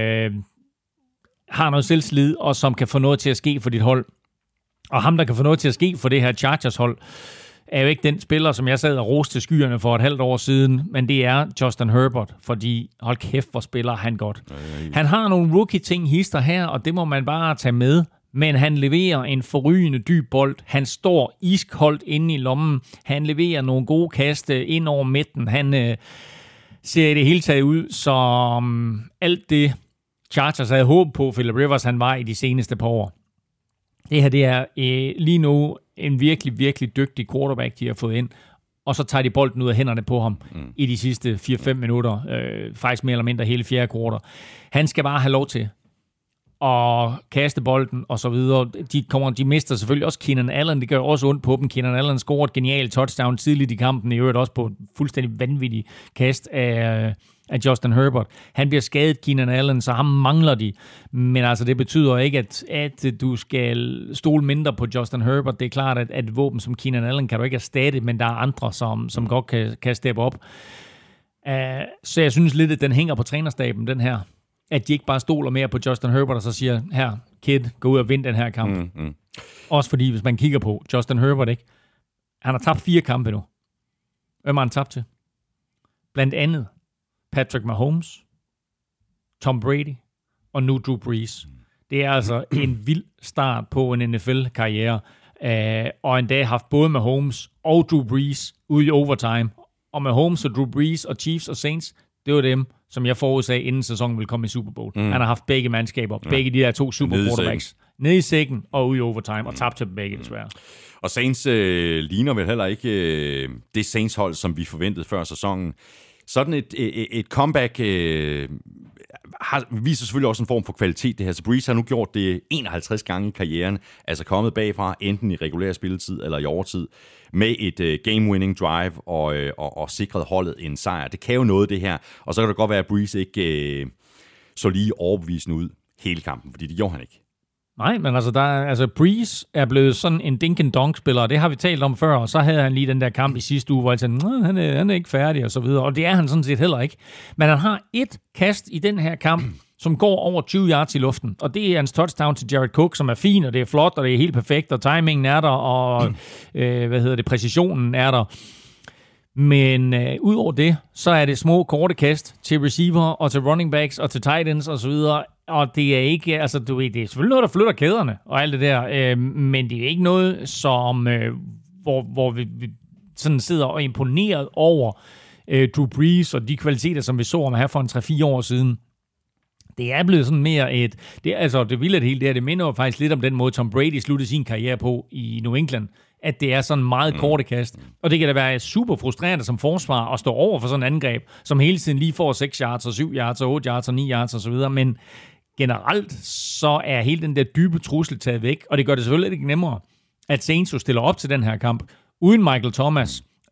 har noget selvslid, og som kan få noget til at ske for dit hold. Og ham, der kan få noget til at ske for det her Chargers-hold, er jo ikke den spiller, som jeg sad og roste til skyerne for et halvt år siden, men det er Justin Herbert, fordi hold kæft, hvor spiller han godt. Han har nogle rookie-ting hister her, og det må man bare tage med, men han leverer en forrygende dyb bold. Han står iskoldt inde i lommen. Han leverer nogle gode kaste ind over midten. Han ser i det hele taget ud som alt det, Chargers havde håbet på, Philip Rivers han var i de seneste par år. Det her, det er lige nu en virkelig, virkelig dygtig quarterback, de har fået ind. Og så tager de bolden ud af hænderne på ham i de sidste 4-5 minutter. Faktisk mere eller mindre hele fjerde kvartal. Han skal bare have lov til at kaste bolden og så videre. De mister selvfølgelig også Keenan Allen. Det gør også ondt på dem. Keenan Allen scorer et genialt touchdown tidligt i kampen. I øvrigt også på et fuldstændig vanvittigt kast af Justin Herbert. Han bliver skadet, Keenan Allen, så ham mangler de. Men altså, det betyder ikke, at du skal stole mindre på Justin Herbert. Det er klart, at et våben som Keenan Allen kan du ikke erstatte, men der er andre, som godt kan steppe op. Så jeg synes lidt, at den hænger på trænerstaben, den her. At de ikke bare stoler mere på Justin Herbert, og så siger, her, kid, gå ud og vind den her kamp. Også fordi, hvis man kigger på Justin Herbert, ikke? Han har tabt 4 kampe nu. Hvem har han tabt til? Blandt andet Patrick Mahomes, Tom Brady og nu Drew Brees. Det er altså en vild start på en NFL-karriere, og endda haft både Mahomes og Drew Brees ude i overtime. Og Mahomes og Drew Brees og Chiefs og Saints, det var dem, som jeg forudsagde, inden sæsonen ville komme i Super Bowl. Han har haft begge mandskaber, begge de der 2 super quarterbacks, nede i sækken og ude i overtime, og tabt til begge desværre. Og Saints ligner vel heller ikke det Saints-hold, som vi forventede før sæsonen. Sådan et comeback viser selvfølgelig også en form for kvalitet, det her. Så Brees har nu gjort det 51 gange i karrieren, altså kommet bagfra, enten i regulær spilletid eller i overtid, med et game-winning drive og sikret holdet en sejr. Det kan jo noget, det her. Og så kan det godt være, at Brees ikke så lige overbevisende ud hele kampen, fordi det gjorde han ikke. Nej, men altså Brees er blevet sådan en dink-and-dunk-spiller, og det har vi talt om før, og så havde han lige den der kamp i sidste uge, hvor han sagde, han er ikke færdig, og så videre, og det er han sådan set heller ikke. Men han har et kast i den her kamp, som går over 20 yards i luften, og det er hans touchdown til Jared Cook, som er fin, og det er flot, og det er helt perfekt, og timingen er der, og præcisionen er der. Men ud over det, så er det små, korte kast til receiver og til running backs og til tight ends og så videre. Og det er ikke, altså du ved, det er selvfølgelig noget, der flytter kæderne og alt det der, men det er ikke noget, som hvor vi sådan sidder og er imponeret over Drew Brees og de kvaliteter, som vi så ham her for en 3-4 år siden. Det er blevet sådan mere det vilde det hele det her, det minder jo faktisk lidt om den måde, Tom Brady sluttede sin karriere på i New England, at det er sådan meget korte kast. Og det kan da være super frustrerende som forsvar at stå over for sådan et angreb, som hele tiden lige får 6 yards og 7 yards og 8 yards og 9 yards og så videre, men generelt så er hele den der dybe trussel taget væk, og det gør det selvfølgelig ikke nemmere, at Saints stiller op til den her kamp uden Michael Thomas,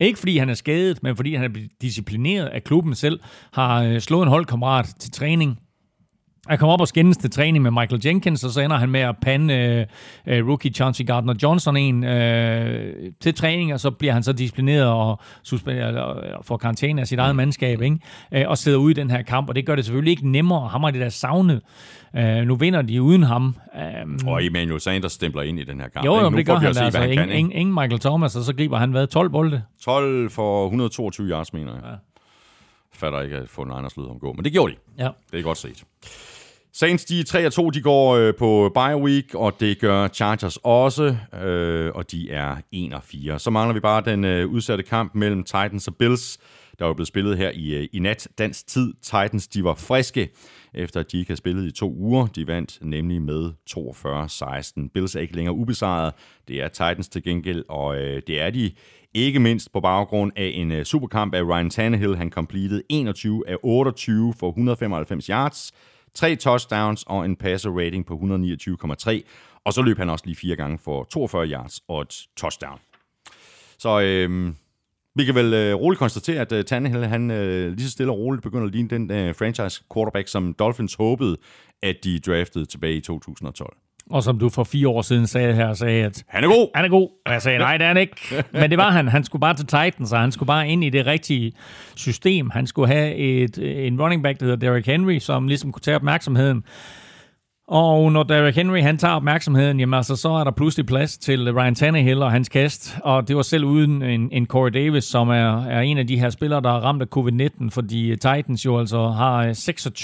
Ikke fordi han er skadet, men fordi han er blevet disciplineret af klubben selv, har slået en holdkammerat til træning. Han kommer op og skændes til træning med Michael Jenkins, og så ender han med at pande rookie Chauncey Gardner-Johnson til træning, og så bliver han så disciplineret og får karantæne af sit eget mandskab, ikke? Og sidder ude i den her kamp, og det gør det selvfølgelig ikke nemmere. Ham har det der savnet. Nu vinder de uden ham. Og Emmanuel Sanders stempler ind i den her kamp. Jo, nu det gør han altså. Ingen Michael Thomas, og så griber han 12 bolde. 12 for 122 yards, mener jeg. Ja. Fatter ikke at få en Niners lyd om gå, men det gjorde de. Ja. Det er godt set. Saints, de 3-2, de går på bye week, og det gør Chargers også, og de er 1-4. Så mangler vi bare den udsatte kamp mellem Titans og Bills, der var blevet spillet her i nat dansk tid. Titans, de var friske, efter at de ikke havde spillet i 2 uger. De vandt nemlig med 42-16. Bills er ikke længere ubesejret. Det er Titans til gengæld, og det er de ikke mindst på baggrund af en superkamp af Ryan Tannehill. Han completed 21 af 28 for 195 yards, 3 touchdowns og en passer rating på 129,3. Og så løb han også lige 4 gange for 42 yards og et touchdown. Så vi kan vel roligt konstatere, at Tannehill, han lige så stille og roligt begynder at ligne den franchise quarterback, som Dolphins håbede, at de draftede tilbage i 2012. Og som du for 4 år siden sagde, at han er god. Han er god. Og jeg sagde, nej, det er han ikke. Men det var han. Han skulle bare til Titans, og han skulle bare ind i det rigtige system. Han skulle have en running back, der hedder Derrick Henry, som ligesom kunne tage opmærksomheden. Og når Derrick Henry, han tager opmærksomheden, jamen altså, så er der pludselig plads til Ryan Tannehill og hans kast. Og det var selv uden en Corey Davis, som er en af de her spillere, der er ramt af COVID-19, fordi Titans jo altså har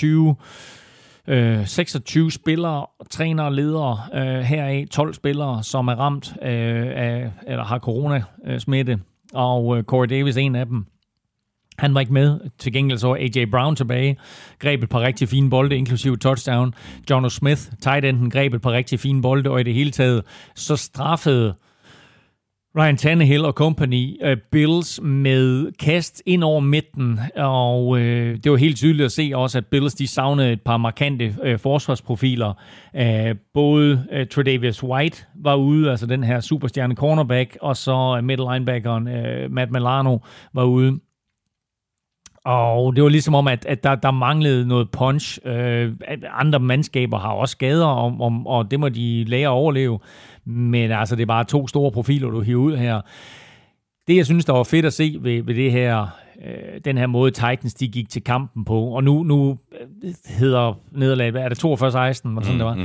26 spillere, trænere og ledere, heraf 12 spillere, som er ramt eller har coronasmitte, og Corey Davis er en af dem. Han var ikke med. Til gengæld så AJ Brown tilbage, greb et par rigtig fine bolde, inklusive touchdown. Jonnu Smith, tight enden, greb et par rigtig fine bolde, og i det hele taget så straffede Ryan Tannehill og company Bills med kast ind over midten, og det var helt tydeligt at se også, at Bills de savnede et par markante forsvarsprofiler. Både Tre'Davious White var ude, altså den her superstjerne cornerback, og så middle linebackeren Matt Milano var ude. Og det var ligesom om, at der manglede noget punch. Andre mandskaber har også skader, og det må de lære at overleve. Men altså, det er bare 2 store profiler, du hiver ud her. Det, jeg synes, der var fedt at se ved det her, den her måde, Titans de gik til kampen på. Og nu hedder nederlaget, hvad er det, 42-16? Eller sådan, det var.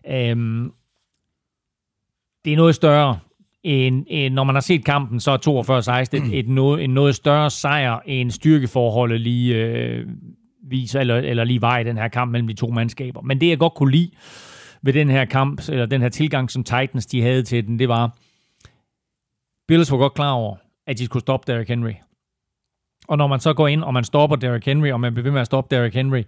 Det er noget større. Når man har set kampen, så er 42-16 en noget større sejr end styrkeforholdet lige viser, eller lige var i den her kamp mellem de 2 mandskaber. Men det, jeg godt kunne lide ved den her kamp, eller den her tilgang, som Titans de havde til den, det var, Bills var godt klar over, at de skulle stoppe Derrick Henry. Og når man så går ind, og man stopper Derrick Henry, og man bliver ved med at stoppe Derrick Henry,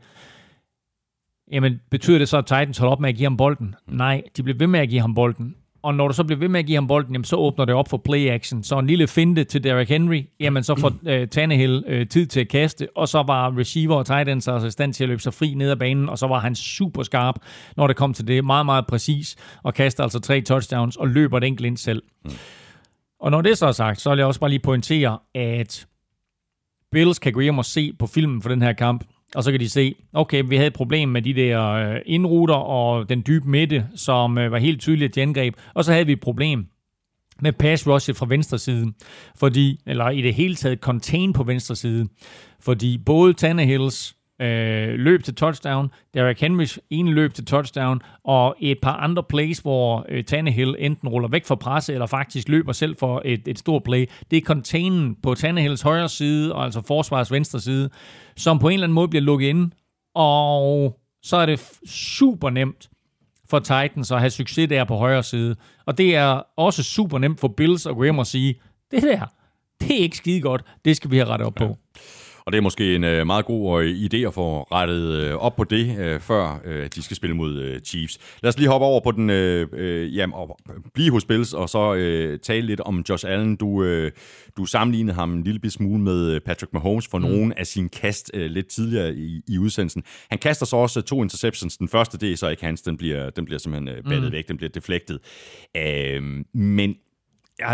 jamen betyder det så, at Titans holder op med at give ham bolden? Nej, de bliver ved med at give ham bolden. Og når du så bliver ved med at give ham bolden, jamen, så åbner det op for play-action. Så en lille finte til Derrick Henry, jamen så får Tannehill tid til at kaste, og så var receiver og tight ends altså i stand til at løbe sig fri ned ad banen, og så var han super skarp, når det kom til det. Meget, meget præcis, og kaster altså 3 touchdowns, og løber et enkelt ind selv. Og når det så er sagt, så vil jeg også bare lige pointere, at Bills kan gå hjem og se på filmen for den her kamp, og så kan de se, okay, vi havde et problem med de der indruter og den dybe midte, som var helt tydeligt et angreb. Og så havde vi et problem med pass rushet fra venstre side, fordi, eller i det hele taget contain på venstre side, fordi både Tannehills løb til touchdown, Derrick Henrys ene løb til touchdown, og et par andre plays, hvor Tannehill enten ruller væk fra presse, eller faktisk løber selv for et stort play. Det er containen på Tannehills højre side, og altså forsvarets venstre side, som på en eller anden måde bliver lukket ind, og så er det super nemt for Titans at have succes der på højre side. Og det er også super nemt for Bills at gå hjem og sige, det er ikke skide godt, det skal vi have rettet op på. Og det er måske en meget god idé at få rettet op på det, før de skal spille mod Chiefs. Lad os lige hoppe over på den, og blive hos Bills, og så tale lidt om Josh Allen. Du sammenlignede ham en lille smule med Patrick Mahomes for nogle af sine kast lidt tidligere i udsendelsen. Han kaster så også 2 interceptions. Den første, det er så ikke hans, den bliver simpelthen battet væk, den bliver deflected. Men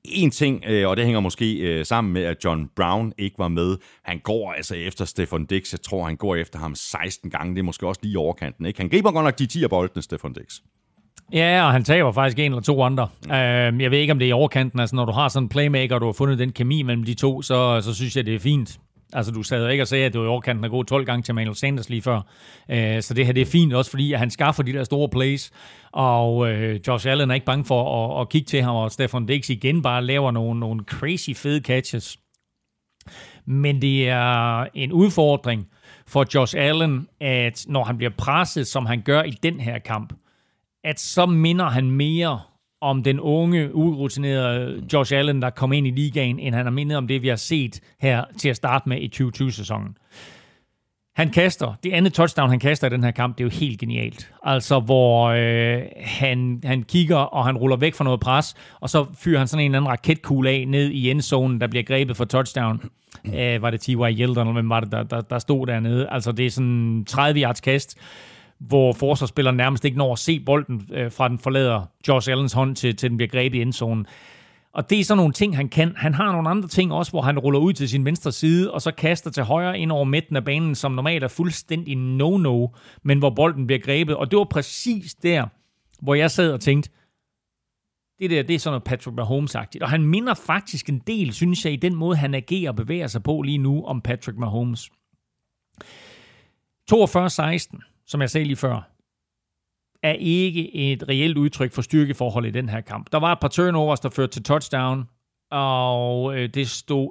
en ting, og det hænger måske sammen med, at John Brown ikke var med. Han går altså efter Stefan Diggs. Jeg tror, han går efter ham 16 gange. Det er måske også lige overkanten, ikke? Han griber godt nok de 10 af boldene, Stefan Diggs. Ja, og han taber faktisk en eller to andre. Jeg ved ikke, om det er i overkanten. Altså, når du har sådan en playmaker, og du har fundet den kemi mellem de to, så synes jeg, det er fint. Altså, du sad ikke og sagde, at det var i overkanten at gå 12 gange til Emmanuel Sanders lige før. Så det her, det er fint også, fordi at han skaffer de der store plays, og Josh Allen er ikke bange for at kigge til ham, og Stefan Diggs igen bare laver nogle crazy fede catches. Men det er en udfordring for Josh Allen, at når han bliver presset, som han gør i den her kamp, at så minder han mere om den unge, urutinerede Josh Allen, der kom ind i ligaen, end han har mindet om det, vi har set her til at starte med i 2020-sæsonen. Han kaster, det andet touchdown, han kaster i den her kamp, det er jo helt genialt. Altså, hvor han kigger, og han ruller væk fra noget pres, og så fyrer han sådan en eller anden raketkugle af ned i endzonen, der bliver grebet for touchdown. Var det T.Y. Yeldon, eller hvem var det, der stod dernede? Altså, det er sådan 30 yards kast, hvor forsvarsspilleren nærmest ikke når at se bolden, fra den forlader Josh Allens hånd, til den bliver grebet i endzonen. Og det er sådan nogle ting, han kan. Han har nogle andre ting også, hvor han ruller ud til sin venstre side, og så kaster til højre ind over midten af banen, som normalt er fuldstændig no-no, men hvor bolden bliver grebet. Og det var præcis der, hvor jeg sad og tænkte, det er sådan noget Patrick Mahomes-agtigt. Og han minder faktisk en del, synes jeg, i den måde, han agerer og bevæger sig på lige nu, om Patrick Mahomes. 42-16, som jeg sagde lige før, er ikke et reelt udtryk for styrkeforhold i den her kamp. Der var et par turnovers, der førte til touchdown, og det stod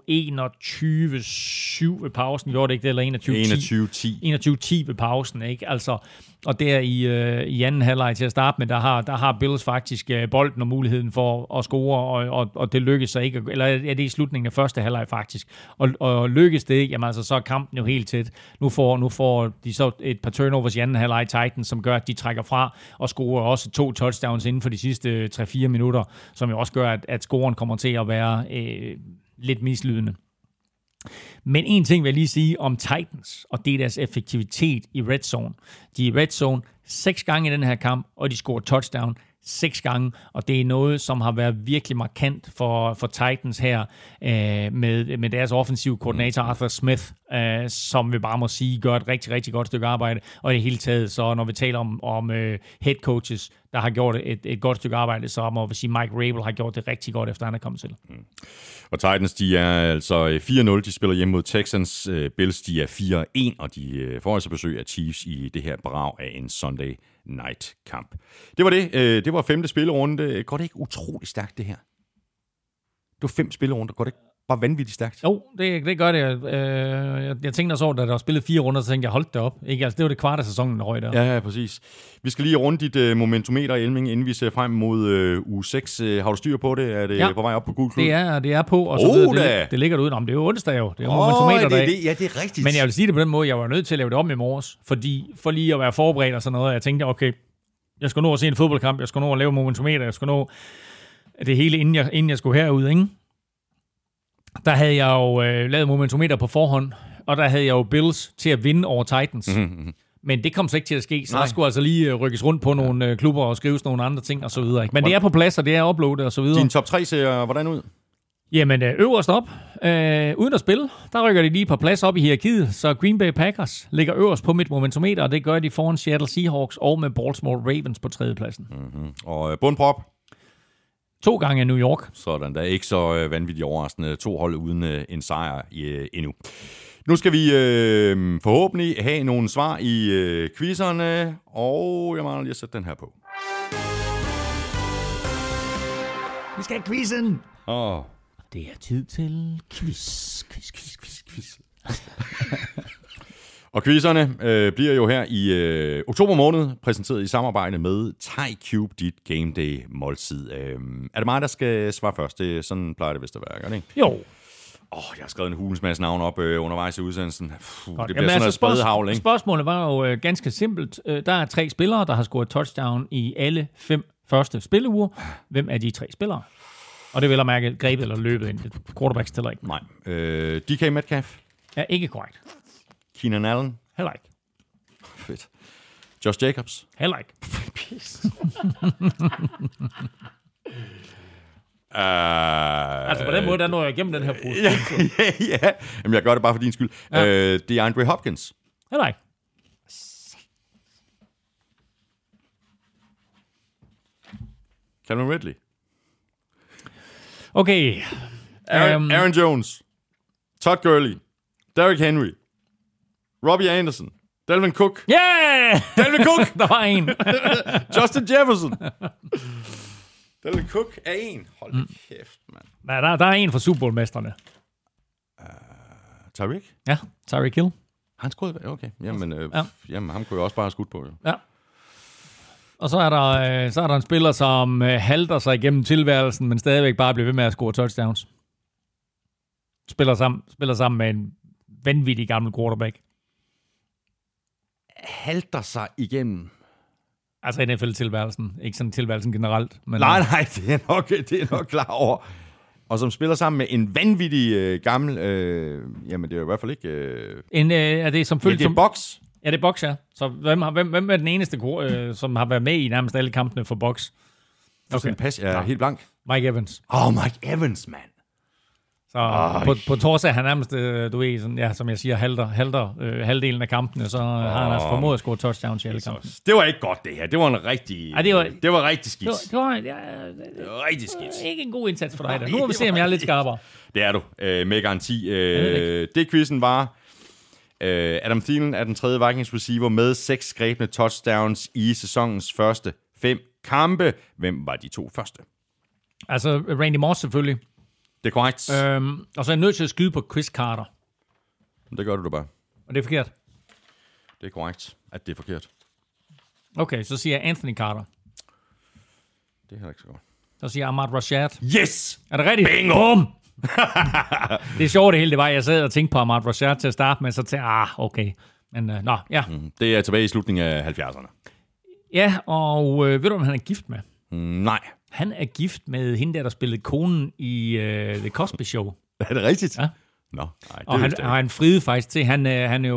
21-7 ved pausen. Gjorde det ikke det? Eller 21-10 ved pausen, ikke? Altså, og der i anden halvleg til at starte med, der har Bills faktisk bolden og muligheden for at score, og det lykkes så ikke. Eller er det i slutningen af første halvleg faktisk. Og lykkes det ikke, jamen altså, så er kampen jo helt tæt. Nu får de så et par turnovers i anden halvleg Titans, som gør, at de trækker fra og scorer også 2 touchdowns inden for de sidste 3-4 minutter, som jo også gør, at scoren kommer til at være lidt mislydende. Men en ting vil jeg lige sige om Titans, og det er deres effektivitet i red zone. De er i red zone 6 gange i den her kamp, og de scorer touchdown 6 gange, og det er noget, som har været virkelig markant for Titans her, med deres offensive koordinator Arthur Smith, som vi bare må sige, gør et rigtig, rigtig godt stykke arbejde, og i det hele taget, så når vi taler om head coaches, der har gjort et godt stykke arbejde, så må vi sige, Mike Rabel har gjort det rigtig godt, efter han er kommet til. Og Titans, de er altså 4-0, de spiller hjemme mod Texans. Bills, de er 4-1, og de får altså besøg af Chiefs i det her brag af en Sunday Night kamp. Det var det. Det var 5. spillerunde. Går det ikke utroligt stærkt, det her? Det var 5 spillerunder. Går det ikke bare vanvittigt stærkt? Jo, det gør det. Jeg tænkte også over, da der var spillet 4 runder, så tænkte jeg, holdt det op. Ikke? Altså, det var det kvart af sæsonen, der røg der. Ja, præcis. Vi skal lige runde dit momentometer, Elming, inden vi ser frem mod uge 6. Har du styr på det? Er det på vej op på Google? Det er på, og så det ligger det ud. Nå, men det er jo onsdag jo. Det er momentometer, der det. Ja, det er rigtigt. Men jeg vil sige det på den måde, jeg var nødt til at lave det om i morges, for lige at være forberedt og sådan noget. Jeg tænkte, okay, jeg skal nå at se en fodboldkamp, jeg skal nå at lave momentometer, jeg skal nå det hele, inden jeg skulle herud, ikke? Der havde jeg jo lavet momentometer på forhånd, og der havde jeg jo Bills til at vinde over Titans. Mm-hmm. Men det kom så ikke til at ske, så der skulle altså lige rykkes rundt på nogle klubber og skrives nogle andre ting og så videre. Men det er på plads, og det er uploadet og så videre. Din top 3 ser hvordan ud? Jamen, øverst op, uden at spille, der rykker de lige på plads op i hierarkiet, så Green Bay Packers ligger øverst på mit momentometer, og det gør de foran Seattle Seahawks og med Baltimore Ravens på 3. pladsen. Mm-hmm. Og bundprop? 2 gange i New York. Sådan, der er ikke så vanvittigt overraskende. 2 hold uden en sejr endnu. Nu skal vi forhåbentlig have nogle svar i quizzerne, og jeg mangler lige at sætte den her på. Vi skal have quizzen! Det Det er tid til quiz. Og quizzerne bliver jo her i oktober måned præsenteret i samarbejde med Thai Cube, dit Game Day måltid. Er det mig, der skal svare først? Sådan plejer det vist at være, gør det ikke? Jo. Jeg har skrevet en hulens masse navn op undervejs i udsendelsen. Det bliver sådan noget spredehavl, ikke? Spørgsmålet var jo ganske simpelt. Der er 3 spillere, der har scoret touchdown i alle 5 første spilleuger. Hvem er de 3 spillere? Og det vil jeg mærke grebet eller løbet ind. Quarterback stiller ikke. Nej. DK Metcalf? Ja, ikke korrekt. Keenan Allen? Heller ikke. Fedt. Josh Jacobs? Heller ikke. Altså på den måde, der når jeg igennem den her procedure. Ja. Jamen, jeg gør det bare for din skyld. Ja. Det er Andre Hopkins. Heller ikke. Calvin Ridley. Okay. Aaron Jones. Todd Gurley. Derrick Henry. Robbie Anderson. Dalvin Cook. Yeah! Dalvin Cook! Der var en. Justin Jefferson. Dalvin Cook er en. Hold kæft, mand. Nej, der er en fra Super Bowl-mesterne. Tyreek? Ja, Tyreek Hill. Han skød. Okay. Jamen, Ja. jamen, ham kunne jeg også bare have skudt på. Jo. Ja. Og så er der en spiller, som halter sig igennem tilværelsen, men stadigvæk bare bliver ved med at score touchdowns. Spiller sammen med en vanvittig gammel quarterback. Halter sig igennem. Altså i NFL-tilværelsen. Ikke sådan tilværelsen generelt. Men Nej, det er nok klar over. Og som spiller sammen med en vanvittig gammel... jamen, det er jo i hvert fald ikke... er det som men følge det er som... Bucks. Ja, det er Bucks, ja. Så hvem er den eneste, som har været med i nærmest alle kampene for Bucks? Okay. Pas, jeg er helt blank. Mike Evans. Mike Evans, mand. Så på trods af, at han nærmest, du ved, sådan, ja, som jeg siger, halter halvdelen af kampene, så har han altså formået at score touchdowns i alle kampene. Det var ikke godt, det her. Det var en rigtig... Ej, det var rigtig skidt. Det var Rigtig skidt. ikke en god indsats for dig der. Nu må vi se, om jeg er lidt skarpere. Det er du, med garanti. Det quizzen var... Adam Thielen er den tredje Vikings receiver med 6 grebne touchdowns i sæsonens første 5 kampe. Hvem var de 2 første? Altså, Randy Moss selvfølgelig. Det er korrekt. Og så er jeg nødt til at skyde på Chris Carter. Det gør du da bare. Og det er forkert. Det er korrekt, at det er forkert. Okay, så siger jeg Anthony Carter. Det er heller ikke så godt. Så siger jeg Ahmad Rashad. Yes! Er det rigtigt? Bingo! Bum! Det er sjovt det hele, det var. Jeg sad og tænkte på Ahmad Rashad til at starte med, så tænkte okay. Men ja. Det er tilbage i slutningen af 70'erne. Ja, og ved du, om han er gift med? Nej. Han er gift med hende der spillede konen i The Cosby Show. Er det rigtigt? Ja. Nå, nej, det og han friede faktisk til. Han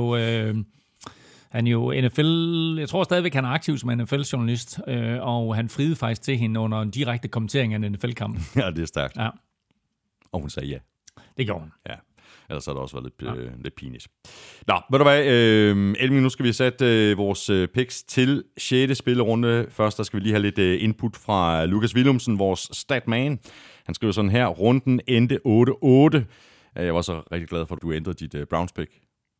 er jo NFL... Jeg tror stadigvæk, han er aktiv som NFL-journalist, og han friede faktisk til hende under en direkte kommentering af en NFL-kamp. Ja, det er stærkt. Ja. Og hun sagde ja. Det gjorde hun. Ja, ellers har det også været lidt pinligt. Nå, ved du hvad, Elming, nu skal vi sætte vores picks til 6. spillerunde. Først der skal vi lige have lidt input fra Lukas Willumsen, vores statman. Han skriver sådan her, runden endte 8-8. Jeg var så rigtig glad for, at du ændrede dit Browns pick.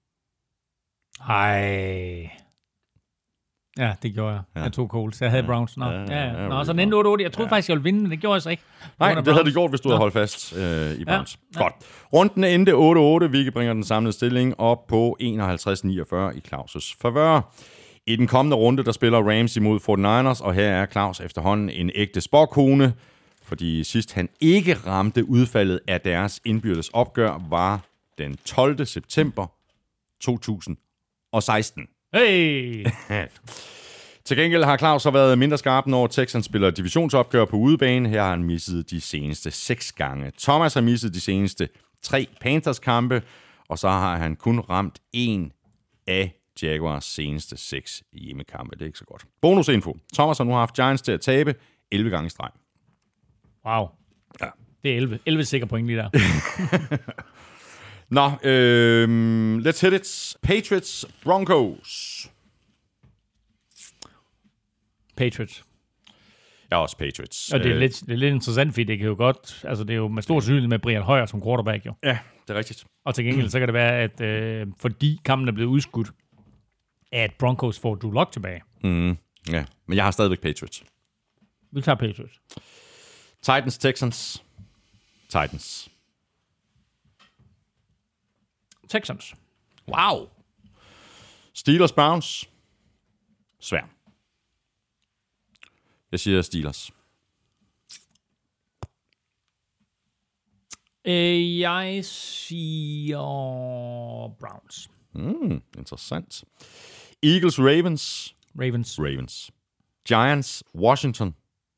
Ej. Ja, det gjorde jeg. Ja. Jeg tog Colts. Jeg havde Browns. Nå, så den endte 8-8. Jeg troede faktisk, jeg ville vinde, men det gjorde jeg så ikke. Nej, det havde du gjort, hvis du havde holdt fast i Browns. Ja. Godt. Runden endte 8-8. Vi bringer den samlede stilling op på 51-49 i Claus' favør. I den kommende runde, der spiller Rams imod 49ers, og her er Claus efterhånden en ægte spåkone, fordi sidst han ikke ramte udfaldet af deres indbyrdes opgør, var den 12. september 2016. Hey! Til gengæld har Claus så været mindre skarp, når Texans spiller divisionsopgør på udebane. Her har han misset de seneste 6 gange. Thomas har misset de seneste 3 Panthers-kampe, og så har han kun ramt 1 af Jaguars seneste 6 hjemmekampe. Det er ikke så godt. Bonusinfo. Thomas har nu haft Giants til at tabe 11 gange i streg. Wow. Ja. Det er 11 sikre point lige der. Nå, let's hit it. Patriots, Broncos. Patriots. Jeg er også Patriots. Og det er lidt interessant, fordi det kan jo godt... Altså, det er jo med stor sandsynlighed med Brian Hoyer som quarterback, jo. Ja, det er rigtigt. Og til gengæld, så kan det være, at fordi kampen er blevet udskudt, at Broncos får Drew Lock tilbage. Ja, men jeg har stadigvæk Patriots. Vi tager Patriots. Titans, Texans. Titans. Texans. Wow. Steelers, Browns. Svær. Jeg siger Steelers. Jeg siger Browns. Interessant. Eagles, Ravens. Ravens. Giants, Washington.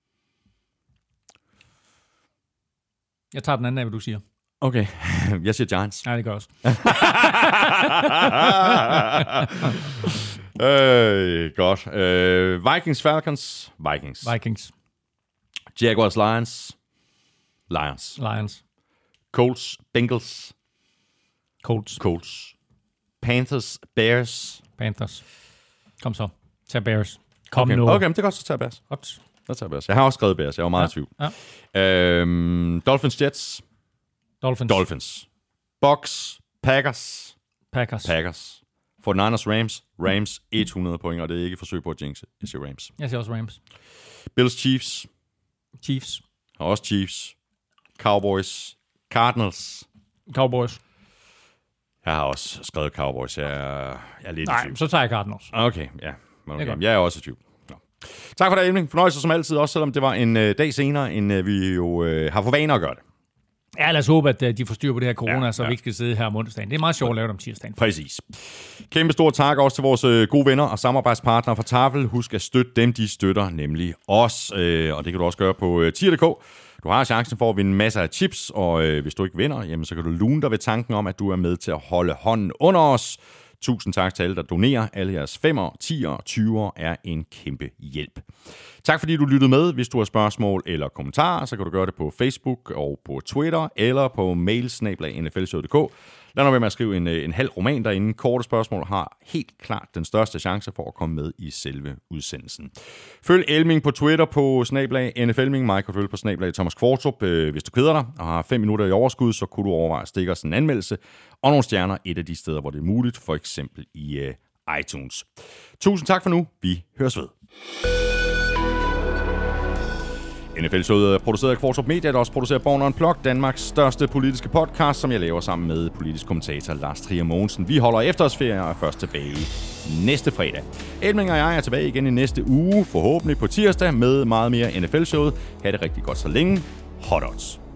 Jeg tager den anden af, hvad du siger. Okay, jeg siger Giants. Nej, det gør også. Godt. Vikings, Falcons. Vikings. Vikings. Jaguars, Lions. Lions. Colts, Bengals. Colts. Panthers, Bears. Kom så. Tag Bears. Kom Okay, nu. okay, men det er godt, så tager Bears. Godt. Så tager Bears. Jeg har også skrevet Bears. Jeg var meget i tvivl. Ja. Dolphins, Jets. Dolphins. Bucks, Packers. 49ers, Rams 100 point, og det er ikke et forsøg på at jinxe. Jeg siger Rams. Jeg siger også Rams. Bills, Chiefs. Og også Chiefs. Cowboys, Cardinals. Jeg har også skrevet Cowboys. Jeg er lidt i tvivl. Så tager jeg Cardinals. Okay, ja. Okay. Jeg er også i tvivl. Nå. Tak for det, Elming. Fornøjelse som altid, også selvom det var en dag senere, end vi jo har for vane at gøre det. Ja, lad os håbe, at de får styr på det her corona, så vi ikke skal sidde her om onsdagen. Det er meget sjovt at lave det om tirsdagen. Præcis. Kæmpe stor tak også til vores gode venner og samarbejdspartnere fra Tafel. Husk at støtte dem, de støtter, nemlig os. Og det kan du også gøre på tier.dk. Du har chancen for at vinde masser af chips, og hvis du ikke vinder, jamen, så kan du lune dig ved tanken om, at du er med til at holde hånden under os. Tusind tak til alle, der donerer. Alle jeres 5'er, 10'er og 20'er er en kæmpe hjælp. Tak fordi du lyttede med. Hvis du har spørgsmål eller kommentarer, så kan du gøre det på Facebook og på Twitter eller på mail@nflshow.dk. Lad nu være med at skrive en halv roman derinde. Korte spørgsmål har helt klart den største chance for at komme med i selve udsendelsen. Følg Elming på Twitter på @NFLming. Mig kan følge på @Thomas Kvartrup. Hvis du keder dig og har 5 minutter i overskud, så kunne du overveje at stikke os en anmeldelse og nogle stjerner et af de steder, hvor det er muligt, for eksempel i iTunes. Tusind tak for nu. Vi høres ved. NFL-showet er produceret af Kvartrup Media, der også producerer Born Unplugged, Danmarks største politiske podcast, som jeg laver sammen med politisk kommentator Lars Trier Mogensen. Vi holder efterårsferie og er først tilbage næste fredag. Elming og jeg er tilbage igen i næste uge, forhåbentlig på tirsdag, med meget mere NFL-showet. Ha' det rigtig godt så længe. Hot odds.